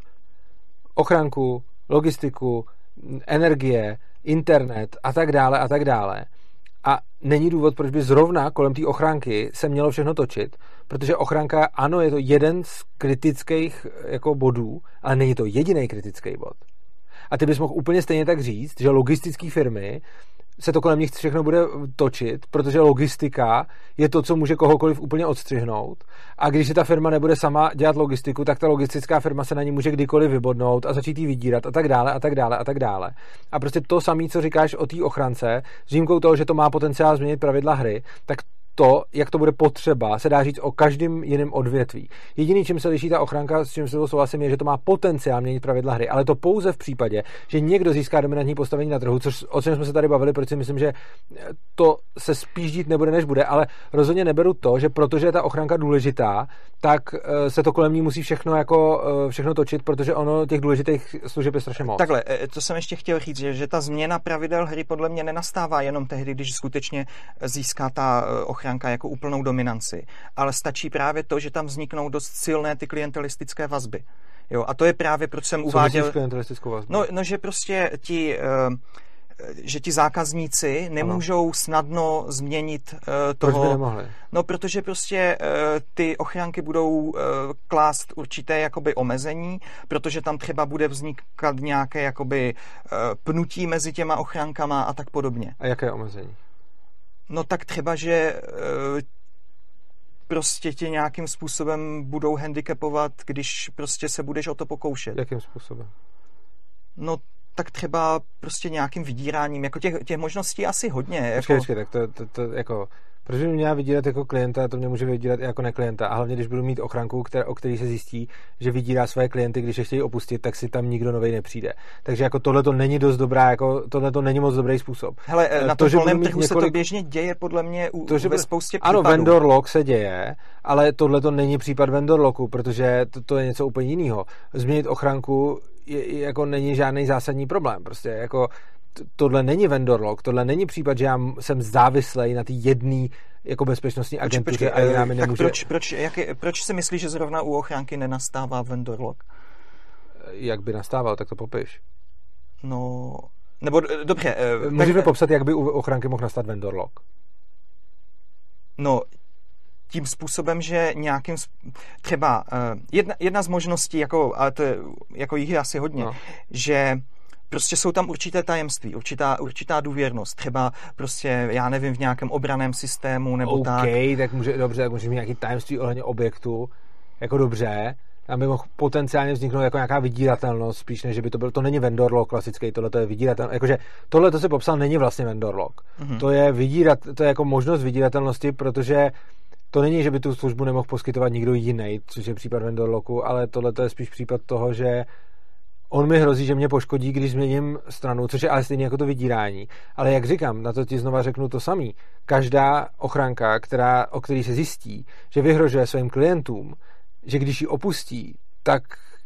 ochranku, logistiku, energie, internet a tak dále a tak dále. A není důvod, proč by zrovna kolem té ochránky se mělo všechno točit, protože ochranka, ano, je to jeden z kritických jako bodů, ale není to jediný kritický bod. A ty bys mohl úplně stejně tak říct, že logistické firmy se to kolem nich všechno bude točit, protože logistika je to, co může kohokoliv úplně odstřihnout. A když si ta firma nebude sama dělat logistiku, tak ta logistická firma se na ní může kdykoliv vybodnout a začít jí vydírat a tak dále a tak dále a tak dále. A prostě to samé, co říkáš o té ochrance, s výjimkou toho, že to má potenciál změnit pravidla hry, tak to, jak to bude potřeba, se dá říct o každém jiném odvětví. Jediný, čím se liší ta ochranka, s čím se souhlasím, je, že to má potenciál měnit pravidla hry, ale to pouze v případě, že někdo získá dominantní postavení na trhu, což o čem jsme se tady bavili, protože si myslím, že to se spíš dít nebude, než bude, ale rozhodně neberu to, že protože je ta ochranka důležitá, tak se to kolem ní musí všechno jako všechno točit, protože ono těch důležitých služeb je strašně moc. Takhle, to jsem ještě chtěl říct, že, že ta změna pravidel hry podle mě nenastává jenom tehdy, když skutečně získá ta ochrana jako úplnou dominanci, ale stačí právě to, že tam vzniknou dost silné ty klientelistické vazby. Jo, a to je právě, proč jsem Co uváděl... myslíš klientelistickou vazbu? No, no, že prostě ti... Uh, že ti zákazníci nemůžou ano. snadno změnit uh, toho... Proč by nemohli? No, protože prostě uh, ty ochránky budou uh, klást určité jakoby omezení, protože tam třeba bude vznikat nějaké jakoby uh, pnutí mezi těma ochránkama a tak podobně. A jaké omezení? No tak třeba, že uh, prostě tě nějakým způsobem budou handicapovat, když prostě se budeš o to pokoušet. Jakým způsobem? No tak třeba prostě nějakým vydíráním, jako těch, těch možností asi hodně. Počkej, jako... počkej, tak to, to, to jako... Protože mě měla vydírat jako klienta, to mě může vydírat i jako neklienta. A hlavně, když budu mít ochranku, které, o který se zjistí, že vydírá své klienty, když je chtějí opustit, tak si tam nikdo novej nepřijde. Takže jako tohle to není dost dobrá, jako tohle to není moc dobrý způsob. Hele, na to, tom volném trhu několik... se to běžně děje podle mě u, to, že ve bude... spoustě případů. Ano, vendor lock se děje, ale tohle to není případ vendor locku, protože to, to je něco úplně jiného. Změnit ochranku je, jako není žádný zásadní problém. Prostě jako tohle není vendor lock, tohle není případ, že já jsem závislej na té jedné jako bezpečnostní agentuře a jiná mi nemůže... Proč, proč, jak je, proč si myslíš, že zrovna u ochránky nenastává vendor lock? Jak by nastával, tak to popiš. No, nebo dobře... Můžeš mi tak... popsat, jak by u ochránky mohl nastat vendor lock? No, tím způsobem, že nějakým... Třeba jedna, jedna z možností, jako, ale to je, jako jich je asi hodně, no. že... Prostě jsou tam určité tajemství, určitá, určitá důvěrnost. Třeba prostě, já nevím, v nějakém obraném systému nebo OK, tak. OK, tak může, dobře, tak může mít nějaký tajemství ohledně objektu. Jako dobře. Tam by mohl potenciálně vzniknout jako nějaká vydíratelnost, spíš než, že by to byl, to není vendor lock klasický, tohle to je vydíratelnost. Jakože tohle to se popsal, není vlastně vendor lock. Mm-hmm. To je vydírat, to je jako možnost vydíratelnosti, protože to není, že by tu službu nemohl poskytovat nikdo jiný, což je případ vendor locku, ale tohle to je spíš případ toho, že on mi hrozí, že mě poškodí, když změním stranu, což je ale stejně jako to vydírání. Ale jak říkám, na to ti znova řeknu to samý. Každá ochránka, která, o který se zjistí, že vyhrožuje svým klientům, že když ji opustí, tak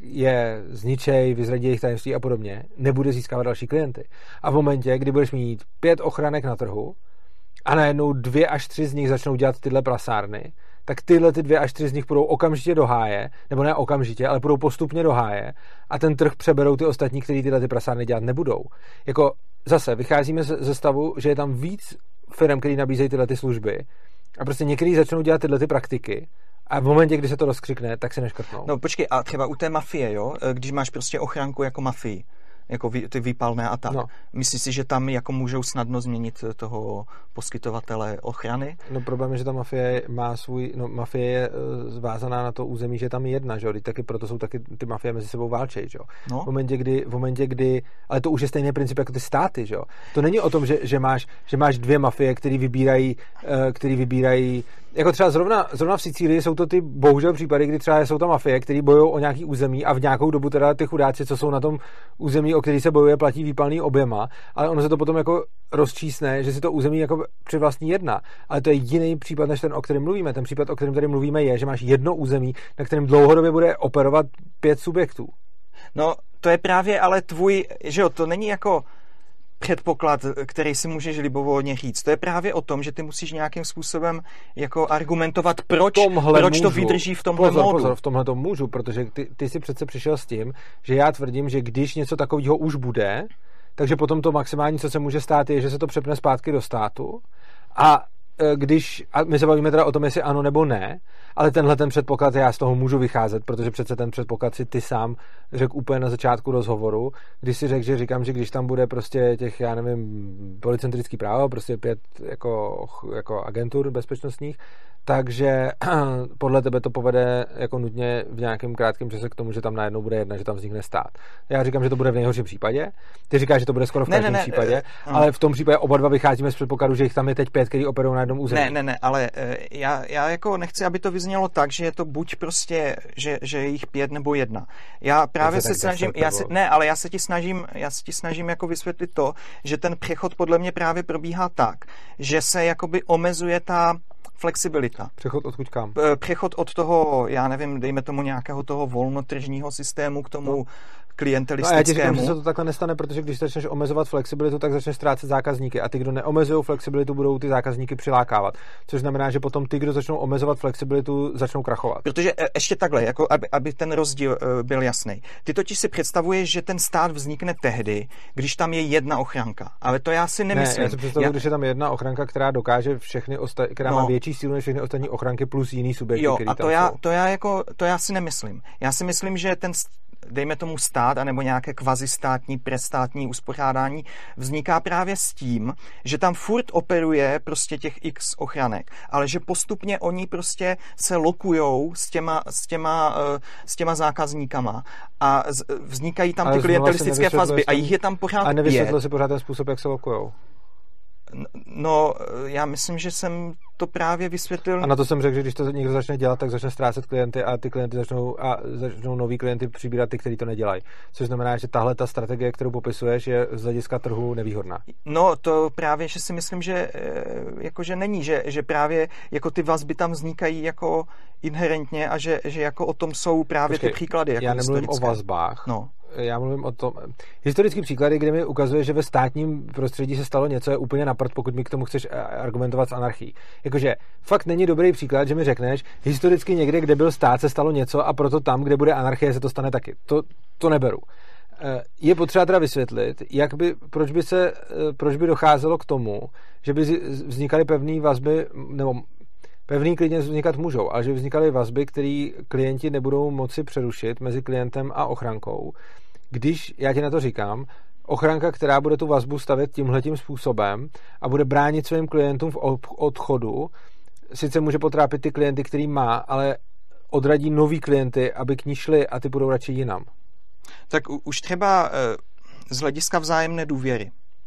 je zničej, vyzradí jejich tajemství a podobně, nebude získávat další klienty. A v momentě, kdy budeš mít pět ochranek na trhu a najednou dvě až tři z nich začnou dělat tyhle prasárny, tak tyhle ty dvě až tři z nich půjdou okamžitě do háje, nebo ne okamžitě, ale půjdou postupně do háje a ten trh přeberou ty ostatní, kteří tyhle ty prasárny dělat nebudou. Jako zase vycházíme ze stavu, že je tam víc firm, který nabízejí tyhle ty služby a prostě některý začnou dělat tyhle ty praktiky a v momentě, kdy se to rozkřikne, tak se neškrtnou. No počkej, a třeba u té mafie, jo, když máš prostě ochránku jako mafii, jako vy, ty výpalné a tak. No. Myslíš si, že tam jako můžou snadno změnit toho poskytovatele ochrany? No problém je, že ta mafie má svůj, no mafie je zvázaná na to území, že tam je jedna, že jo, taky proto jsou taky ty mafie mezi sebou válčej, že jo. No. V momentě, kdy, v momentě, kdy, ale to už je stejný princip jako ty státy, že jo. To není o tom, že, že máš, že máš dvě mafie, které vybírají, který vybírají jako třeba zrovna, zrovna v Sicílii jsou to ty bohužel případy, kdy třeba jsou tam mafie, který bojují o nějaký území a v nějakou dobu teda ty chudáci, co jsou na tom území, o který se bojuje, platí výpalný oběma, ale ono se to potom jako rozčísne, že si to území jako přivlastní jedna. Ale to je jiný případ, než ten, o kterém mluvíme. Ten případ, o kterém tady mluvíme, je, že máš jedno území, na kterém dlouhodobě bude operovat pět subjektů. No, to je právě ale tvůj, že jo, to není jako předpoklad, který si můžeš libovolně říct. To je právě o tom, že ty musíš nějakým způsobem jako argumentovat, proč, proč to vydrží v tomhle pozor, módu. Pozor, v tomhle to můžu, protože ty, ty si přece přišel s tím, že já tvrdím, že když něco takového už bude, takže potom to maximální, co se může stát, je, že se to přepne zpátky do státu a když, a my se bavíme teda o tom, jestli ano nebo ne, ale tenhle ten předpoklad já z toho můžu vycházet, protože přece ten předpoklad si ty sám řekl úplně na začátku rozhovoru, když si řekl, že říkám, že když tam bude prostě těch, já nevím, policentrický právo, prostě pět jako, jako agentur bezpečnostních, takže podle tebe to povede jako nutně v nějakém krátkém čase k tomu, že tam najednou bude jedna, že tam vznikne stát. Já říkám, že to bude v nejhorším případě, ty říkáš, že to bude skoro v každém ne, ne, ne, případě, uh, uh, ale v tom případě oba dva vycházíme z předpokladu, že jich tam je teď pět, který operují na jednom území. Ne, ne, ne, ale uh, já, já jako nechci, aby to vyznělo tak, že je to buď prostě, že, že je jich pět nebo jedna. Já právě se snažím, já se, ne, ale já se ti snažím, já se ti snažím jako vysvětlit to, že ten přechod podle mě právě probíhá tak, že se jakoby omezuje ta flexibilita. Přechod odkud kam? Přechod od toho, já nevím, dejme tomu nějakého toho volnotržního systému k tomu, no. klientelistickému. No a já ti říkám, že se to takhle nestane, protože když začneš omezovat flexibilitu, tak začneš ztrácet zákazníky a ty, kdo neomezují flexibilitu, budou ty zákazníky přilákávat. Což znamená, že potom ty, kdo začnou omezovat flexibilitu, začnou krachovat. Protože ještě takhle, jako aby, aby ten rozdíl byl jasný. Ty totiž si představuješ, že ten stát vznikne tehdy, když tam je jedna ochranka. Ale to já si nemyslím. Ne, já si představuji, já... když je tam jedna ochranka, která dokáže všechny osta... která no. má větší sílu než všechny ostatní ochranky plus jiný subjekty, jo, který a to tam já, jsou. to já jako to já si nemyslím. Já si myslím, že ten dejme tomu stát, anebo nějaké kvazistátní, prestátní uspořádání vzniká právě s tím, že tam furt operuje prostě těch x ochranek, ale že postupně oni prostě se lokujou s těma, s těma, s těma zákazníkama a vznikají tam ale ty klientelistické fazby a jich je tam pořád pět. A nevysvětlil si pořád ten způsob, jak se lokujou? No, já myslím, že jsem to právě vysvětlil. A na to jsem řekl, že když to někdo začne dělat, tak začne ztrácet klienty a ty klienty začnou a začnou noví klienty přibírat ty, kteří to nedělají. Což znamená, že tahle ta strategie, kterou popisuješ, je z hlediska trhu nevýhodná. No, to právě, že si myslím, že jakože není, že, že právě jako ty vazby tam vznikají jako inherentně a že, že jako o tom jsou právě Počkej, ty příklady. Jako já nemluvím historické. o vazbách. No. Já mluvím o tom. Historický příklady, kde mi ukazuje, že ve státním prostředí se stalo něco, je úplně na prd, pokud mi k tomu chceš argumentovat s anarchií. Jakože fakt není dobrý příklad, že mi řekneš, historicky někde, kde byl stát, se stalo něco a proto tam, kde bude anarchie, se to stane taky. To, to neberu. Je potřeba teda vysvětlit, jak by, proč, by se, proč by docházelo k tomu, že by vznikaly pevné vazby, nebo pevný klidně vznikat můžou, ale že vznikaly vazby, které klienti nebudou moci přerušit mezi klientem a ochrankou. Když, já ti na to říkám, ochranka, která bude tu vazbu stavět tímhletím způsobem a bude bránit svým klientům v odchodu, sice může potrápit ty klienty, který má, ale odradí nový klienty, aby k ní šli a ty budou radši jinam. Tak už třeba z hlediska vzájemné důvěry.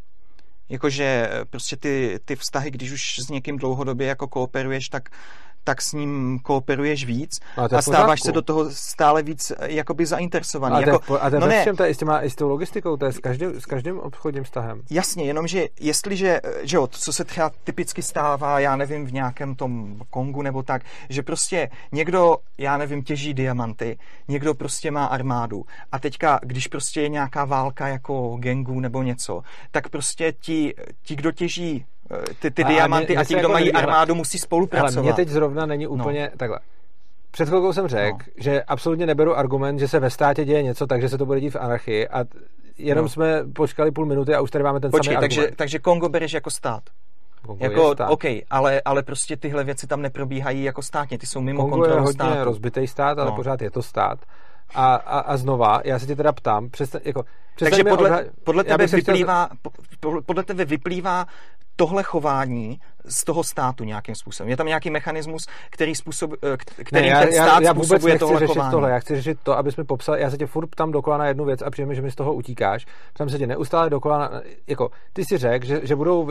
Jakože prostě ty, ty vztahy, když už s někým dlouhodobě jako kooperuješ, tak, tak s ním kooperuješ víc a, a stáváš se do toho stále víc jakoby zainteresovaný. A, jako, a to no je všem, to je i s tou logistikou, to je s každým, s každým obchodním vztahem. Jasně, jenomže jestliže, že jo, co se třeba typicky stává, já nevím, v nějakém tom Kongu nebo tak, že prostě někdo, já nevím, těží diamanty, někdo prostě má armádu a teďka, když prostě je nějaká válka jako gangů nebo něco, tak prostě ti, ti kdo těží ty, ty a diamanty mě, a ti, kdo jako mají nevím, armádu, ale, musí spolupracovat. Ale mě teď zrovna není úplně no. takhle. Před chvilkou jsem řekl, no. že absolutně neberu argument, že se ve státě děje něco, takže se to bude dít v anarchii a jenom no. jsme počkali půl minuty a už tady máme ten Počkej, samý takže, argument. takže Kongo bereš jako stát. Kongo jako, je stát. OK, ale, ale prostě tyhle věci tam neprobíhají jako státně, ty jsou mimo Kongo kontrolu je hodně státu. rozbitej stát, ale no. pořád je to stát. A, a, a znova, já se tě teda ptám, přesta, jako, takže podle, obha... podle, tebe vyplývá, chtěl... podle tebe vyplývá tohle chování z toho státu nějakým způsobem. Je tam nějaký mechanismus, který způsob, který ne, ten já, stát já, já způsobuje tohle řešit chování. Tohle. Já chci řešit to, aby jsme popsali, já se tě furt ptám dokola na jednu věc a přijeme, že mi z toho utíkáš. Tam se tě neustále dokola, na, jako, ty si řekl, že, že budou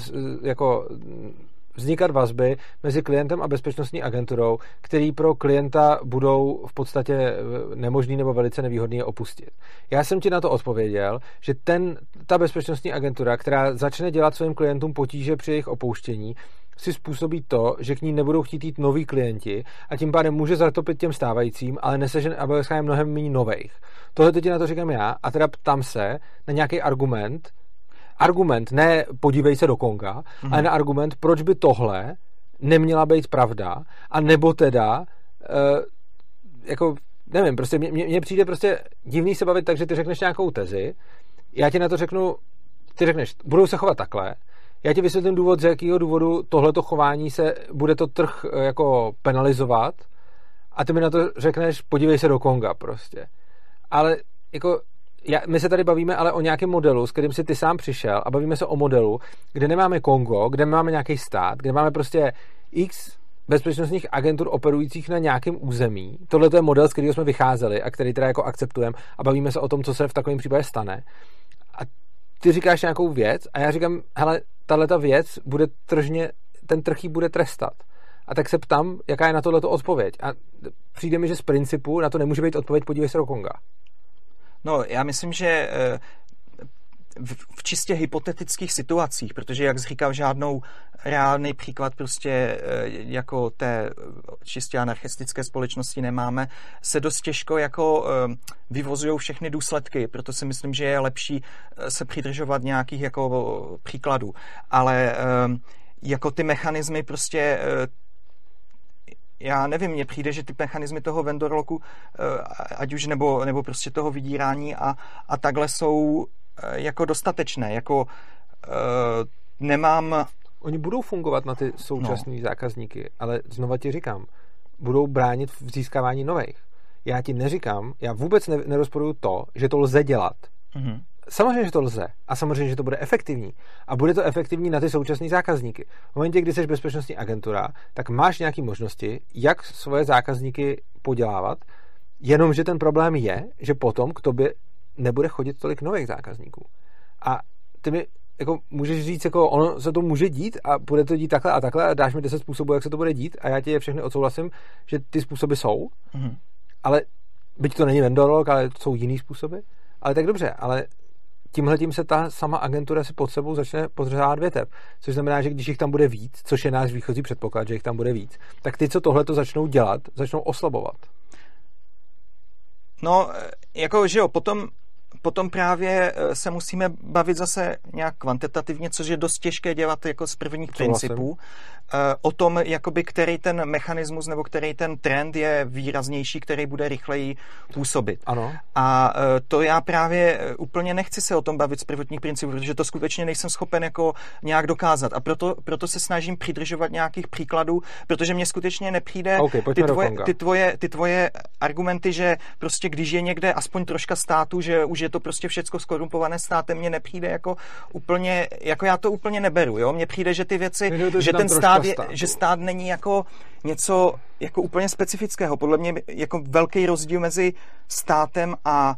jako vznikat vazby mezi klientem a bezpečnostní agenturou, který pro klienta budou v podstatě nemožný nebo velice nevýhodný je opustit. Já jsem ti na to odpověděl, že ten, ta bezpečnostní agentura, která začne dělat svým klientům potíže při jejich opouštění, si způsobí to, že k ní nebudou chtít jít noví klienti a tím pádem může zatopit těm stávajícím, ale nesežen a bude schánit mnohem méně nových. Tohle teď na to říkám já a teda ptám se na nějaký argument, Argument, ne podívej se do Konga, mm-hmm. ale na argument, proč by tohle neměla být pravda, a nebo teda, uh, jako, nevím, prostě mně přijde prostě divný se bavit tak, že ty řekneš nějakou tezi, já ti na to řeknu, ty řekneš, budou se chovat takhle, já ti vysvětlím důvod, z jakého důvodu tohleto chování se, bude to trh jako penalizovat, a ty mi na to řekneš, podívej se do Konga prostě. Ale jako Já, my se tady bavíme ale o nějakém modelu, s kterým si ty sám přišel a bavíme se o modelu, kde nemáme Kongo, kde máme nějaký stát, kde máme prostě x bezpečnostních agentur operujících na nějakém území. Tohle je model, z kterého jsme vycházeli a který teda jako akceptujeme a bavíme se o tom, co se v takovém případě stane. A ty říkáš nějakou věc a já říkám, hele, tahleta věc bude tržně, ten trh ji bude trestat. A tak se ptám, jaká je na tohleto odpověď. A přijde mi, že z principu na to nemůže být odpověď, podívej se do Konga. No, já myslím, že v, v čistě hypotetických situacích, protože, jak jsi říkal, žádnou reálný příklad prostě jako té čistě anarchistické společnosti nemáme, se dost těžko jako vyvozují všechny důsledky, proto si myslím, že je lepší se přidržovat nějakých jako příkladů. Ale jako ty mechanismy prostě já nevím, mně přijde, že ty mechanismy toho vendor locku, ať už nebo, nebo prostě toho vydírání a, a takhle jsou jako dostatečné. Jako nemám... Oni budou fungovat na ty současné no. zákazníky, ale znova ti říkám, budou bránit v získávání nových. Já ti neříkám, já vůbec nerozporuju to, že to lze dělat. Mm-hmm. Samozřejmě, že to lze. A samozřejmě, že to bude efektivní. A bude to efektivní na ty současné zákazníky. V momentě, kdy jsi bezpečnostní agentura, tak máš nějaké možnosti, jak svoje zákazníky podělávat, jenomže ten problém je, že potom k tobě nebude chodit tolik nových zákazníků. A ty mi jako můžeš říct, jako ono se to může dít a bude to dít takhle a takhle a dáš mi deset způsobů, jak se to bude dít a já ti je všechny odsouhlasím, že ty způsoby jsou, mm-hmm. ale byť to není vendor lock, ale jsou jiný způsoby. Ale tak dobře, ale tímhletím se ta sama agentura si pod sebou začne podřezávat větev. Což znamená, že když jich tam bude víc, což je náš výchozí předpoklad, že jich tam bude víc, tak ty, co tohleto začnou dělat, začnou oslabovat. No, jako, že jo, potom, potom právě se musíme bavit zase nějak kvantitativně, což je dost těžké dělat jako z prvních principů. O tom, jakoby, který ten mechanismus nebo který ten trend je výraznější, který bude rychleji působit. Ano. A to já právě úplně nechci se o tom bavit z prvotních principů, protože to skutečně nejsem schopen jako nějak dokázat. A proto, proto se snažím přidržovat nějakých příkladů, protože mně skutečně nepřijde okay, ty, tvoje, ty, tvoje, ty tvoje argumenty, že prostě když je někde aspoň troška státu, že už je to prostě všecko skorumpované státem, mně nepřijde jako úplně, jako já to úplně neberu, jo? Mně přijde, že ty věci, to, že ten stát je, že stát není jako něco jako úplně specifického. Podle mě jako velký rozdíl mezi státem a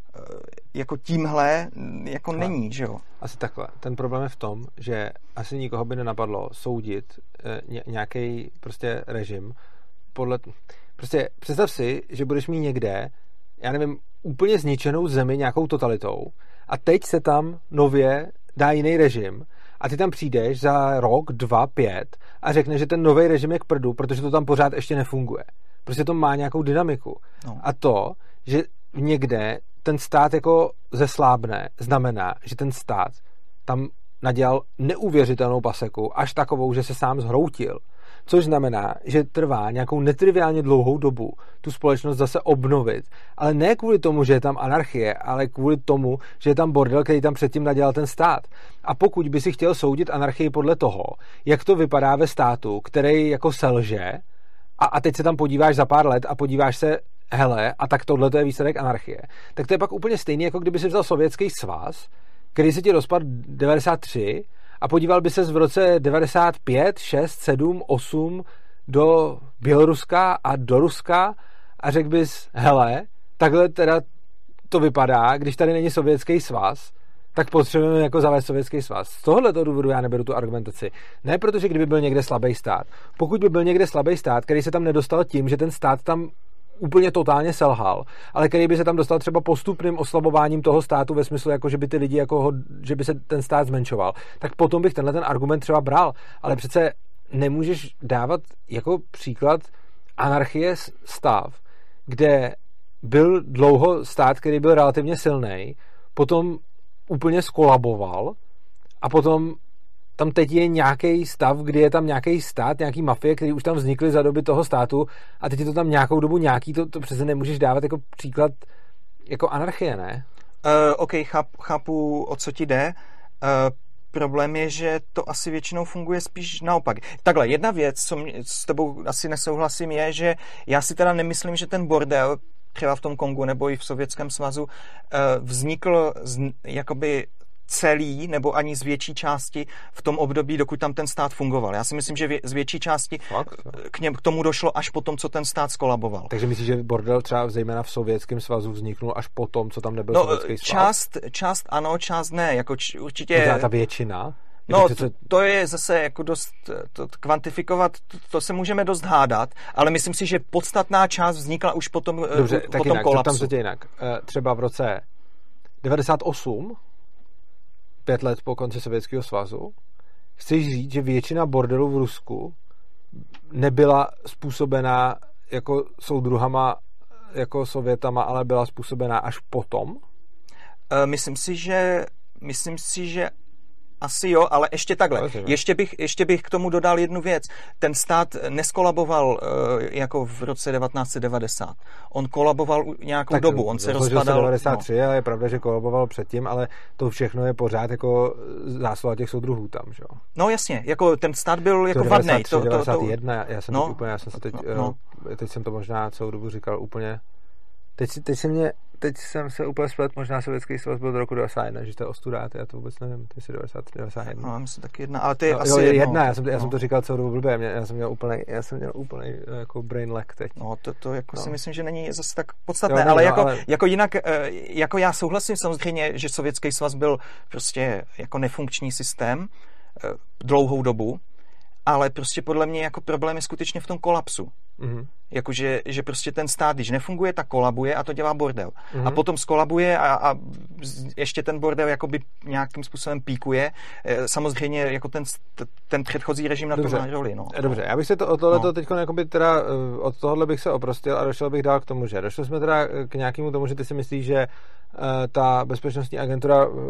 jako tímhle jako Klar. není, že jo? Asi takhle. Ten problém je v tom, že asi nikoho by nenapadlo soudit ně, nějaký prostě režim podle... Prostě představ si, že budeš mít někde, já nevím, úplně zničenou zemi nějakou totalitou a teď se tam nově dá jiný režim a ty tam přijdeš za rok, dva, pět a řekneš, že ten nový režim je k prdu, protože to tam pořád ještě nefunguje. Prostě to má nějakou dynamiku. No. A to, že někde ten stát jako zeslábne, znamená, že ten stát tam nadělal neuvěřitelnou paseku, až takovou, že se sám zhroutil. Což znamená, že trvá nějakou netriviálně dlouhou dobu tu společnost zase obnovit. Ale ne kvůli tomu, že je tam anarchie, ale kvůli tomu, že je tam bordel, který tam předtím nadělal ten stát. A pokud by si chtěl soudit anarchii podle toho, jak to vypadá ve státu, který jako selže, a, a teď se tam podíváš za pár let a podíváš se, hele, a tak tohle je výsledek anarchie, tak to je pak úplně stejný, jako kdyby si vzal Sovětský svaz, který se ti rozpadl devadesát tři a podíval by ses v roce devadesát pět, šest, sedm, osm do Běloruska a do Ruska a řekl bys, hele, takhle teda to vypadá, když tady není Sovětský svaz, tak potřebujeme jako zavést Sovětský svaz. Z tohoto důvodu já neberu tu argumentaci. Ne protože kdyby byl někde slabý stát. Pokud by byl někde slabý stát, který se tam nedostal tím, že ten stát tam úplně totálně selhal, ale který by se tam dostal třeba postupným oslabováním toho státu ve smyslu, jako že by ty lidi, jako ho, že by se ten stát zmenšoval, tak potom bych tenhle ten argument třeba bral. Ale přece nemůžeš dávat jako příklad anarchie stav, kde byl dlouho stát, který byl relativně silný, potom úplně skolaboval a potom tam teď je nějaký stav, kdy je tam nějaký stát, nějaký mafie, který už tam vznikly za doby toho státu a teď je to tam nějakou dobu nějaký, to, to přece nemůžeš dávat jako příklad jako anarchie, ne? Uh, OK, cháp, chápu, o co ti jde. Uh, problém je, že to asi většinou funguje spíš naopak. Takhle, jedna věc, co mě, s tebou asi nesouhlasím, je, že já si teda nemyslím, že ten bordel třeba v tom Kongu nebo i v Sovětském svazu uh, vznikl z, jakoby celý, nebo ani z větší části v tom období, dokud tam ten stát fungoval. Já si myslím, že vě, z větší části Fakt? K, něm, k tomu došlo až po tom, co ten stát skolaboval. Takže myslíš, že bordel třeba zejména v Sovětském svazu vzniknul až po tom, co tam nebyl no, Sovětský svaz? Část, část ano, část ne. Jako č, určitě... To ta většina? No, to, to je zase jako dost to, kvantifikovat, to, to se můžeme dost hádat, ale myslím si, že podstatná část vznikla už po tom, Dobře, po tak tom jinak, kolapsu. Dobře, tak jinak. Třeba v roce devadesát osm pět let po konci Sovětského svazu, chceš říct, že většina bordelů v Rusku nebyla způsobená jako soudruhama, jako Sovětama, ale byla způsobená až potom? Myslím si, že myslím si, že asi jo, ale ještě takhle. Ještě bych, ještě bych k tomu dodal jednu věc. Ten stát neskolaboval jako v roce devatenáct set devadesát. On kolaboval nějakou tak dobu. On se rozpadal. devadesát tři, no. Ale je pravda, že kolaboval předtím, ale to všechno je pořád jako zásluha těch soudruhů tam, že jo? No jasně, jako ten stát byl jako vadnej. To, devadesát jedna, já jsem no, teď úplně, já jsem se teď, no, no. teď jsem to možná celou dobu říkal úplně. Teď, teď se mě Teď jsem se úplně splet, možná Sovětský svaz byl do roku devadesát jedna, že to je ostuda, já to vůbec nevím, ty jsi devadesát tři, devadesát jedna. No, myslím taky jedna, ale ty je no, asi jo, jedno. jedna, já jsem, já no. jsem to říkal celou dobu blbě, já jsem měl úplnej, já jsem měl úplnej jako brain lag teď. No, to, to jako no. si myslím, že není zase tak podstatné, jo, ale, no, jako, ale jako jinak, jako já souhlasím samozřejmě, že Sovětský svaz byl prostě jako nefunkční systém dlouhou dobu, ale prostě podle mě jako problém je skutečně v tom kolapsu. Mm-hmm. Jakože že prostě ten stát, když nefunguje, tak kolabuje a to dělá bordel. Mm-hmm. A potom skolabuje a, a ještě ten bordel jakoby nějakým způsobem píkuje. Samozřejmě jako ten, ten předchozí režim na to má roli. No. Dobře, já bych se to od tohoto no. teďko teda, od tohohle bych se oprostil a došel bych dál k tomu, že došli jsme teda k nějakému tomu, že ty si myslíš, že uh, ta bezpečnostní agentura uh,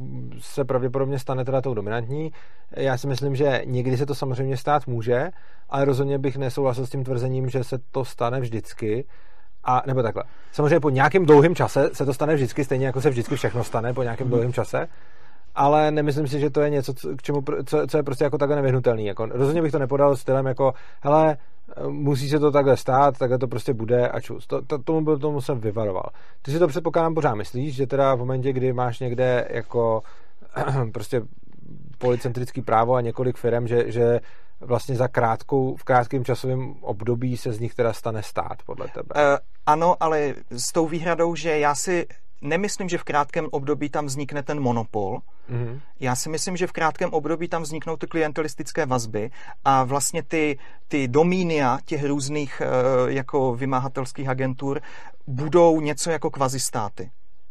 se pravděpodobně stane teda tou dominantní. Já si myslím, že někdy se to samozřejmě stát může, ale rozhodně bych nesouhlasil s tím tvrzením, že se to stane vždycky. A nebo takhle. Samozřejmě po nějakém dlouhém čase se to stane vždycky, stejně jako se vždycky všechno stane po nějakém mm. dlouhém čase, ale nemyslím si, že to je něco, k čemu, co, co je prostě jako takhle nevyhnutelný. Jako, rozhodně bych to nepodal stylem jako, hele, musí se to takhle stát, takhle to prostě bude a čus. To, to, tomu, tomu jsem vyvaroval. Ty si to předpokládám pořád myslíš, že teda v momentě, kdy máš někde jako prostě policentrický právo a několik firem, že, že vlastně za krátkou, v krátkém časovém období se z nich teda stane stát, podle tebe. Uh, ano, ale s tou výhradou, že já si nemyslím, že v krátkém období tam vznikne ten monopol. Mm-hmm. Já si myslím, že v krátkém období tam vzniknou ty klientelistické vazby a vlastně ty, ty domínia těch různých uh, jako vymahatelských agentur budou něco jako kvazistáty.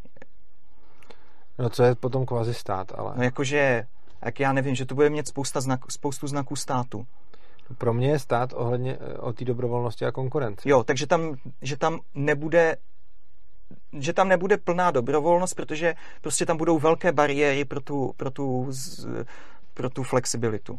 No co je potom kvazistát, ale... No jakože tak já nevím, že to bude mít spousta znak, spoustu znaků státu. Pro mě je stát ohledně o té dobrovolnosti a konkurenci. Jo, takže tam, že tam nebude že tam nebude plná dobrovolnost, protože prostě tam budou velké bariéry pro tu, pro tu, pro tu flexibilitu.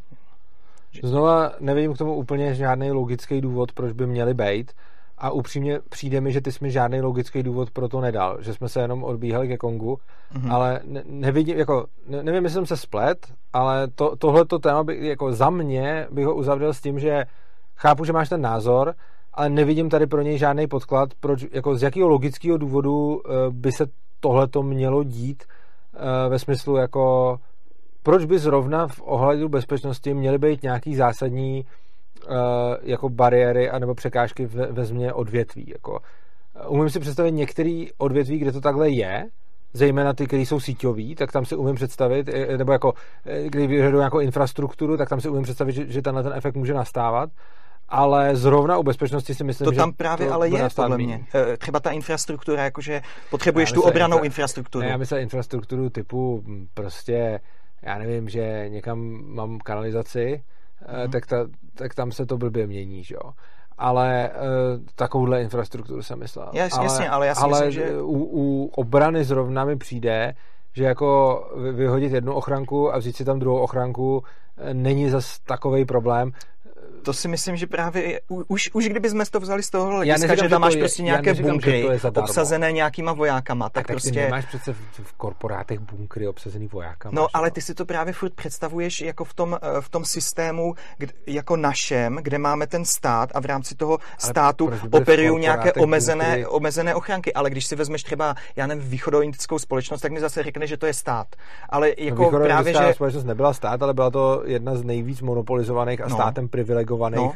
Znova nevidím k tomu úplně žádný logický důvod, proč by měly být. A upřímně přijde mi, že ty jsi mi žádný logický důvod pro to nedal. Že jsme se jenom odbíhali ke Kongu, mm-hmm. ale ne, nevidím, jako, ne, nevím, jestli jsem se splet, ale to, tohleto téma by, jako za mě bych ho uzavřel s tím, že chápu, že máš ten názor, ale nevidím tady pro něj žádný podklad, proč, jako z jakého logického důvodu uh, by se tohleto mělo dít uh, ve smyslu, jako proč by zrovna v ohledu bezpečnosti měly být nějaký zásadní Uh, jako bariéry anebo překážky ve, ve změně odvětví. Jako. Umím si představit některé odvětví, kde to takhle je, zejména ty, které jsou síťový, tak tam si umím představit, nebo jako, když vyžadují nějakou infrastrukturu, tak tam si umím představit, že, že tenhle ten efekt může nastávat, ale zrovna u bezpečnosti si myslím, to že tam právě to ale je, podle mě. Třeba ta infrastruktura, jakože potřebuješ tu obranou infra... infrastrukturu. Ne, já myslím infrastrukturu typu prostě, já nevím, že někam mám kanalizaci, Hmm. Tak, ta, tak tam se to blbě mění, že jo. Ale uh, takovouhle infrastrukturu jsem myslel. Jas, ale, jasně, ale já si ale myslím, že... u, u obrany zrovna mi přijde, že jako vyhodit jednu ochranku a vzít si tam druhou ochranku není zas takovej problém. To si myslím, že právě už, už kdyby jsme to vzali z toho hlediska, že tam máš je, prostě nějaké bunkry obsazené nějakýma vojákama, tak, tak prostě... ty nemáš přece v, v korporátech bunkry obsazený vojákama. No, ale ty si to právě furt představuješ jako v tom, v tom systému kde, jako našem, kde máme ten stát a v rámci toho státu operují nějaké omezené, omezené ochranky, ale když si vezmeš třeba, já nevím, východoindickou společnost, tak mi zase řekne, že to je stát. Ale jako no, právě, že... společnost nebyla stát, ale byla to jedna z nejvíc monopolizovaných a no. státem privilegovaných no,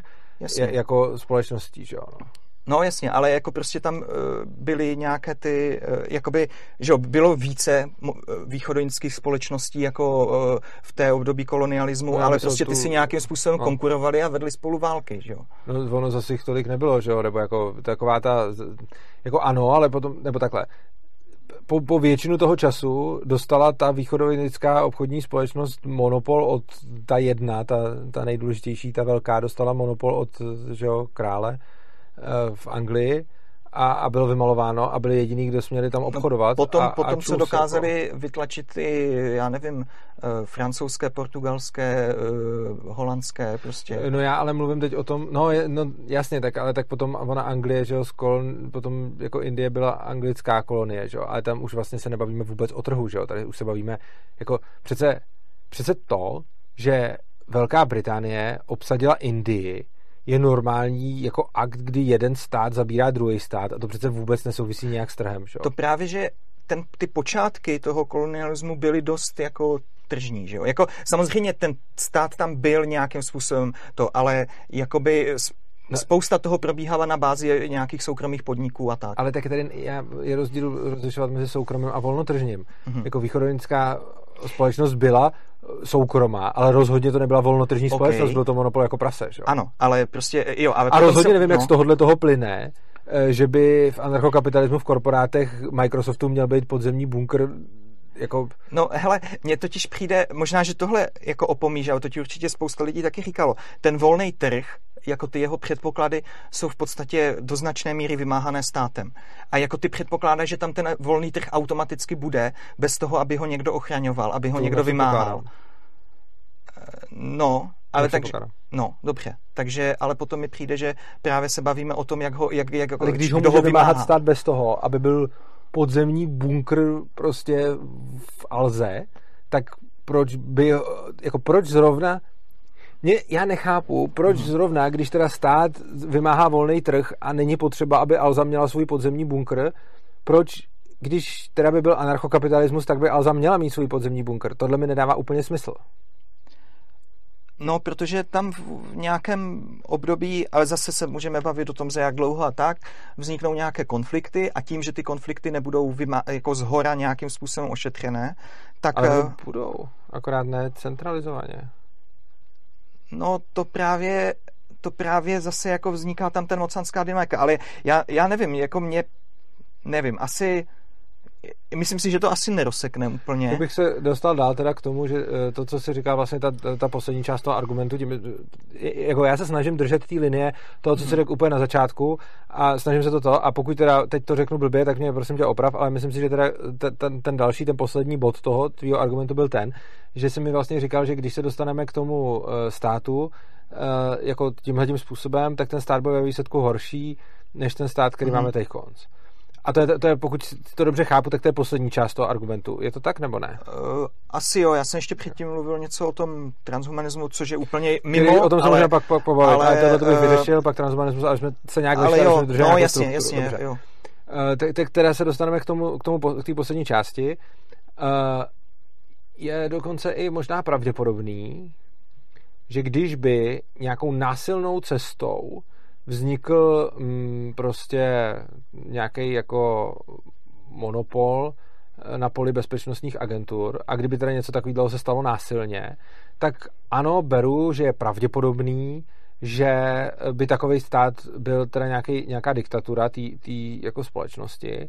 jako společností, že jo. No. No jasně, ale jako prostě tam uh, byly nějaké ty, uh, jakoby, že jo, bylo více uh, východoindských společností jako uh, v té období kolonialismu, no, ale prostě ty tu... si nějakým způsobem no. konkurovali a vedli spolu války, že jo. No ono zase jich tolik nebylo, že jo, nebo jako taková ta, jako ano, ale potom, nebo takhle. po, po většinu toho času dostala ta východoindická obchodní společnost monopol od ta jedna, ta, ta nejdůležitější, ta velká, dostala monopol od, že jo, krále v Anglii a, a bylo vymalováno a byli jediní, kdo směli tam obchodovat. No, potom a, potom a se dokázali jako vytlačit i, já nevím, francouzské, portugalské, holandské prostě. No já ale mluvím teď o tom, no, je, no jasně, tak ale tak potom ona Anglie, že jo, z kolon, potom jako Indie byla anglická kolonie, že jo, ale tam už vlastně se nebavíme vůbec o trhu, že jo, tady už se bavíme jako přece, přece to, že Velká Británie obsadila Indii, je normální jako akt, kdy jeden stát zabírá druhý stát a to přece vůbec nesouvisí nějak s trhem. Že? To právě, že ten, ty počátky toho kolonialismu byly dost jako tržní. Že jo? Jako, samozřejmě ten stát tam byl nějakým způsobem to, ale jakoby spousta toho probíhala na bázi nějakých soukromých podniků a tak. Ale tak tady je rozdíl rozlišovat mezi soukromým a volnotržním. Mm-hmm. Jako východoindská společnost byla soukromá, ale rozhodně to nebyla volnotržní okay. společnost, byl to monopol jako prase. Že? Ano, ale prostě, jo. Ale a rozhodně se, nevím, no. jak z tohohle toho plyne, že by v anarchokapitalismu v korporátech Microsoftu měl být podzemní bunkr jako... No hele, mně totiž přijde, možná, že tohle jako opomíže, ale to ti určitě spousta lidí taky říkalo, ten volný trh, jako ty jeho předpoklady jsou v podstatě do značné míry vymáhané státem. A jako ty předpokládáš, že tam ten volný trh automaticky bude, bez toho, aby ho někdo ochraňoval, aby ho to někdo vymáhal. No, ale takže... No, dobře. Takže, ale potom mi přijde, že právě se bavíme o tom, jak ho, jak, jak, ale když ho může vymáhat stát bez toho, aby byl podzemní bunkr prostě v Alze, tak proč by, jako proč zrovna Mě, já nechápu, proč hmm. zrovna, když teda stát vymáhá volný trh a není potřeba, aby Alza měla svůj podzemní bunkr, proč, když teda by byl anarchokapitalismus, tak by Alza měla mít svůj podzemní bunkr. Tohle mi nedává úplně smysl. No, protože tam v nějakém období, ale zase se můžeme bavit o tom, za jak dlouho a tak, vzniknou nějaké konflikty a tím, že ty konflikty nebudou vyma- jako zhora nějakým způsobem ošetřené, tak... Ale budou, akorát ne centralizovaně. No to právě, to právě zase jako vzniká tam ten mocanská dynamika, ale já, já nevím, jako mě, nevím, asi, myslím si, že to asi nerozsekne úplně. To bych se dostal dál teda k tomu, že to, co si říká vlastně ta, ta poslední část toho argumentu, tím, jako já se snažím držet té linie toho, co si řekl úplně na začátku a snažím se to to a pokud teda teď to řeknu blbě, tak mě prosím tě oprav, ale myslím si, že teda ten, ten další, ten poslední bod toho tvýho argumentu byl ten, že jsi mi vlastně říkal, že když se dostaneme k tomu státu jako tímhletím způsobem, tak ten stát bude ve výsledku horší, než ten stát, který mm. máme teď konc. A to je, to je, pokud to dobře chápu, tak to je poslední část toho argumentu. Je to tak, nebo ne? Uh, asi jo, já jsem ještě předtím mluvil něco o tom transhumanismu, což je úplně mimo, Který, o tom se ale, můžeme pak, pak pobavit, ale, ale tohle to bych uh, vyřešil, pak transhumanismus, ale jsme se nějak vyšli, ale jsme drželi no, jasně, strukturu. jasně, dobře. jo. Uh, tak, tak teda se dostaneme k tomu, k tomu, k té poslední části. Uh, je dokonce i možná pravděpodobný, že když by nějakou násilnou cestou vznikl mm, prostě nějaký jako monopol na poli bezpečnostních agentur a kdyby teda něco takového se stalo násilně, tak ano, beru, že je pravděpodobný, že by takový stát byl teda nějaký, nějaká diktatura té jako společnosti,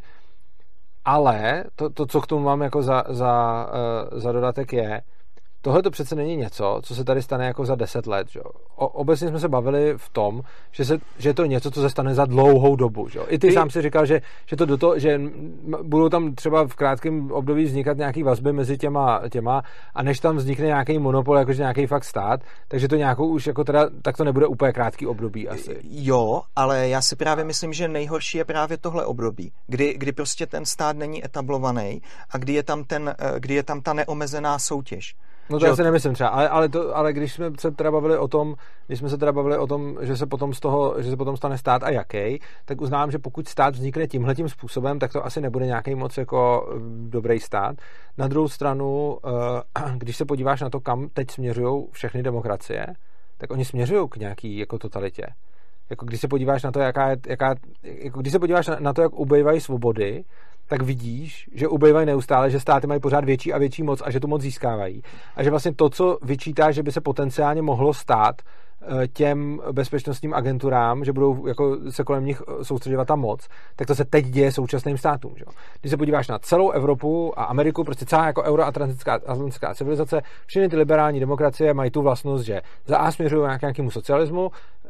ale to, to, co k tomu mám jako za, za, za dodatek je, tohle to přece není něco, co se tady stane jako za deset let. Že? O, obecně jsme se bavili v tom, že, se, že je to něco, co se stane za dlouhou dobu. Že? I ty, ty sám si říkal, že, že, to do toho, že budou tam třeba v krátkém období vznikat nějaký vazby mezi těma, těma a než tam vznikne nějaký monopol, jakože nějaký fakt stát, takže to nějakou už jako teda, tak to nebude úplně krátký období asi. Jo, ale já si právě myslím, že nejhorší je právě tohle období, kdy, kdy prostě ten stát není etablovaný a kdy je tam, ten, kdy je tam ta neomezená soutěž. No to já si nemyslím třeba, ale, ale, to, ale když jsme se teda bavili o tom, když jsme se teda bavili o tom, že se potom z toho, že se potom stane stát a jaký, tak uznávám, že pokud stát vznikne tímhletím způsobem, tak to asi nebude nějaký moc jako dobrý stát. Na druhou stranu, když se podíváš na to, kam teď směřují všechny demokracie, tak oni směřují k nějaký jako totalitě. Jako když se podíváš na to, jaká je, jaká, jako když se podíváš na, na to, jak ubývají svobody, tak vidíš, že ubývají neustále, že státy mají pořád větší a větší moc a že tu moc získávají. A že vlastně to, co vyčítá, že by se potenciálně mohlo stát těm bezpečnostním agenturám, že budou jako se kolem nich soustředovat ta moc, tak to se teď děje současným státům. Že? Když se podíváš na celou Evropu a Ameriku, prostě celá jako euroatlantická atlantická civilizace, všechny ty liberální demokracie mají tu vlastnost, že za A směřují k nějakému socialismu,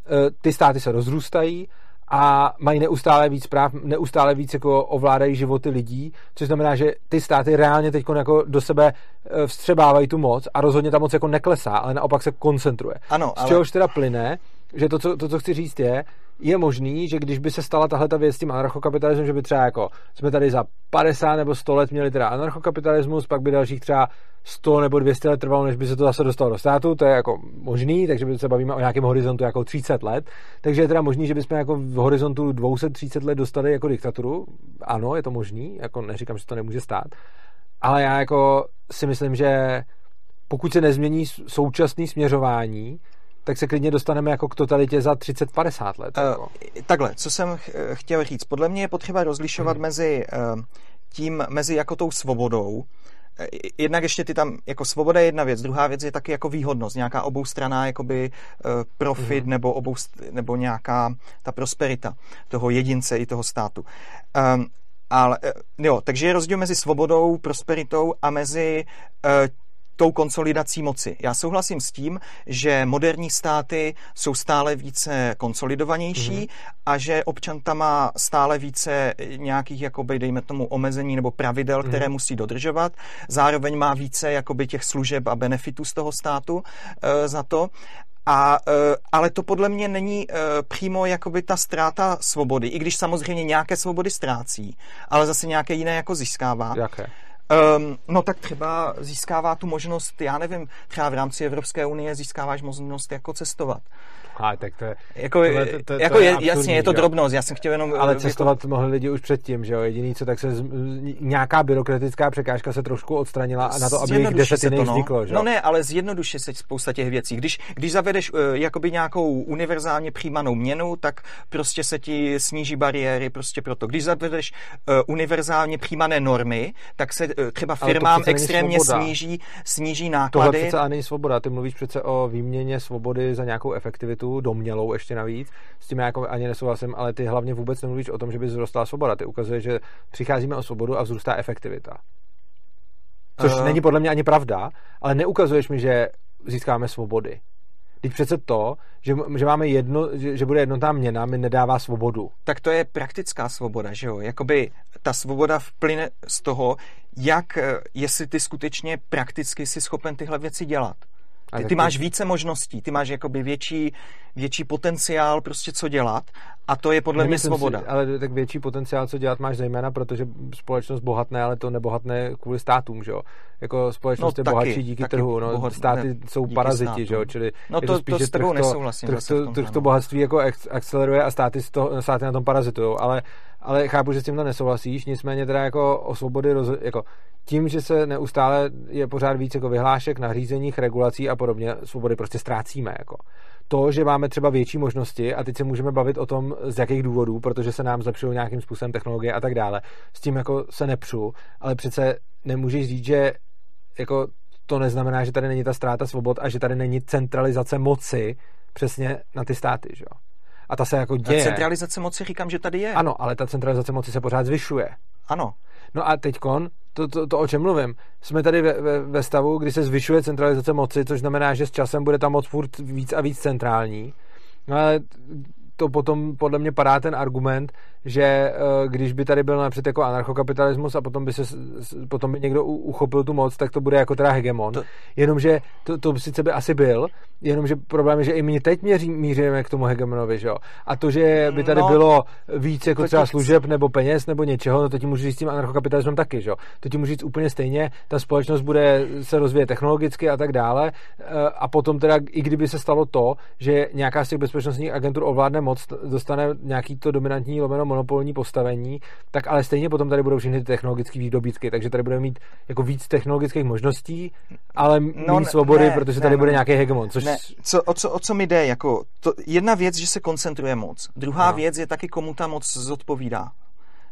ty státy se rozrůstají a mají neustále víc práv, neustále víc jako ovládají životy lidí, což znamená, že ty státy reálně teď jako do sebe vstřebávají tu moc a rozhodně ta moc jako neklesá, ale naopak se koncentruje. Ano, ale... Z čehož teda plyne, že to co, to, co chci říct je, je možný, že když by se stala tahle ta věc s tím anarchokapitalismem, že by třeba jako jsme tady za padesát nebo sto let měli teda anarchokapitalismus, pak by dalších třeba sto nebo dvě stě let trvalo, než by se to zase dostalo do státu, to je jako možný, takže by se bavíme o nějakém horizontu jako třicet let, takže je teda možný, že bychom jako v horizontu dvě stě třicet let dostali jako diktaturu, ano, je to možný, jako neříkám, že to nemůže stát, ale já jako si myslím, že pokud se nezmění současné směřování, tak se klidně dostaneme jako k totalitě za třicet padesát let. Jako. Uh, takhle, co jsem ch- chtěl říct. Podle mě je potřeba rozlišovat hmm. mezi uh, tím, mezi jako tou svobodou. Jednak ještě ty tam, jako svoboda je jedna věc, druhá věc je taky jako výhodnost, nějaká oboustranná jakoby uh, profit hmm. nebo, oboust, nebo nějaká ta prosperita toho jedince i toho státu. Um, ale, jo, takže je rozdíl mezi svobodou, prosperitou a mezi uh, tou konsolidací moci. Já souhlasím s tím, že moderní státy jsou stále více konsolidovanější mm. a že občan tam má stále více nějakých, jakoby, dejme tomu, omezení nebo pravidel, mm. které musí dodržovat. Zároveň má více jakoby, těch služeb a benefitů z toho státu e, za to. A, e, ale to podle mě není e, přímo jakoby ta ztráta svobody, i když samozřejmě nějaké svobody ztrácí, ale zase nějaké jiné jako získává. Jaké? Um, no tak třeba získává tu možnost, já nevím, třeba v rámci Evropské unie získáváš možnost jako cestovat. A, tak to je, jako, tohle, to, to, jako to je, je absurdní, jasně, je to drobnost, já jsem chtěl jenom... Ale cestovat jako... mohli lidi už předtím, že jo, jediný co, tak se z, nějaká byrokratická překážka se trošku odstranila na to, aby jich deset to, no. vzniklo, že jo. No ne, ale zjednoduši se spousta těch věcí. Když, když zavedeš uh, jakoby nějakou univerzálně přijímanou měnu, tak prostě se ti sníží bariéry prostě proto. Když zavedeš uh, univerzálně přijímané normy, tak se uh, třeba firmám extrémně sníží, sníží náklady. Tohle přece a není svoboda, ty mluvíš přece o výměně svobody za nějakou efektivitu, domnělou ještě navíc, s tím já jako ani nesouhlasím, ale ty hlavně vůbec nemluvíš o tom, že by vzrostla svoboda. Ty ukazuješ, že přicházíme o svobodu a vzrůstá efektivita. Což uh... není podle mě ani pravda, ale neukazuješ mi, že získáme svobody. Teď přece to, že, že máme jedno, že, že bude jednotná měna, mi nedává svobodu. Tak to je praktická svoboda, že jo? Jakoby ta svoboda vplyne z toho, jak, jestli ty skutečně prakticky jsi schopen tyhle věci dělat. Ty, ty máš více možností, ty máš jakoby větší, větší potenciál prostě co dělat a to je podle mě svoboda. Si, ale tak větší potenciál co dělat máš zejména, protože společnost bohatne, ale to nebohatne kvůli státům, že jo. Jako společnost no, je taky, bohatší díky trhu, no, bohat, státy ne, jsou paraziti, že jo, čili no to, je to spíš, to s tebou nesouhlasím. Trh to, trh to bohatství jako akceleruje a státy, to, státy na tom parazitujou, ale, ale chápu, že s tímhle nesouhlasíš, nicméně teda jako o svobody, roz, jako tím, že se neustále je pořád víc jako vyhlášek, nařízeních, regulací a podobně, svobody prostě ztrácíme, jako. To, že máme třeba větší možnosti a teď se můžeme bavit o tom, z jakých důvodů, protože se nám zlepšují nějakým způsobem technologie a tak dále. S tím jako se nepřu, ale přece nemůžeš říct, že jako to neznamená, že tady není ta ztráta svobod a že tady není centralizace moci přesně na ty státy, že jo. A ta se jako děje. Ta centralizace moci říkám, že tady je. Ano, ale ta centralizace moci se pořád zvyšuje. Ano. No a teďkon, to, to, to o čem mluvím, jsme tady ve, ve, ve stavu, kdy se zvyšuje centralizace moci, což znamená, že s časem bude ta moc furt víc a víc centrální. No ale to potom podle mě padá ten argument, že když by tady byl například jako anarchokapitalismus a potom by se potom by někdo uchopil tu moc, tak to bude jako teda hegemon. To... Jenomže to, to sice by asi byl, jenomže problém je, že i my teď měří, míříme k tomu hegemonovi, že jo. A to, že by tady no, bylo víc jako třeba služeb nebo peněz nebo něčeho, no to ti můžu říct s tím anarchokapitalismem taky, že jo. To ti můžu říct úplně stejně, ta společnost bude se rozvíjet technologicky a tak dále a potom teda i kdyby se stalo to, že nějaká z těch bezpečnostních agentur ovládne moc, dostane nějaký to dominantní lomeno monopolní postavení, tak ale stejně potom tady budou všechny ty technologické výdobytky, takže tady budeme mít jako víc technologických možností, ale no, méně svobody, ne, protože ne, tady ne, bude nějaký hegemon. Což... Ne. Co, o, co, o co mi jde? Jako, to, jedna věc, že se koncentruje moc. Druhá no. věc je taky, komu ta moc zodpovídá.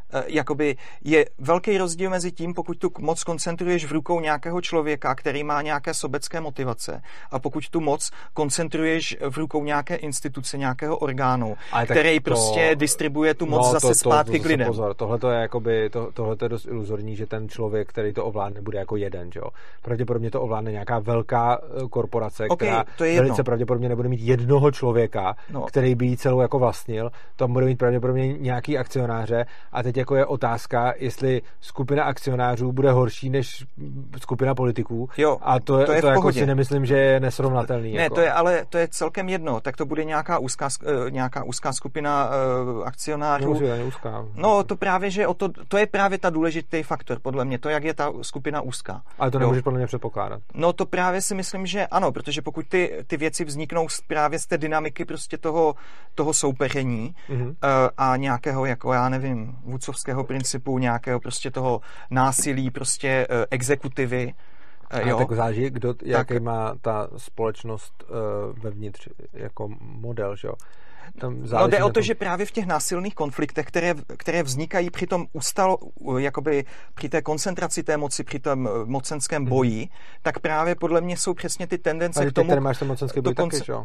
jakoby je velký rozdíl mezi tím, pokud tu moc koncentruješ v rukou nějakého člověka, který má nějaké sobecké motivace, a pokud tu moc koncentruješ v rukou nějaké instituce, nějakého orgánu, který to, prostě distribuje tu moc no, zase to, to, zpátky to, to, k lidem. Pozor, tohle to je jakoby, to, tohle to je dost iluzorní, že ten člověk, který to ovládne, bude jako jeden, že jo. Pravděpodobně to ovládne nějaká velká korporace, okay, která velice pravděpodobně nebude mít jednoho člověka, no. který by ji celou jako vlastnil, tam bude mít pravděpodobně nějaký akcionáře a teď jako je otázka, jestli skupina akcionářů bude horší než skupina politiků. Jo, a to, je, to, je to jako si nemyslím, že je nesrovnatelný. Ne, jako. to je, ale to je celkem jedno, tak to bude nějaká úzká, nějaká úzká skupina uh, akcionářů. Nemusí, úzká. No, to právě, že o to, to je právě ta důležitý faktor, podle mě, to, jak je ta skupina úzká. Ale to nemůžeš podle mě předpokládat. No, to právě si myslím, že ano, protože pokud ty, ty věci vzniknou právě z té dynamiky prostě toho, toho soupeření mm-hmm. uh, a nějakého, jako já nevím, vůdcovského principu, nějakého prostě toho násilí, prostě uh, exekutivy. Uh, jo. Tak záleží, kdo, jaký tak, má ta společnost uh, vevnitř jako model, že jo. No jde o to, že právě v těch násilných konfliktech, které, které vznikají při tom ustalo, jakoby při té koncentraci té moci, při tom mocenském boji, hmm. tak právě podle mě jsou přesně ty tendence ale k tomu... Ale ty, máš ten mocenský boj konce... taky, že jo?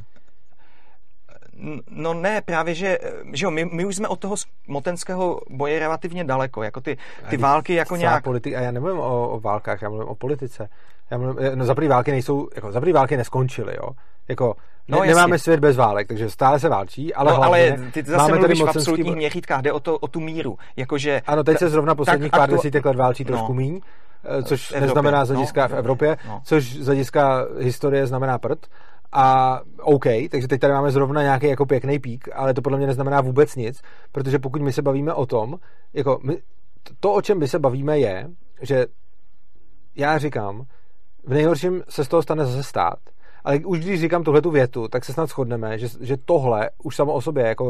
No ne, právě, že, že jo, my, my už jsme od toho mocenského boje relativně daleko, jako ty, ty války jako nějak... Politi- a já nemluvím o, o válkách, já mluvím o politice. Já mluvím, no za první války nejsou, jako za první války neskončily, jo. Jako ne, no, nemáme svět bez válek, takže stále se válčí, ale no, hlavně ale ty zase máme mluvíš v absolutních měřítkách, jde o, to, o tu míru. Jakože, ano, teď se zrovna posledních pár aktu... desítek let válčí trošku no. míň, což neznamená z hlediska no, v Evropě, no. což z hlediska historie znamená prd. A OK, takže teď tady máme zrovna nějaký jako pěkný pík, ale to podle mě neznamená vůbec nic, protože pokud my se bavíme o tom, jako my, to, o čem my se bavíme je, že já říkám, v nejhorším se z toho stane zase stát. Ale už když říkám tuhletu větu, tak se snad shodneme, že, že tohle už samo o sobě jako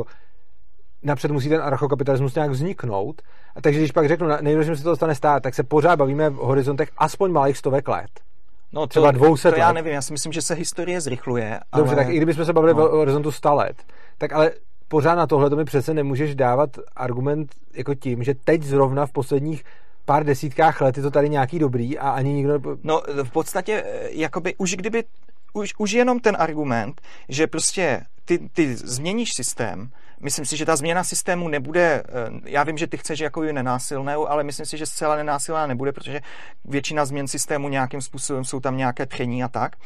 napřed musí ten anarchokapitalismus nějak vzniknout. A takže když pak řeknu, nejhorším se to stane stát, tak se pořád bavíme v horizontech aspoň malých stovek let. No to, to já nevím, já si myslím, že se historie zrychluje. Dobře, ale... tak i kdybychom se bavili no. v horizontu sto let, tak ale pořád na tohle to mi přece nemůžeš dávat argument jako tím, že teď zrovna v posledních pár desítkách let je to tady nějaký dobrý a ani nikdo... No v podstatě, jakoby už kdyby, už, už jenom ten argument, že prostě ty, ty změníš systém, myslím si, že ta změna systému nebude, já vím, že ty chceš jako nenásilnou, ale myslím si, že zcela nenásilná nebude, protože většina změn systému nějakým způsobem jsou tam nějaké tření a tak.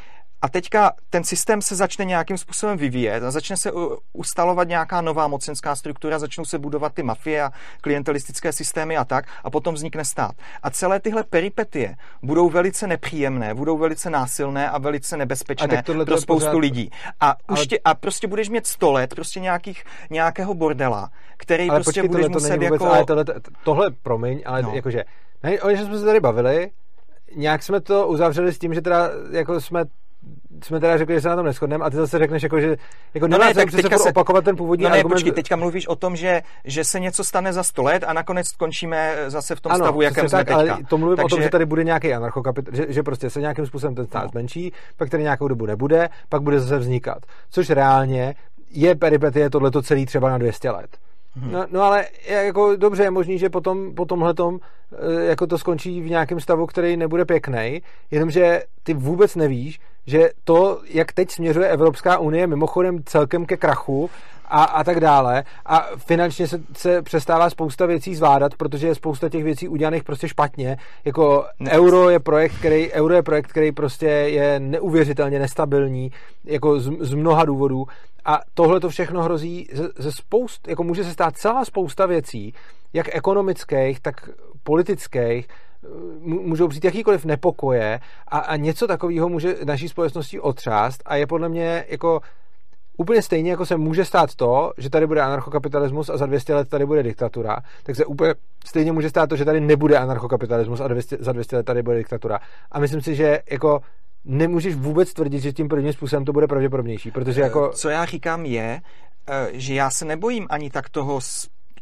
A teďka ten systém se začne nějakým způsobem vyvíjet a začne se ustalovat nějaká nová mocenská struktura, začnou se budovat ty mafie a klientelistické systémy a tak a potom vznikne stát. A celé tyhle peripetie budou velice nepříjemné, budou velice násilné a velice nebezpečné a pro spoustu pořád... lidí. A, ale... už tě, a prostě budeš mít sto let prostě nějakých, nějakého bordela, který ale prostě počkej, budeš muset vůbec, jako... Ale tohle, tohle, promiň, ale no. jakože, ne, o že jsme se tady bavili, nějak jsme to uzavřeli s tím, že teda jako jsme jsme teda řekli, že se na tom neshodneme a ty zase řekneš, jako, že jako no nemá ne, tak se furt se... opakovat ten původní no ne, argument. Počkej, teďka mluvíš o tom, že, že se něco stane za sto let a nakonec skončíme zase v tom ano, stavu, jakém jsme tak, teďka. Ale to mluvím Takže... o tom, že tady bude nějaký anarchokapitalismus, že, že prostě se nějakým způsobem ten stát no. zmenší, pak tady nějakou dobu nebude, pak bude zase vznikat. Což reálně je peripetie tohleto celý třeba na dvě stě let. Hmm. No, no ale jako dobře je možný, že potom po tomhletom jako to skončí v nějakém stavu, který nebude pěknej, jenomže ty vůbec nevíš, že to, jak teď směřuje Evropská unie, mimochodem celkem ke krachu a, a tak dále a finančně se, se přestává spousta věcí zvládat, protože je spousta těch věcí udělaných prostě špatně, jako ne. euro je projekt, který, euro je projekt, který prostě je neuvěřitelně nestabilní, jako z, z mnoha důvodů a tohle to všechno hrozí ze, ze spoust, jako může se stát celá spousta věcí, jak ekonomických, tak politických, můžou přijít jakýkoliv nepokoje a, a něco takového může naší společnosti otřást a je podle mě jako úplně stejně, jako se může stát to, že tady bude anarchokapitalismus a za dvě stě let tady bude diktatura, tak se úplně stejně může stát to, že tady nebude anarchokapitalismus a dvě stě, za dvě stě let tady bude diktatura. A myslím si, že jako nemůžeš vůbec tvrdit, že tím prvním způsobem to bude pravděpodobnější, protože jako... Co já říkám je, že já se nebojím ani tak toho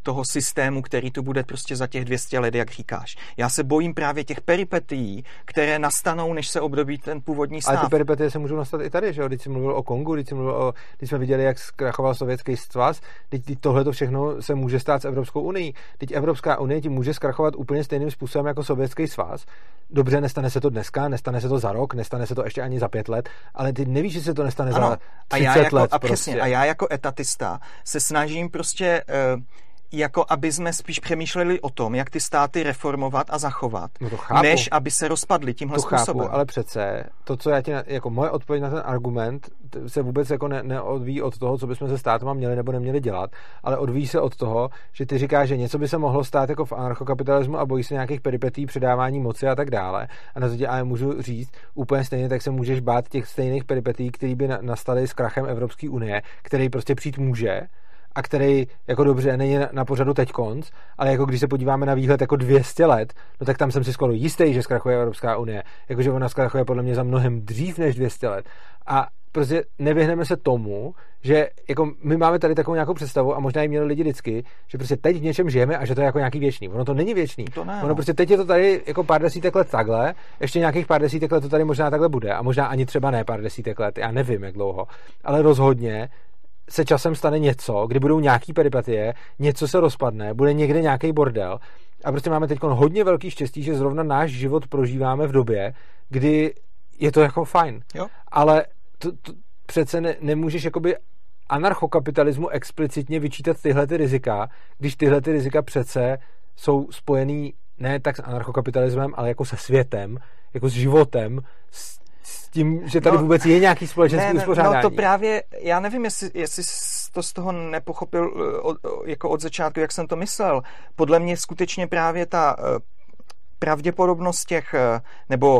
toho systému, který tu bude prostě za těch dvě stě let, jak říkáš. Já se bojím právě těch peripetií, které nastanou, než se období ten původní stav. Ale ty peripetie se můžou nastat i tady, že jo? Když jsi mluvil o Kongu, když jsi mluvil o, když jsme viděli, jak zkrachoval Sovětský svaz, teď tohle to všechno se může stát s Evropskou unií. Teď Evropská unie ti může zkrachovat úplně stejným způsobem jako Sovětský svaz. Dobře, nestane se to dneska, nestane se to za rok, nestane se to ještě ani za pět let, ale ty nevíš, že se to nestane ano, za třicet a já jako, let. A prostě. přesně, a já jako etatista se snažím prostě uh, jako aby jsme spíš přemýšleli o tom, jak ty státy reformovat a zachovat, no to chápu. Než aby se rozpadly tímhle to způsobem. Chápu, ale přece to, co já ti, jako moje odpověď na ten argument se vůbec jako ne, neodvíjí od toho, co bychom se státama měli nebo neměli dělat, ale odvíjí se od toho, že ty říkáš, že něco by se mohlo stát jako v anarchokapitalismu a bojíš se nějakých peripetí, předávání moci a tak dále. A na to tě ale můžu říct úplně stejně, tak se můžeš bát těch stejných peripetí, které by nastaly s krachem Evropské unie, který prostě přijít může, a který jako dobře není na pořadu teď konc, ale jako když se podíváme na výhled jako dvě stě let, no tak tam jsem si skoro jistý, že zkrachuje Evropská unie. Jakože ona zkrachuje podle mě za mnohem dřív než dvě stě let. A prostě nevyhneme se tomu, že jako my máme tady takovou nějakou představu a možná ji měli lidi vždycky, že prostě teď v něčem žijeme a že to je jako nějaký věčný. Ono to není věčný. To ne, ono prostě teď je to tady jako pár desítek let takhle, ještě nějakých pár desítek let to tady možná takhle bude a možná ani třeba ne pár desítek let, já nevím jak dlouho, ale rozhodně se časem stane něco, kdy budou nějaký peripetie, něco se rozpadne, bude někde nějaký bordel a prostě máme teď hodně velký štěstí, že zrovna náš život prožíváme v době, kdy je to jako fajn. Jo. Ale to, to přece ne, nemůžeš jakoby anarchokapitalismu explicitně vyčítat tyhle ty rizika, když tyhle ty rizika přece jsou spojený ne tak s anarchokapitalismem, ale jako se světem, jako s životem, s s tím, že tady no, vůbec je nějaký společenský ne, uspořádání. No to právě, já nevím, jestli, jestli to z toho nepochopil od, jako od začátku, jak jsem to myslel. Podle mě skutečně právě ta pravděpodobnost těch, nebo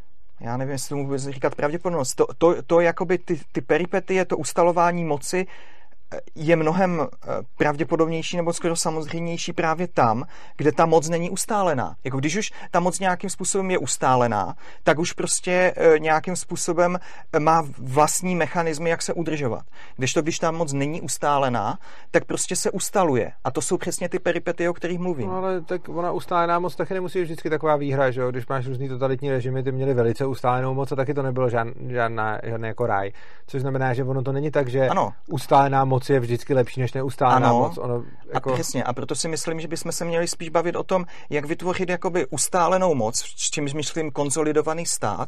já nevím, jestli tomu vůbec říkat pravděpodobnost, to, to, to jakoby ty, ty peripetie, to ustalování moci je mnohem pravděpodobnější nebo skoro samozřejmější právě tam, kde ta moc není ustálená. Jako když už ta moc nějakým způsobem je ustálená, tak už prostě nějakým způsobem má vlastní mechanismy, jak se udržovat. Kdežto, když ta moc není ustálená, tak prostě se ustaluje. A to jsou přesně ty peripetie, o kterých mluvím. No ale tak ona ustálená moc taky nemusí vždycky taková výhra, že jo? Když máš různý totalitní režimy, ty měli velice ustálenou moc a taky to nebylo žádná, žádná, žádný jako ráj. Což znamená, že ono to není tak, že ano. ustálená moc je vždycky lepší než neustálená ano, moc. Ono jako... A přesně, a proto si myslím, že bychom se měli spíš bavit o tom, jak vytvořit jakoby ustálenou moc, s čímž myslím konsolidovaný stát,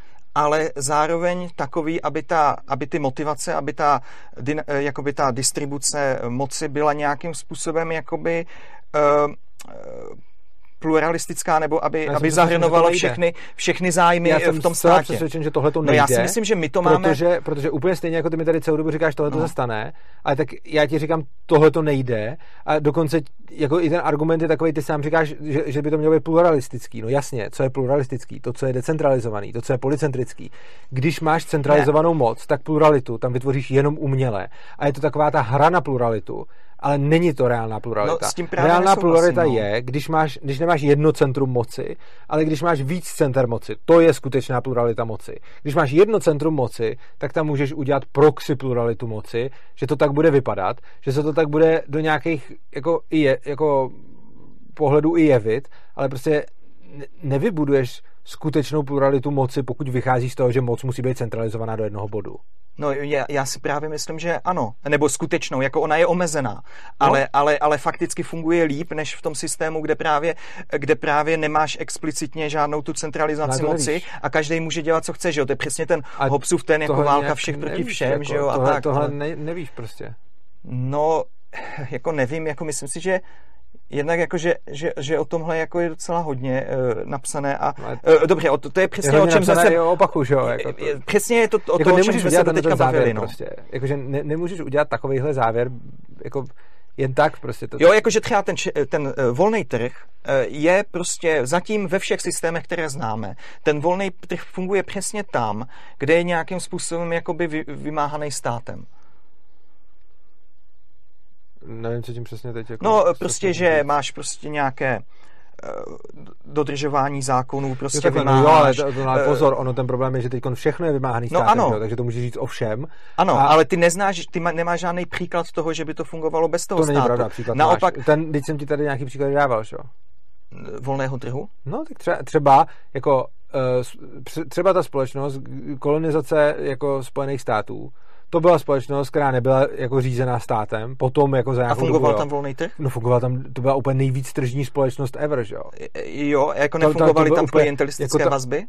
ale zároveň takový, aby, ta, aby ty motivace, aby ta, jakoby ta distribuce moci byla nějakým způsobem jakoby uh, uh, pluralistická, nebo aby, aby zahrnovala všechny, všechny zájmy já v tom státě. Já jsem přesvědčen, že tohle to nejde. No já si myslím, že my to máme... Protože, protože úplně stejně, jako ty mi tady celou dobu říkáš, tohle to no. se stane, ale tak já ti říkám, tohle to nejde a dokonce jako i ten argument je takový, ty sám říkáš, že, že by to mělo být pluralistický. No jasně, co je pluralistický? To, co je decentralizovaný, to, co je polycentrický. Když máš centralizovanou ne. moc, tak pluralitu tam vytvoříš jenom uměle. A je to taková ta hra na pluralitu, ale není to reálná pluralita. No, s tím právě reálná pluralita no. je, když, máš, když nemáš jedno centrum moci, ale když máš víc center moci. To je skutečná pluralita moci. Když máš jedno centrum moci, tak tam můžeš udělat proxy pluralitu moci, že to tak bude vypadat, že se to tak bude do nějakých jako, je, jako pohledů i jevit, ale prostě nevybuduješ skutečnou pluralitu moci, pokud vycházíš z toho, že moc musí být centralizovaná do jednoho bodu. No já, já si právě myslím, že ano, nebo skutečnou, jako ona je omezená, ale, no. ale, ale fakticky funguje líp, než v tom systému, kde právě, kde právě nemáš explicitně žádnou tu centralizaci moci nevíš. A každý může dělat, co chce, že jo, to je přesně ten Hobbesův ten jako válka všech nevíš, proti všem, jako, že jo, a tohle, tak. Tohle ne, nevíš prostě. No, jako nevím, jako myslím si, že jednak jako, že, že, že o tomhle jako je docela hodně uh, napsané a uh, dobře, o to, to je přesně je o čem zase... Je opaku, že jo? Jako to, přesně je to o jako to, o čem jsme se teďka bavili, no. Prostě. Jakože ne, nemůžeš udělat takovejhle závěr, jako jen tak prostě. To... Jo, jakože třeba ten, ten uh, volný trh uh, je prostě zatím ve všech systémech, které známe. Ten volný trh funguje přesně tam, kde je nějakým způsobem jakoby vy, vymáhaný státem. Nevím, co tím přesně teď jako... No, prostě, že máš prostě nějaké dodržování zákonů prostě jo, vymáháš. No, jo, ale to, to, ale pozor, ono ten problém je, že teď všechno je vymáhaný státem, no, ano. Jo, takže to můžeš říct o všem. Ano, a... ale ty neznáš, ty nemáš žádný příklad toho, že by to fungovalo bez toho to státu. To není pravda, příklad Naopak, ten, teď jsem ti tady nějaký příklad dával, jo? Volného trhu? No, tak třeba, třeba jako třeba ta společnost kolonizace jako Spojených států, to byla společnost, která nebyla jako řízená státem, potom jako za nějakou A fungoval dobu, tam volný trh? No fungoval tam, to byla úplně nejvíc tržní společnost ever, že jo? Jo, jako nefungovaly tam, tam klientelistické jako ta, vazby?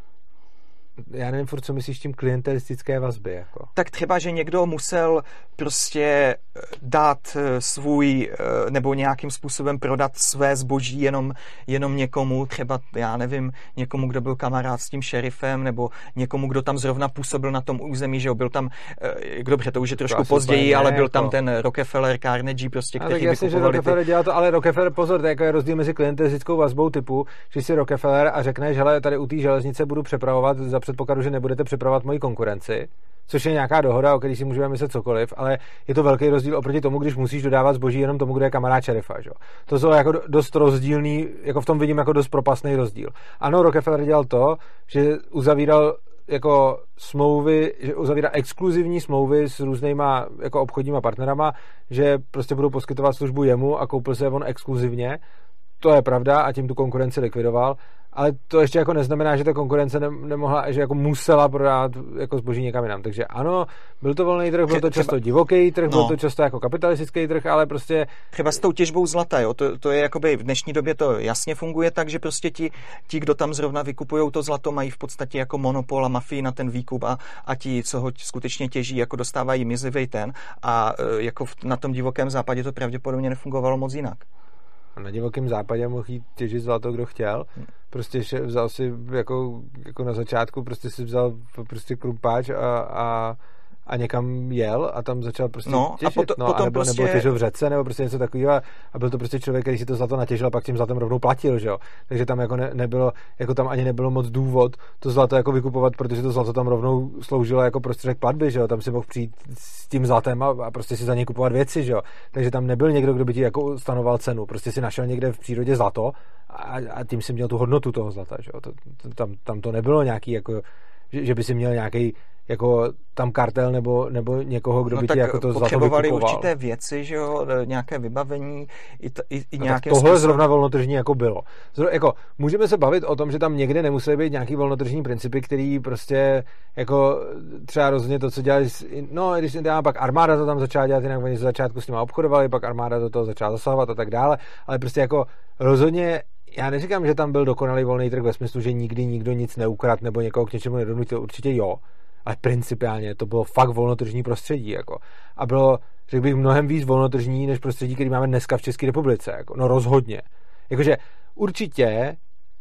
Já nevím furt, co myslíš tím klientelistické vazby, jako. Tak třeba, že někdo musel prostě dát svůj, nebo nějakým způsobem prodat své zboží jenom, jenom někomu, třeba, já nevím, někomu, kdo byl kamarád s tím šerifem, nebo někomu, kdo tam zrovna působil na tom území, že jo, byl tam, dobře, to už je trošku později, ne, ale byl jako... tam ten Rockefeller, Carnegie, prostě, a kteří jasně, vykupovali že Rockefeller ty... dělal to, ale Rockefeller, pozor, to je jako rozdíl mezi klientelistickou vazbou typu, že si Rockefeller a řekneš, hele, tady u té železnice budu přepravovat za předpokladu, že nebudete přepravovat moji konkurenci, což je nějaká dohoda, o které si můžeme myslet cokoliv, ale je to velký rozdíl oproti tomu, když musíš dodávat zboží jenom tomu, kdo je kamarád šerifa. Že? To jsou jako dost rozdílný, jako v tom vidím jako dost propastný rozdíl. Ano, Rockefeller dělal to, že uzavíral jako smlouvy, že uzavírá exkluzivní smlouvy s různýma jako obchodníma partnerama, že prostě budou poskytovat službu jemu a koupil se je on exkluzivně. To je pravda a tím tu konkurenci likvidoval, ale to ještě jako neznamená, že ta konkurence ne, nemohla, že jako musela prodávat jako zboží někam jinam. Takže ano, byl to volný trh, byl to často divoký trh, no. Byl to často jako kapitalistický trh, ale prostě... Třeba s tou těžbou zlata, jo, to, to je jakoby v dnešní době to jasně funguje tak, že prostě ti, ti kdo tam zrovna vykupujou to zlato, mají v podstatě jako monopol a mafii na ten výkup a, a ti, co ho skutečně těží, jako dostávají mizivej ten a jako na tom divokém západě to pravděpodobně nefungovalo moc jinak. A na divokém západě mohl jít těžit zlato, kdo chtěl. Prostě vzal si jako, jako na začátku, prostě si vzal prostě krumpáč a, a, a někam jel a tam začal prostě no, těžit. A potom, no, potom a nebo, prostě... nebo těžil v řece, nebo prostě něco takového. A byl to prostě člověk, který si to zlato natěžil a pak tím zlatem rovnou platil, že jo. Takže tam jako ne, nebylo, jako tam ani nebylo moc důvod to zlato jako vykupovat, protože to zlato tam rovnou sloužilo jako prostředek platby, že jo. Tam si mohl přijít s tím zlatem a, a prostě si za něj kupovat věci, že jo. Takže tam nebyl někdo, kdo by ti jako stanoval cenu. Prostě si našel někde v přírodě zlato a, a tím si měl tu hodnotu toho zlata, že jo. To, to, tam, tam to nebylo nějaký jako, že, že by si měl nějaký jako tam kartel nebo, nebo někoho, kdo by no ti jako to zlato vykupoval. Potřebovali určité věci, že jo, nějaké vybavení i, t, i, i no nějaké tohle způsob... zrovna volnotržní jako bylo. Zro, jako, můžeme se bavit o tom, že tam někde nemusely být nějaký volnotržní principy, který prostě jako třeba rozhodně to, co dělali, no když dělá, pak armáda to tam začala dělat, jinak oni ze začátku s nimi obchodovali, pak armáda do toho začala zasahovat a tak dále, ale prostě jako rozhodně já neříkám, že tam byl dokonalý volný trh ve smyslu, že nikdy nikdo nic neukradl nebo někoho k něčemu nedonutil, určitě jo, ale principiálně to bylo fakt volnotržní prostředí, jako. A bylo, řekl bych, mnohem víc volnotržní, než prostředí, který máme dneska v České republice, jako. No rozhodně. Jakože určitě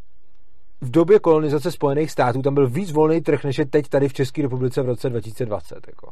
v době kolonizace Spojených států tam byl víc volný trh, než je teď tady v České republice v roce dva tisíce dvacet, jako.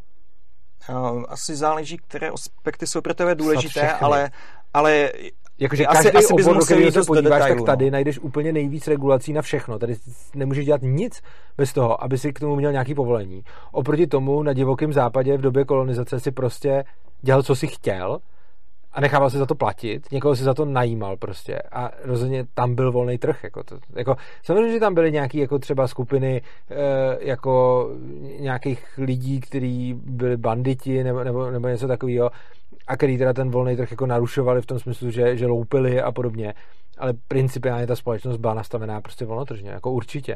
Asi záleží, které aspekty jsou pro tebe důležité, ale, ale jakože asi, každý asi obor, do kterého se podíváš, detailu, tak tady no. najdeš úplně nejvíc regulací na všechno. Tady nemůžeš dělat nic bez toho, aby si k tomu měl nějaké povolení. Oproti tomu na divokém západě v době kolonizace si prostě dělal, co si chtěl a nechával si za to platit. Někoho si za to najímal prostě a rozhodně tam byl volný trh. Jako to, jako, samozřejmě, že tam byly nějaké jako třeba skupiny e, jako nějakých lidí, kteří byli banditi nebo, nebo, nebo něco takového, a který teda ten volný trh jako narušovali v tom smyslu, že, že loupili a podobně. Ale principiálně ta společnost byla nastavená prostě volnotržně, jako určitě.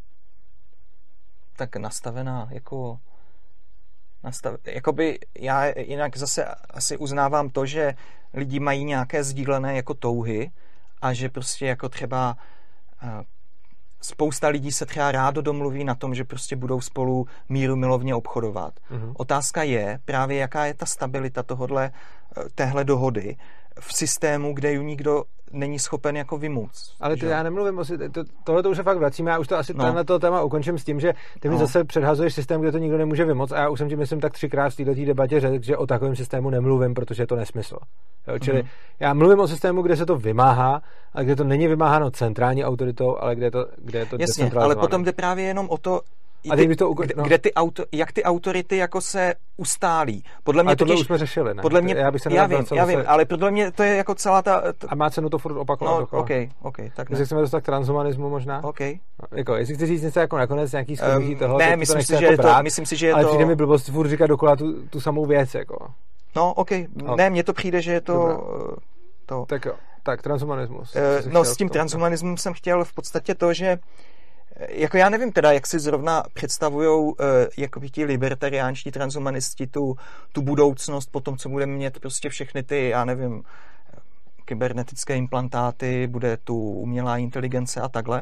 Tak nastavená jako... Nastav... Jakoby já jinak zase asi uznávám to, že lidi mají nějaké sdílené jako touhy a že prostě jako třeba spousta lidí se třeba rádo domluví na tom, že prostě budou spolu míru milovně obchodovat. Mm-hmm. Otázka je právě, jaká je ta stabilita tohodle, téhle dohody v systému, kde ju nikdo není schopen jako vymoct. Ale to já nemluvím o si, to, tohle to už se fakt vracíme, já už to asi no. tenhle to téma ukončím s tím, že ty mi no. zase předhazuješ systém, kde to nikdo nemůže vymoct a já už jsem ti myslím tak třikrát v této debatě řekl, že o takovém systému nemluvím, protože je to nesmysl. Jo, čili mm. já mluvím o systému, kde se to vymáhá, ale kde to není vymáháno centrální autoritou, ale kde je to, kde je to jasně, ale potom jde právě jenom o to, A ty, to, kde, no. kde ty auto, jak ty autority jako se ustálí. Podle mě ale tohle totiž, už jsme řešili, ne? Podle mě, já, bych se já vím, já vím, se... ale podle mě to je jako celá ta... To... A má cenu to furt opakovat no, dokola. ok, ok, tak ne. Jestli chceme dostat k transhumanismu možná? Ok. No, jako, jestli chci říct něco jako nakonec nějaký shodnutí um, toho, ne, to myslím, to si, že jako je brát, to, myslím si, že je ale to... přijde mi blbost furt říkat dokola tu, tu samou věc, jako. No, ok, no. Ne, mně to přijde, že je to... to... Tak jo, tak transhumanismus. Uh, no, s tím transhumanismem jsem chtěl v podstatě to, že jako já nevím teda, jak si zrovna představujou uh, jako ti libertariánští transhumanisti tu, tu budoucnost po tom, co budeme mít prostě všechny ty, já nevím, kybernetické implantáty, bude tu umělá inteligence a takhle.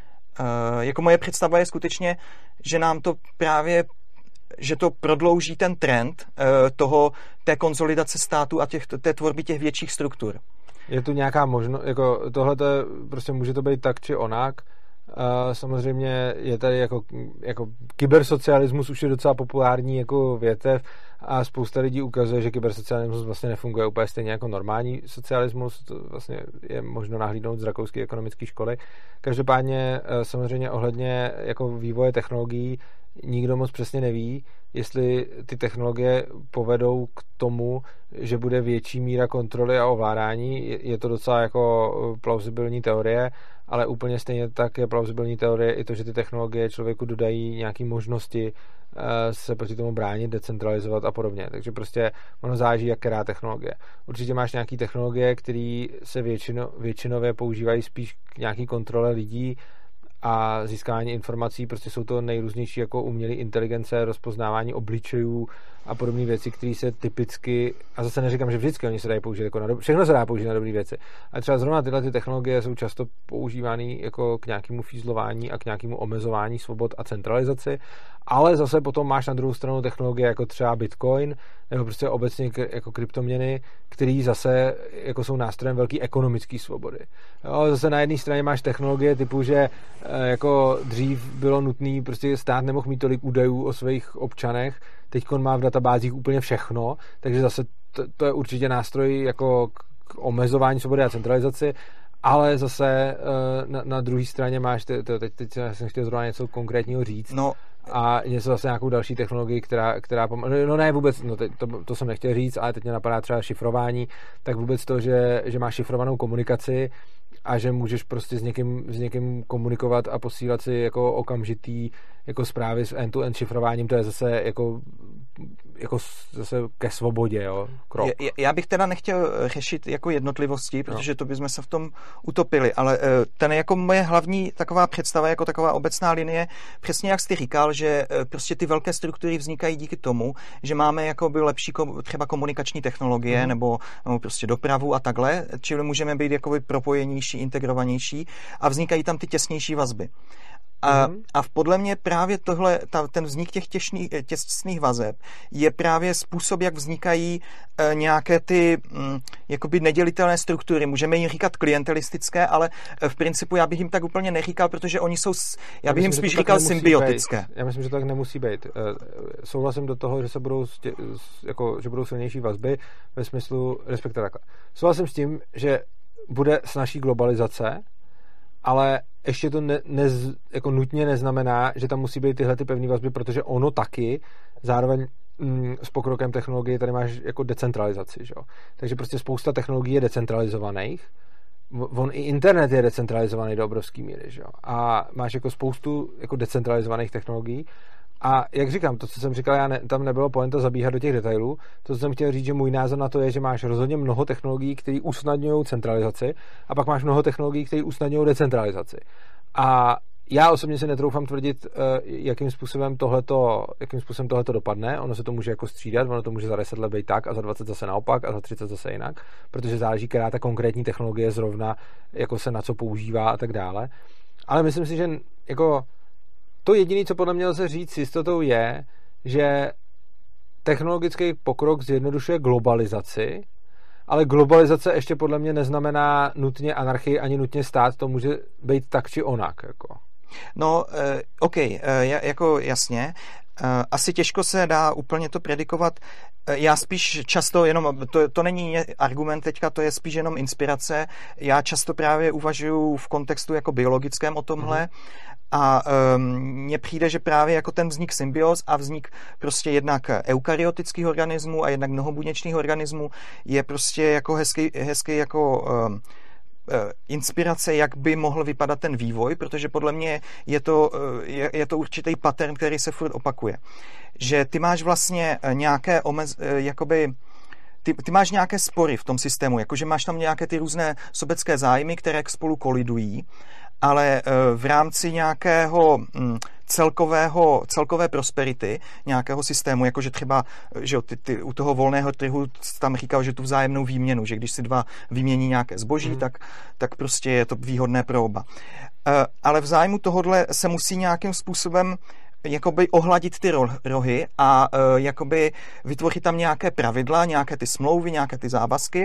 Uh, jako moje představa je skutečně, že nám to právě že to prodlouží ten trend uh, toho, té konsolidace státu a těch, té tvorby těch větších struktur. Je tu nějaká možnost, jako tohle to je, prostě může to být tak či onak. Uh, samozřejmě je tady jako, jako kybersocialismus už je docela populární jako větev a spousta lidí ukazuje, že kybersocialismus vlastně nefunguje úplně stejně jako normální socialismus, to vlastně je možno nahlídnout z rakouské ekonomické školy. Každopádně uh, samozřejmě ohledně jako vývoje technologií nikdo moc přesně neví, jestli ty technologie povedou k tomu, že bude větší míra kontroly a ovládání. Je to docela jako plauzibilní teorie, ale úplně stejně tak je plauzibilní teorie i to, že ty technologie člověku dodají nějaké možnosti se proti tomu bránit, decentralizovat a podobně. Takže prostě ono záleží, jak která technologie. Určitě máš nějaké technologie, které se většino, většinově používají spíš k nějaký kontrole lidí a získávání informací, prostě jsou to nejrůznější jako umělé inteligence, rozpoznávání obličejů a podobné věci, které se typicky, a zase neříkám, že vždycky oni se dají použít jako na dobré, všechno se dá použít na dobré věci. A třeba zrovna tyhle ty technologie jsou často používány jako k nějakému fízlování a k nějakému omezování svobod a centralizaci, ale zase potom máš na druhou stranu technologie jako třeba Bitcoin, nebo prostě obecně jako kryptoměny, které zase jako jsou nástrojem velké ekonomické svobody. Jo, zase na jedné straně máš technologie typu, že jako dřív bylo nutné, prostě stát nemohl mít tolik údajů o svých občanech, teďkon má v databázích úplně všechno, takže zase to, to je určitě nástroj jako k omezování svobody a centralizaci, ale zase na, na druhé straně máš, te, te, teď, teď jsem chtěl zrovna něco konkrétního říct, no. A něco zase nějakou další technologii, která, která pom- no ne vůbec, no teď, to, to jsem nechtěl říct, ale teď mě napadá třeba šifrování, tak vůbec to, že, že máš šifrovanou komunikaci a že můžeš prostě s někým, s někým komunikovat a posílat si jako okamžitý jako zprávy s end-to-end šifrováním, to je zase jako, jako zase ke svobodě, jo, krok. Já, já bych teda nechtěl řešit jako jednotlivosti, protože no. to bychom se v tom utopili, ale ten jako moje hlavní taková představa, jako taková obecná linie, přesně jak jsi říkal, že prostě ty velké struktury vznikají díky tomu, že máme jakoby lepší třeba komunikační technologie mm. nebo, nebo prostě dopravu a takhle, čili můžeme být jakoby propojenější, integrovanější a vznikají tam ty těsnější vazby. A, mm. a podle mě právě tohle, ta, ten vznik těch těsných, těsných vazeb je právě způsob, jak vznikají e, nějaké ty m, jakoby nedělitelné struktury. Můžeme jim říkat klientelistické, ale e, v principu já bych jim tak úplně neříkal, protože oni jsou, já, já bych myslím, jim spíš říkal symbiotické. Být. Já myslím, že to tak nemusí být. E, souhlasím do toho, že se budou, stě, jako, že budou silnější vazby ve smyslu, respektive takhle. Souhlasím s tím, že bude snazší globalizace, ale ještě to ne, ne, jako nutně neznamená, že tam musí být tyhle ty pevné vazby, protože ono taky zároveň mm, s pokrokem technologie tady máš jako decentralizaci. Že? Takže prostě spousta technologií je decentralizovaných. On i internet je decentralizovaný do obrovský míry. Že? A máš jako spoustu jako decentralizovaných technologií. A jak říkám, to, co jsem říkal, já ne, tam nebylo pointa zabíhat do těch detailů. To, co jsem chtěl říct, že můj názor na to je, že máš rozhodně mnoho technologií, které usnadňují centralizaci, a pak máš mnoho technologií, které usnadňují decentralizaci. A já osobně si netroufám tvrdit, jakým způsobem tohleto, jakým způsobem tohleto dopadne. Ono se to může jako střídat, ono to může za deset let být tak a za dvacet zase naopak a za třicet zase jinak, protože záleží, která ta konkrétní technologie zrovna jako se na co používá a tak dále. Ale myslím si, že jako to jediné, co podle mě lze říct s jistotou, je, že technologický pokrok zjednodušuje globalizaci, ale globalizace ještě podle mě neznamená nutně anarchii ani nutně stát, to může být tak či onak. Jako. No, uh, OK, uh, jako jasně. Asi těžko se dá úplně to predikovat. Já spíš často jenom, to, to není argument teďka, to je spíš jenom inspirace. Já často právě uvažuji v kontextu jako biologickém o tomhle. Mm. A mně um, přijde, že právě jako ten vznik symbióz a vznik prostě jednak eukaryotických organismů a jednak mnohobuněčných organismů je prostě jako hezký, hezký jako um, inspirace, jak by mohl vypadat ten vývoj, protože podle mě je to, je, je to určitý pattern, který se furt opakuje. Že ty máš vlastně nějaké omez, jakoby Ty, ty máš nějaké spory v tom systému, jakože máš tam nějaké ty různé sobecké zájmy, které spolu kolidují, ale v rámci nějakého celkového, celkové prosperity nějakého systému, jakože třeba že ty, ty, u toho volného trhu tam říkal, že tu vzájemnou výměnu, že když si dva vymění nějaké zboží, mm. tak, tak prostě je to výhodné pro oba. Ale v zájmu tohodle se musí nějakým způsobem jakoby ohladit ty rohy a jakoby vytvořit tam nějaké pravidla, nějaké ty smlouvy, nějaké ty závazky,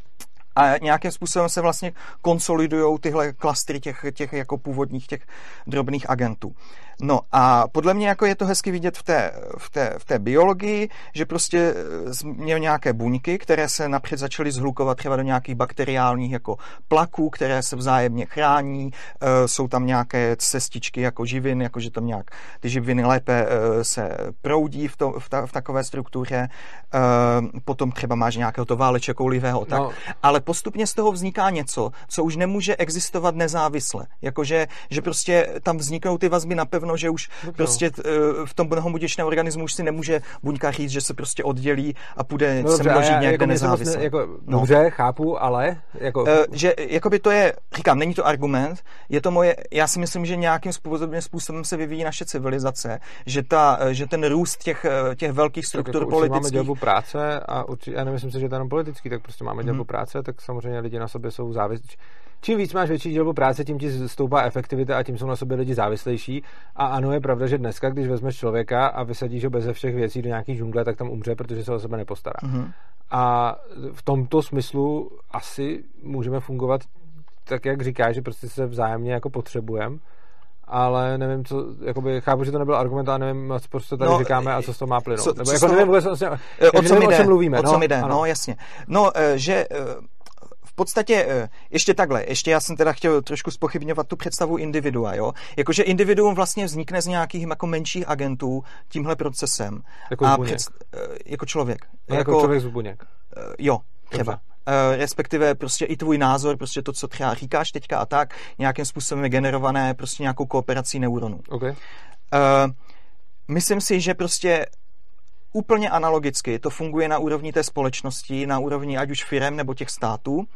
a nějakým způsobem se vlastně konsolidujou tyhle klastry těch, těch jako původních těch drobných agentů. No a podle mě jako je to hezky vidět v té, v té, v té biologii, že prostě měl nějaké buňky, které se napřed začaly zhlukovat třeba do nějakých bakteriálních jako plaků, které se vzájemně chrání, jsou tam nějaké cestičky jako živin, jakože tam nějak ty živiny lépe se proudí v, to, v, ta, v takové struktuře, potom třeba máš nějakého to váleček koulivého, tak, no. Ale postupně z toho vzniká něco, co už nemůže existovat nezávisle, jakože že prostě tam vzniknou ty vazby napevno, že už no. prostě v tom mnohobuněčném organismu už si nemůže buňka říct, že se prostě oddělí a půjde no, se množit někde jako nezávisle. Ne, jako, no. Dobře, chápu, ale... Jako... Uh, že jakoby to je, říkám, není to argument, je to moje, já si myslím, že nějakým způsobem, způsobem se vyvíjí naše civilizace, že, ta, že ten růst těch, těch velkých struktur jako politických... máme dělbu práce a určitě, já nemyslím si, že to je jenom politický, tak prostě máme dělbu hmm. práce, tak samozřejmě lidi na sobě jsou závislí. Čím víc máš větší dělbu práce, tím ti stoupá efektivita a tím jsou na sobě lidi závislejší. A ano, je pravda, že dneska, když vezmeš člověka a vysadíš ho beze všech věcí do nějaký džungle, tak tam umře, protože se o sebe nepostará. Mm-hmm. A v tomto smyslu asi můžeme fungovat tak, jak říkáš, že prostě se vzájemně jako potřebujeme. Ale nevím, co, jakoby, chápu, že to nebyl argument, ale nevím, proč to tady no, říkáme a co z toho má plynout. Co, Nebo co jako toho, nevím vůbec, vlastně, o, co nevím, jde, o čem mluvíme. O no, co mi jde, ano. no jasně. No, že v podstatě ještě takhle, ještě já jsem teda chtěl trošku zpochybňovat tu představu individua, jo. Jakože individuum vlastně vznikne z nějakých jako menších agentů tímhle procesem. Jako a zbuněk. před, jako člověk. No, jako, jako člověk zbuněk. Jo, třeba. Uh, respektive prostě i tvůj názor, prostě to, co třeba říkáš teďka a tak, nějakým způsobem je generované prostě nějakou kooperací neuronů. Okay. Uh, myslím si, že prostě úplně analogicky to funguje na úrovni té společnosti, na úrovni ať už firem nebo těch států. Uh,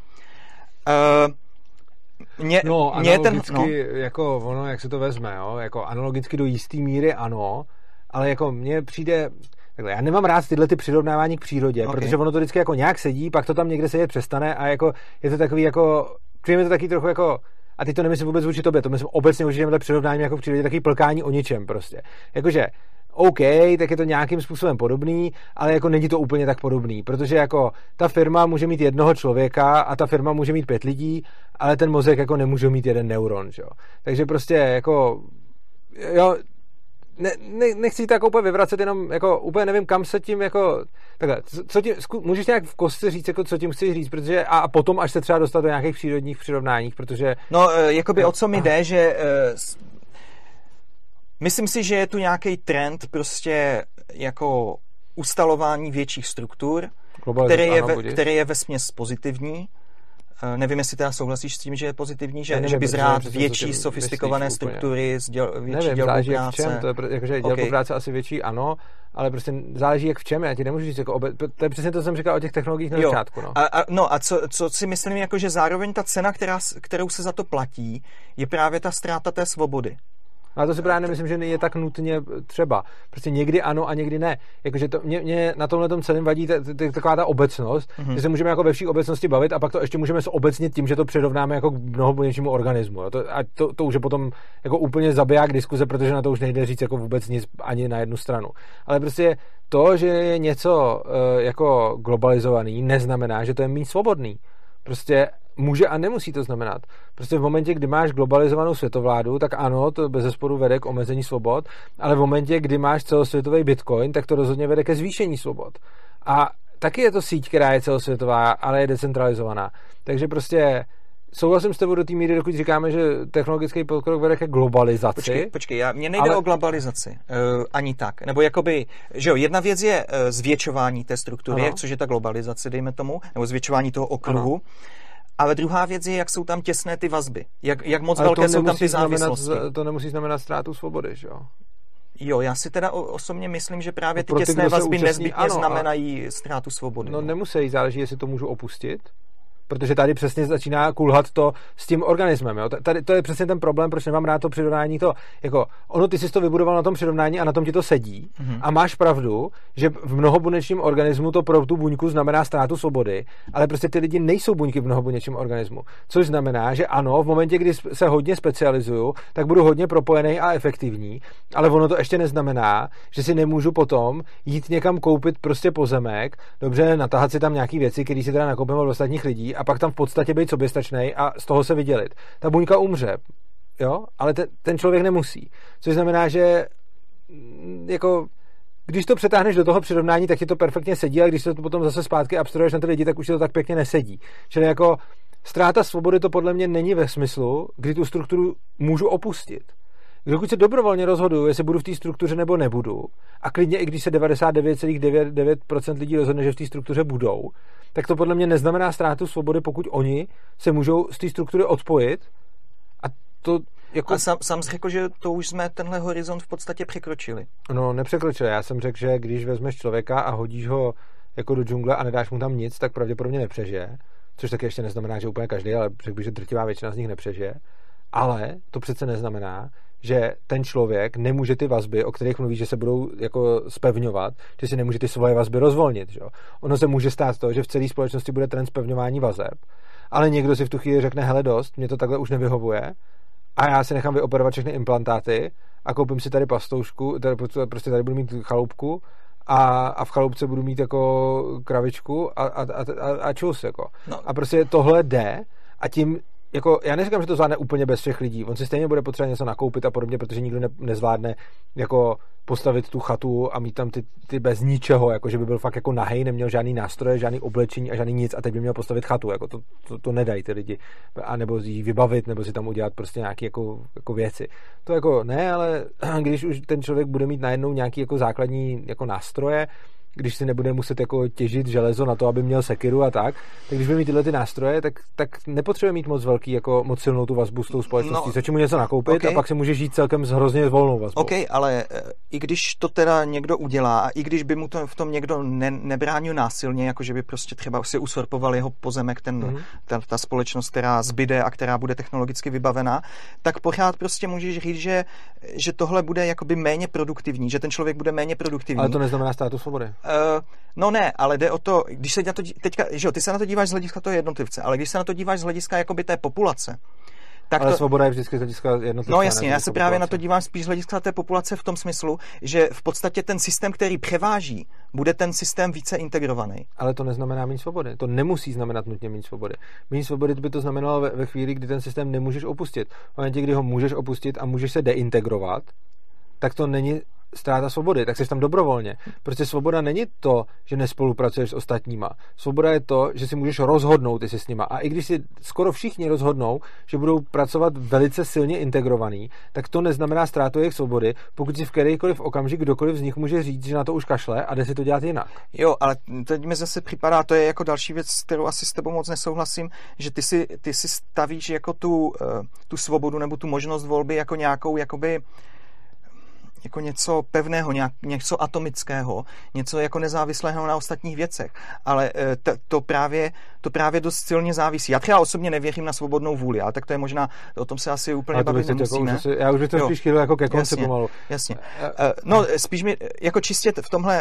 mě, no, mě analogicky, ten, no. jako ono, jak se to vezme, jo? Jako analogicky do jisté míry ano, ale jako mně přijde... Takhle, já nemám rád tyhle ty přirovnávání k přírodě, okay. protože ono to vždycky jako nějak sedí, pak to tam někde sedět přestane a jako je to takový jako, přijeme to taky trochu jako, a teď to nemyslím vůbec vůči tobě, to myslím obecně vůči těmhle přirovnáním jako v přírodě, takový plkání o ničem prostě. Jakože, OK, tak je to nějakým způsobem podobný, ale jako není to úplně tak podobný, protože jako ta firma může mít jednoho člověka a ta firma může mít pět lidí, ale ten mozek jako nemůže mít jeden neuron, jo. Takže prostě jako, jo, Ne, ne, nechci to jako úplně vyvracet, jenom jako úplně nevím, kam se tím jako takhle, co, co tím, zku, můžeš nějak v kostce říct, jako co tím chceš říct, protože a, a potom až se třeba dostat do nějakých přírodních přirovnáních, protože... No, jakoby o co mi jde, že uh, myslím si, že je tu nějaký trend prostě jako ustalování větších struktur, který je, ve, který je vesměs pozitivní. Nevím, jestli teda souhlasíš s tím, že je pozitivní, že, nevím, že bys rád větší sofistikované struktury, děl, větší nevím, dělbu záleží práce. Jak v čem, to je, jakože dělbu okay. práce asi větší, ano, ale prostě záleží jak v čem, já ti nemůžu říct, jako obe, to je přesně to, co jsem říkal o těch technologiích na začátku. No, a, a, no a co, co si myslím, jako, že zároveň ta cena, která, kterou se za to platí, je právě ta ztráta té svobody. A to si právě nemyslím, že je tak nutně třeba. Prostě někdy ano a někdy ne. Jakože to, mě, mě na tomhle tom celém vadí t- t- taková ta obecnost, mm-hmm. že se můžeme jako ve vší obecnosti bavit a pak to ještě můžeme zobecnit tím, že to přirovnáme jako k mnohobuněčnému organismu. Jo. To, a to, to už je potom jako úplně zabiják diskuze, protože na to už nejde říct jako vůbec nic ani na jednu stranu. Ale prostě to, že je něco uh, jako globalizovaný, neznamená, že to je méně svobodný. Prostě může a nemusí to znamenat. Prostě v momentě, kdy máš globalizovanou světovládu, tak ano, to bezesporu vede k omezení svobod, ale v momentě, kdy máš celosvětový bitcoin, tak to rozhodně vede ke zvýšení svobod. A taky je to síť, která je celosvětová, ale je decentralizovaná. Takže prostě souhlasím s tebou do té míry, dokud říkáme, že technologický pokrok vede ke globalizaci. Počkej, počkej, já, mně nejde ale... o globalizaci, uh, ani tak. Nebo jakoby, že jo, jedna věc je uh, zvětšování té struktury, ano. což je ta globalizace, dejme tomu, nebo zvětšování toho okruhu. Ano. Ale druhá věc je, jak jsou tam těsné ty vazby. Jak, jak moc ale velké jsou tam ty závislosti. Znamenat, to nemusí znamenat ztrátu svobody, že jo? Jo, já si teda osobně myslím, že právě ty ty, těsné vazby účastní, nezbytně ano, znamenají a... ztrátu svobody. No, no nemusí, záleží, jestli to můžu opustit. Protože tady přesně začíná kulhat to s tím organismem. Jo? Tady, to je přesně ten problém, proč nemám rád to přirovnání. To, jako, ono, ty jsi to vybudoval na tom přirovnání a na tom ti to sedí. Mm-hmm. A máš pravdu, že v mnohobuněčním organismu to pro tu buňku znamená ztrátu svobody, ale prostě ty lidi nejsou buňky v mnohobuněčním organismu. Což znamená, že ano, v momentě, kdy se hodně specializuju, tak budu hodně propojený a efektivní, ale ono to ještě neznamená, že si nemůžu potom jít někam koupit prostě pozemek, dobře, natahat si tam nějaký věci, které si teda nakoupím od ostatních lidí, a pak tam v podstatě být soběstačnej a z toho se vydělit. Ta buňka umře, jo, ale ten, ten člověk nemusí. Což znamená, že jako když to přetáhneš do toho přirovnání, tak ti to perfektně sedí, a když se to potom zase zpátky abstrahuješ na ty lidi, tak už ti to tak pěkně nesedí. Čili jako ztráta svobody to podle mě není ve smyslu, kdy tu strukturu můžu opustit. Dokud se dobrovolně rozhoduju, jestli budu v té struktuře nebo nebudu, a klidně i když se devadesát devět celá devět devět procent lidí rozhodne, že v té struktuře budou, tak to podle mě neznamená ztrátu svobody, pokud oni se můžou z té struktury odpojit. A to jako... A sám, sám jsi řekl, že to už jsme tenhle horizont v podstatě překročili. No, nepřekročili. Já jsem řekl, že když vezmeš člověka a hodíš ho jako do džungle a nedáš mu tam nic, tak pravděpodobně nepřežije. Což taky ještě neznamená, že úplně každý, ale řekl bych, že drtivá většina z nich nepřežije. Ale to přece neznamená, že ten člověk nemůže ty vazby, o kterých mluví, že se budou jako spevňovat, že si nemůže ty svoje vazby rozvolnit. Že? Ono se může stát to, že v celé společnosti bude trend spevňování vazeb, ale někdo si v tu chvíli řekne, hele dost, mě to takhle už nevyhovuje a já si nechám vyoperovat všechny implantáty a koupím si tady pastoušku, tady, prostě tady budu mít chaloupku a, a v chaloupce budu mít jako kravičku a, a, a, a čus. Jako. No. A prostě tohle jde a tím jako, já neříkám, že to zvládne úplně bez všech lidí. On si stejně bude potřebovat něco nakoupit a podobně, protože nikdo ne, nezvládne jako postavit tu chatu a mít tam ty, ty bez ničeho, jako že by byl fakt jako nahej, neměl žádný nástroje, žádný oblečení a žádný nic a teď by měl postavit chatu. Jako to, to, to nedají ty lidi. A nebo ji vybavit, nebo si tam udělat prostě nějaké jako, jako věci. To jako ne, ale když už ten člověk bude mít najednou nějaký jako základní jako nástroje, když si nebude muset jako těžit železo na to, aby měl sekiru a tak, tak když bude mít tyhle ty nástroje, tak, tak nepotřebuje mít moc velký, jako moc silnou tu vazbu s tou společností. No, stačí mu něco nakoupit okay. A pak si může žít celkem s hrozně volnou vazbou. OK, ale i když to teda někdo udělá a i když by mu to v tom někdo ne, nebránil násilně, jako že by prostě třeba si usurpoval jeho pozemek, ten, mm-hmm. ta, ta společnost, která zbyde a která bude technologicky vybavená, tak pořád prostě můžeš říct, že, že tohle bude jakoby méně produktivní, že ten člověk bude méně produktivní. Ale to neznamená ztrátu svobody. Uh, no ne, ale jde o to, když se na to teďka, že jo, ty se na to díváš z hlediska toho jednotlivce, ale když se na to díváš z hlediska jakoby té populace, tak ale to... svoboda je vždycky z hlediska jednotlivce. No jasně, já se právě populace. Na to dívám spíš z hlediska té populace v tom smyslu, že v podstatě ten systém, který převáží, bude ten systém více integrovaný. Ale to neznamená méně svobody. To nemusí znamenat nutně méně svobody. Méně svobody by to znamenalo ve, ve chvíli, kdy ten systém nemůžeš opustit. V momentě, kdy ho můžeš opustit a můžeš se deintegrovat, tak to není ztráta svobody, tak jsi tam dobrovolně. Prostě svoboda není to, že nespolupracuješ s ostatníma. Svoboda je to, že si můžeš rozhodnout, jestli s nima. A i když si skoro všichni rozhodnou, že budou pracovat velice silně integrovaný, tak to neznamená ztrátu jejich svobody, pokud si v kterýkoliv okamžik kdokoliv z nich může říct, že na to už kašle a jde si to dělat jinak. Jo, ale teď mi zase připadá, to je jako další věc, s kterou asi s tebou moc nesouhlasím, že ty si, ty si stavíš jako tu, tu svobodu nebo tu možnost volby jako nějakou jakoby jako něco pevného, nějak, něco atomického, něco jako nezávislého na ostatních věcech. Ale to, to, právě, to právě dost silně závisí. Já třeba osobně nevěřím na svobodnou vůli, ale tak to je možná, o tom se asi úplně bavit nemusíme. Jako, já už bych to spíš chvíli jako ke konci jasně, pomalu. Jasně. No, spíš mi, jako čistě v tomhle,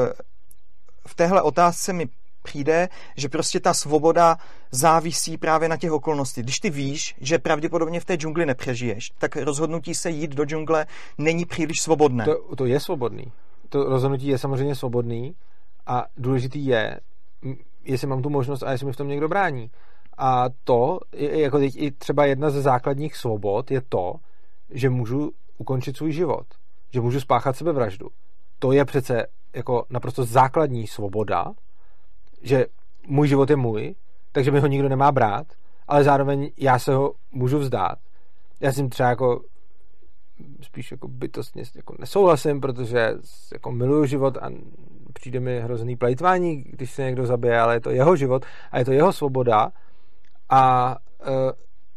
v téhle otázce mi přijde, že prostě ta svoboda závisí právě na těch okolnostech. Když ty víš, že pravděpodobně v té džungli nepřežiješ, tak rozhodnutí se jít do džungle není příliš svobodné. To, to je svobodný. To rozhodnutí je samozřejmě svobodný a důležitý je, jestli mám tu možnost a jestli mi v tom někdo brání. A to, jako teď i třeba jedna ze základních svobod je to, že můžu ukončit svůj život. Že můžu spáchat sebevraždu. To je přece jako naprosto základní svoboda, že můj život je můj, takže mi ho nikdo nemá brát, ale zároveň já se ho můžu vzdát. Já jsem třeba jako spíš jako bytostně jako nesouhlasím, protože jako miluju život a přijde mi hrozný plejtvání, když se někdo zabije, ale je to jeho život a je to jeho svoboda a e,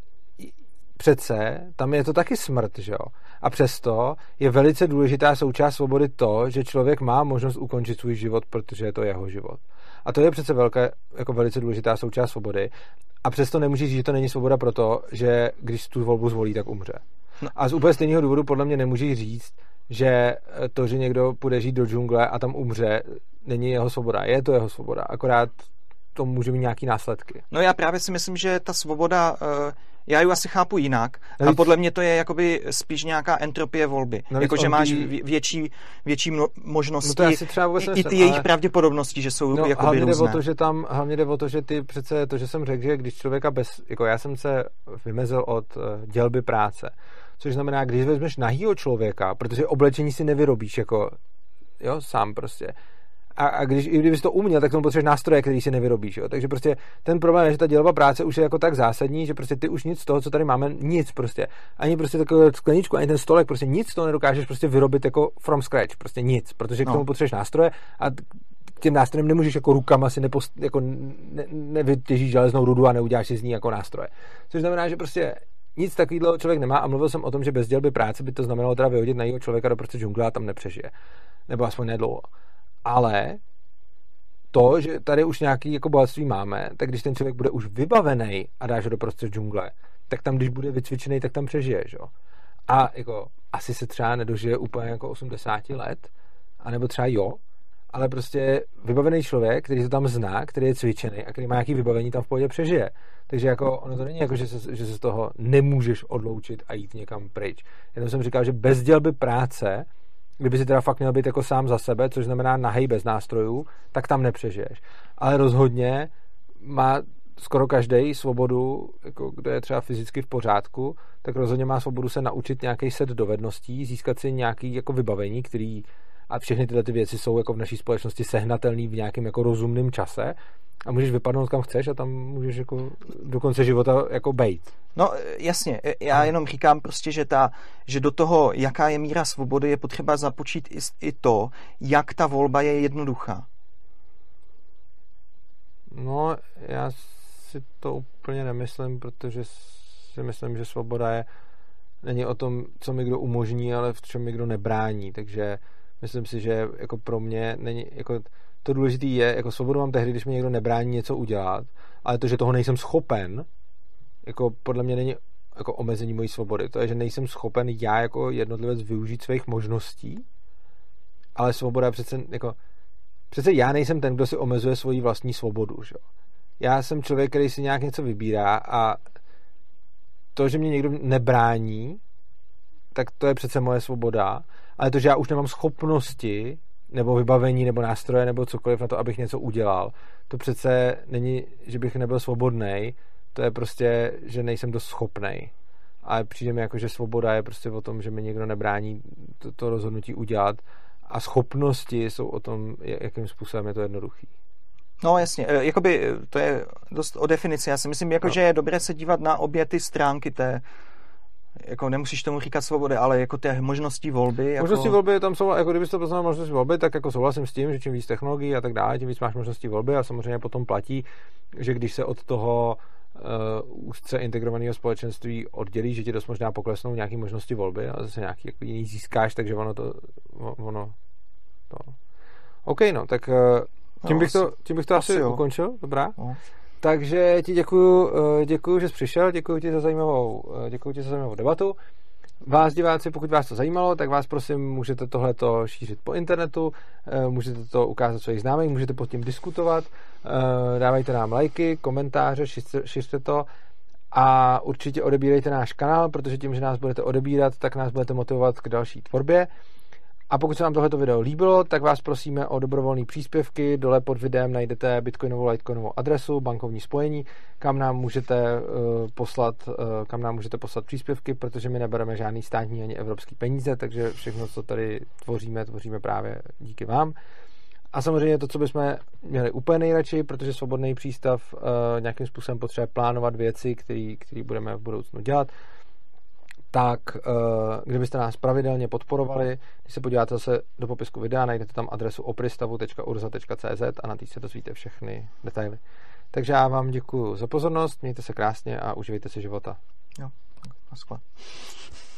přece tam je to taky smrt, že jo? A přesto je velice důležitá součást svobody to, že člověk má možnost ukončit svůj život, protože je to jeho život. A to je přece velké, jako velice důležitá součást svobody. A přesto nemůžeš říct, že to není svoboda proto, že když tu volbu zvolí, tak umře. No. A z úplně stejného důvodu podle mě nemůžeš říct, že to, že někdo půjde žít do džungle a tam umře, není jeho svoboda. Je to jeho svoboda, akorát to může mít nějaký následky. No já právě si myslím, že ta svoboda, já ji asi chápu jinak a podle mě to je jakoby spíš nějaká entropie volby. Jako, že máš tý... větší, větší možnosti no i, i ty jejich ale... pravděpodobnosti, že jsou no, jakoby hlavně různé. Jde o to, že tam, hlavně jde o to, že ty přece, to, že jsem řekl, že když člověka bez, jako já jsem se vymezil od dělby práce, což znamená, když vezmeš nahýho člověka, protože oblečení si nevyrobíš jako, jo, sám prostě. A, a když, i kdybys to uměl, tak tomu potřebuješ nástroje, který si nevyrobíš. Jo? Takže prostě ten problém je, že ta dělba práce už je jako tak zásadní, že prostě ty už nic z toho, co tady máme, nic prostě. Ani prostě takovou skleničku, ani ten stolek, prostě nic z toho nedokážeš prostě vyrobit jako from scratch. Prostě nic, protože k tomu no. potřebuješ nástroje a k těm nástrojem nemůžeš jako rukama si nepost, jako ne, nevytěžíš železnou rudu a neuděláš si z ní jako nástroje. Což znamená, že prostě nic takového člověk nemá a mluvil jsem o tom, že bez dělby práce by to znamenalo teda vyhodit na jiného člověka do prostě džungle a tam nepřežije. Nebo aspoň nedlouho. Ale to, že tady už nějaký jako bohatství máme, tak když ten člověk bude už vybavený a dáš ho do prostřed džungle, tak tam, když bude vycvičený, tak tam přežije, že? A jako asi se třeba nedožije úplně jako osmdesát let, anebo třeba jo, ale prostě vybavený člověk, který to tam zná, který je cvičený a který má nějaký vybavení, tam v pohodě přežije. Takže jako ono to není jako, že se, že se z toho nemůžeš odloučit a jít někam pryč. Jenom jsem říkal, že bez dělby práce, kdyby si teda fakt měl být jako sám za sebe, což znamená nahej bez nástrojů, tak tam nepřežiješ. Ale rozhodně má skoro každý svobodu, jako kdo je třeba fyzicky v pořádku, tak rozhodně má svobodu se naučit nějaký set dovedností, získat si nějaký jako vybavení, který a všechny tyhle ty věci jsou jako v naší společnosti sehnatelný v nějakém jako rozumném čase a můžeš vypadnout kam chceš a tam můžeš jako do konce života jako bejt. No jasně, já jenom říkám prostě, že, ta, že do toho, jaká je míra svobody, je potřeba započít i, i to, jak ta volba je jednoduchá. No, já si to úplně nemyslím, protože si myslím, že svoboda je není o tom, co mi kdo umožní, ale v čem mi kdo nebrání, takže myslím si, že jako pro mě není, jako to důležité je, jako svobodu mám tehdy, když mi někdo nebrání něco udělat, ale to, že toho nejsem schopen, jako podle mě není jako omezení mojí svobody. To je, že nejsem schopen já jako jednotlivec využít svých možností, ale svoboda je přece jako přece já nejsem ten, kdo si omezuje svoji vlastní svobodu, že? Já jsem člověk, který si nějak něco vybírá a to, že mě někdo nebrání, tak to je přece moje svoboda, ale to, že já už nemám schopnosti nebo vybavení, nebo nástroje, nebo cokoliv na to, abych něco udělal, to přece není, že bych nebyl svobodnej, to je prostě, že nejsem dost schopnej. Ale přijde mi jako, že svoboda je prostě o tom, že mi někdo nebrání to, to rozhodnutí udělat a schopnosti jsou o tom, jakým způsobem je to jednoduchý. No jasně, jakoby to je dost o definici. Já si myslím, jako, no. že je dobré se dívat na obě ty stránky té, jako nemusíš tomu říkat svobody, ale jako té možnosti volby. Jako... Možnosti volby tam jsou, jako kdybyste poznal možnosti volby, tak jako souhlasím s tím, že čím víc technologií a tak dále, tím víc máš možnosti volby a samozřejmě potom platí, že když se od toho uh, úzce integrovaného společenství oddělí, že ti dost možná poklesnou nějaké možnosti volby a zase nějaký jako jiný získáš, takže ono to ono to. OK, no, tak uh, tím, no, bych to, tím bych to asi, asi ukončil, dobrá? No. Takže ti děkuju, děkuju, že jsi přišel, děkuju ti za zajímavou, děkuju ti za zajímavou debatu. Vás, diváci, pokud vás to zajímalo, tak vás prosím, můžete tohleto šířit po internetu, můžete to ukázat svých známých, můžete pod tím diskutovat, dávajte nám lajky, komentáře, šiřte, šiřte to a určitě odebírejte náš kanál, protože tím, že nás budete odebírat, tak nás budete motivovat k další tvorbě. A pokud se vám tohleto video líbilo, tak vás prosíme o dobrovolné příspěvky. Dole pod videem najdete bitcoinovou, litecoinovou adresu, bankovní spojení, kam nám můžete uh, poslat, uh, kam nám můžete poslat příspěvky, protože my nebereme žádný státní ani evropský peníze, takže všechno, co tady tvoříme, tvoříme právě díky vám. A samozřejmě to, co bychom měli úplně nejradši, protože Svobodný přístav uh, nějakým způsobem potřebuje plánovat věci, které budeme v budoucnu dělat, tak uh, kdybyste nás pravidelně podporovali, když se podíváte zase do popisku videa, najdete tam adresu opristavu tečka urza tečka cz a na té se dozvíte všechny detaily. Takže já vám děkuji za pozornost, mějte se krásně a uživejte si života. Jo, naschle.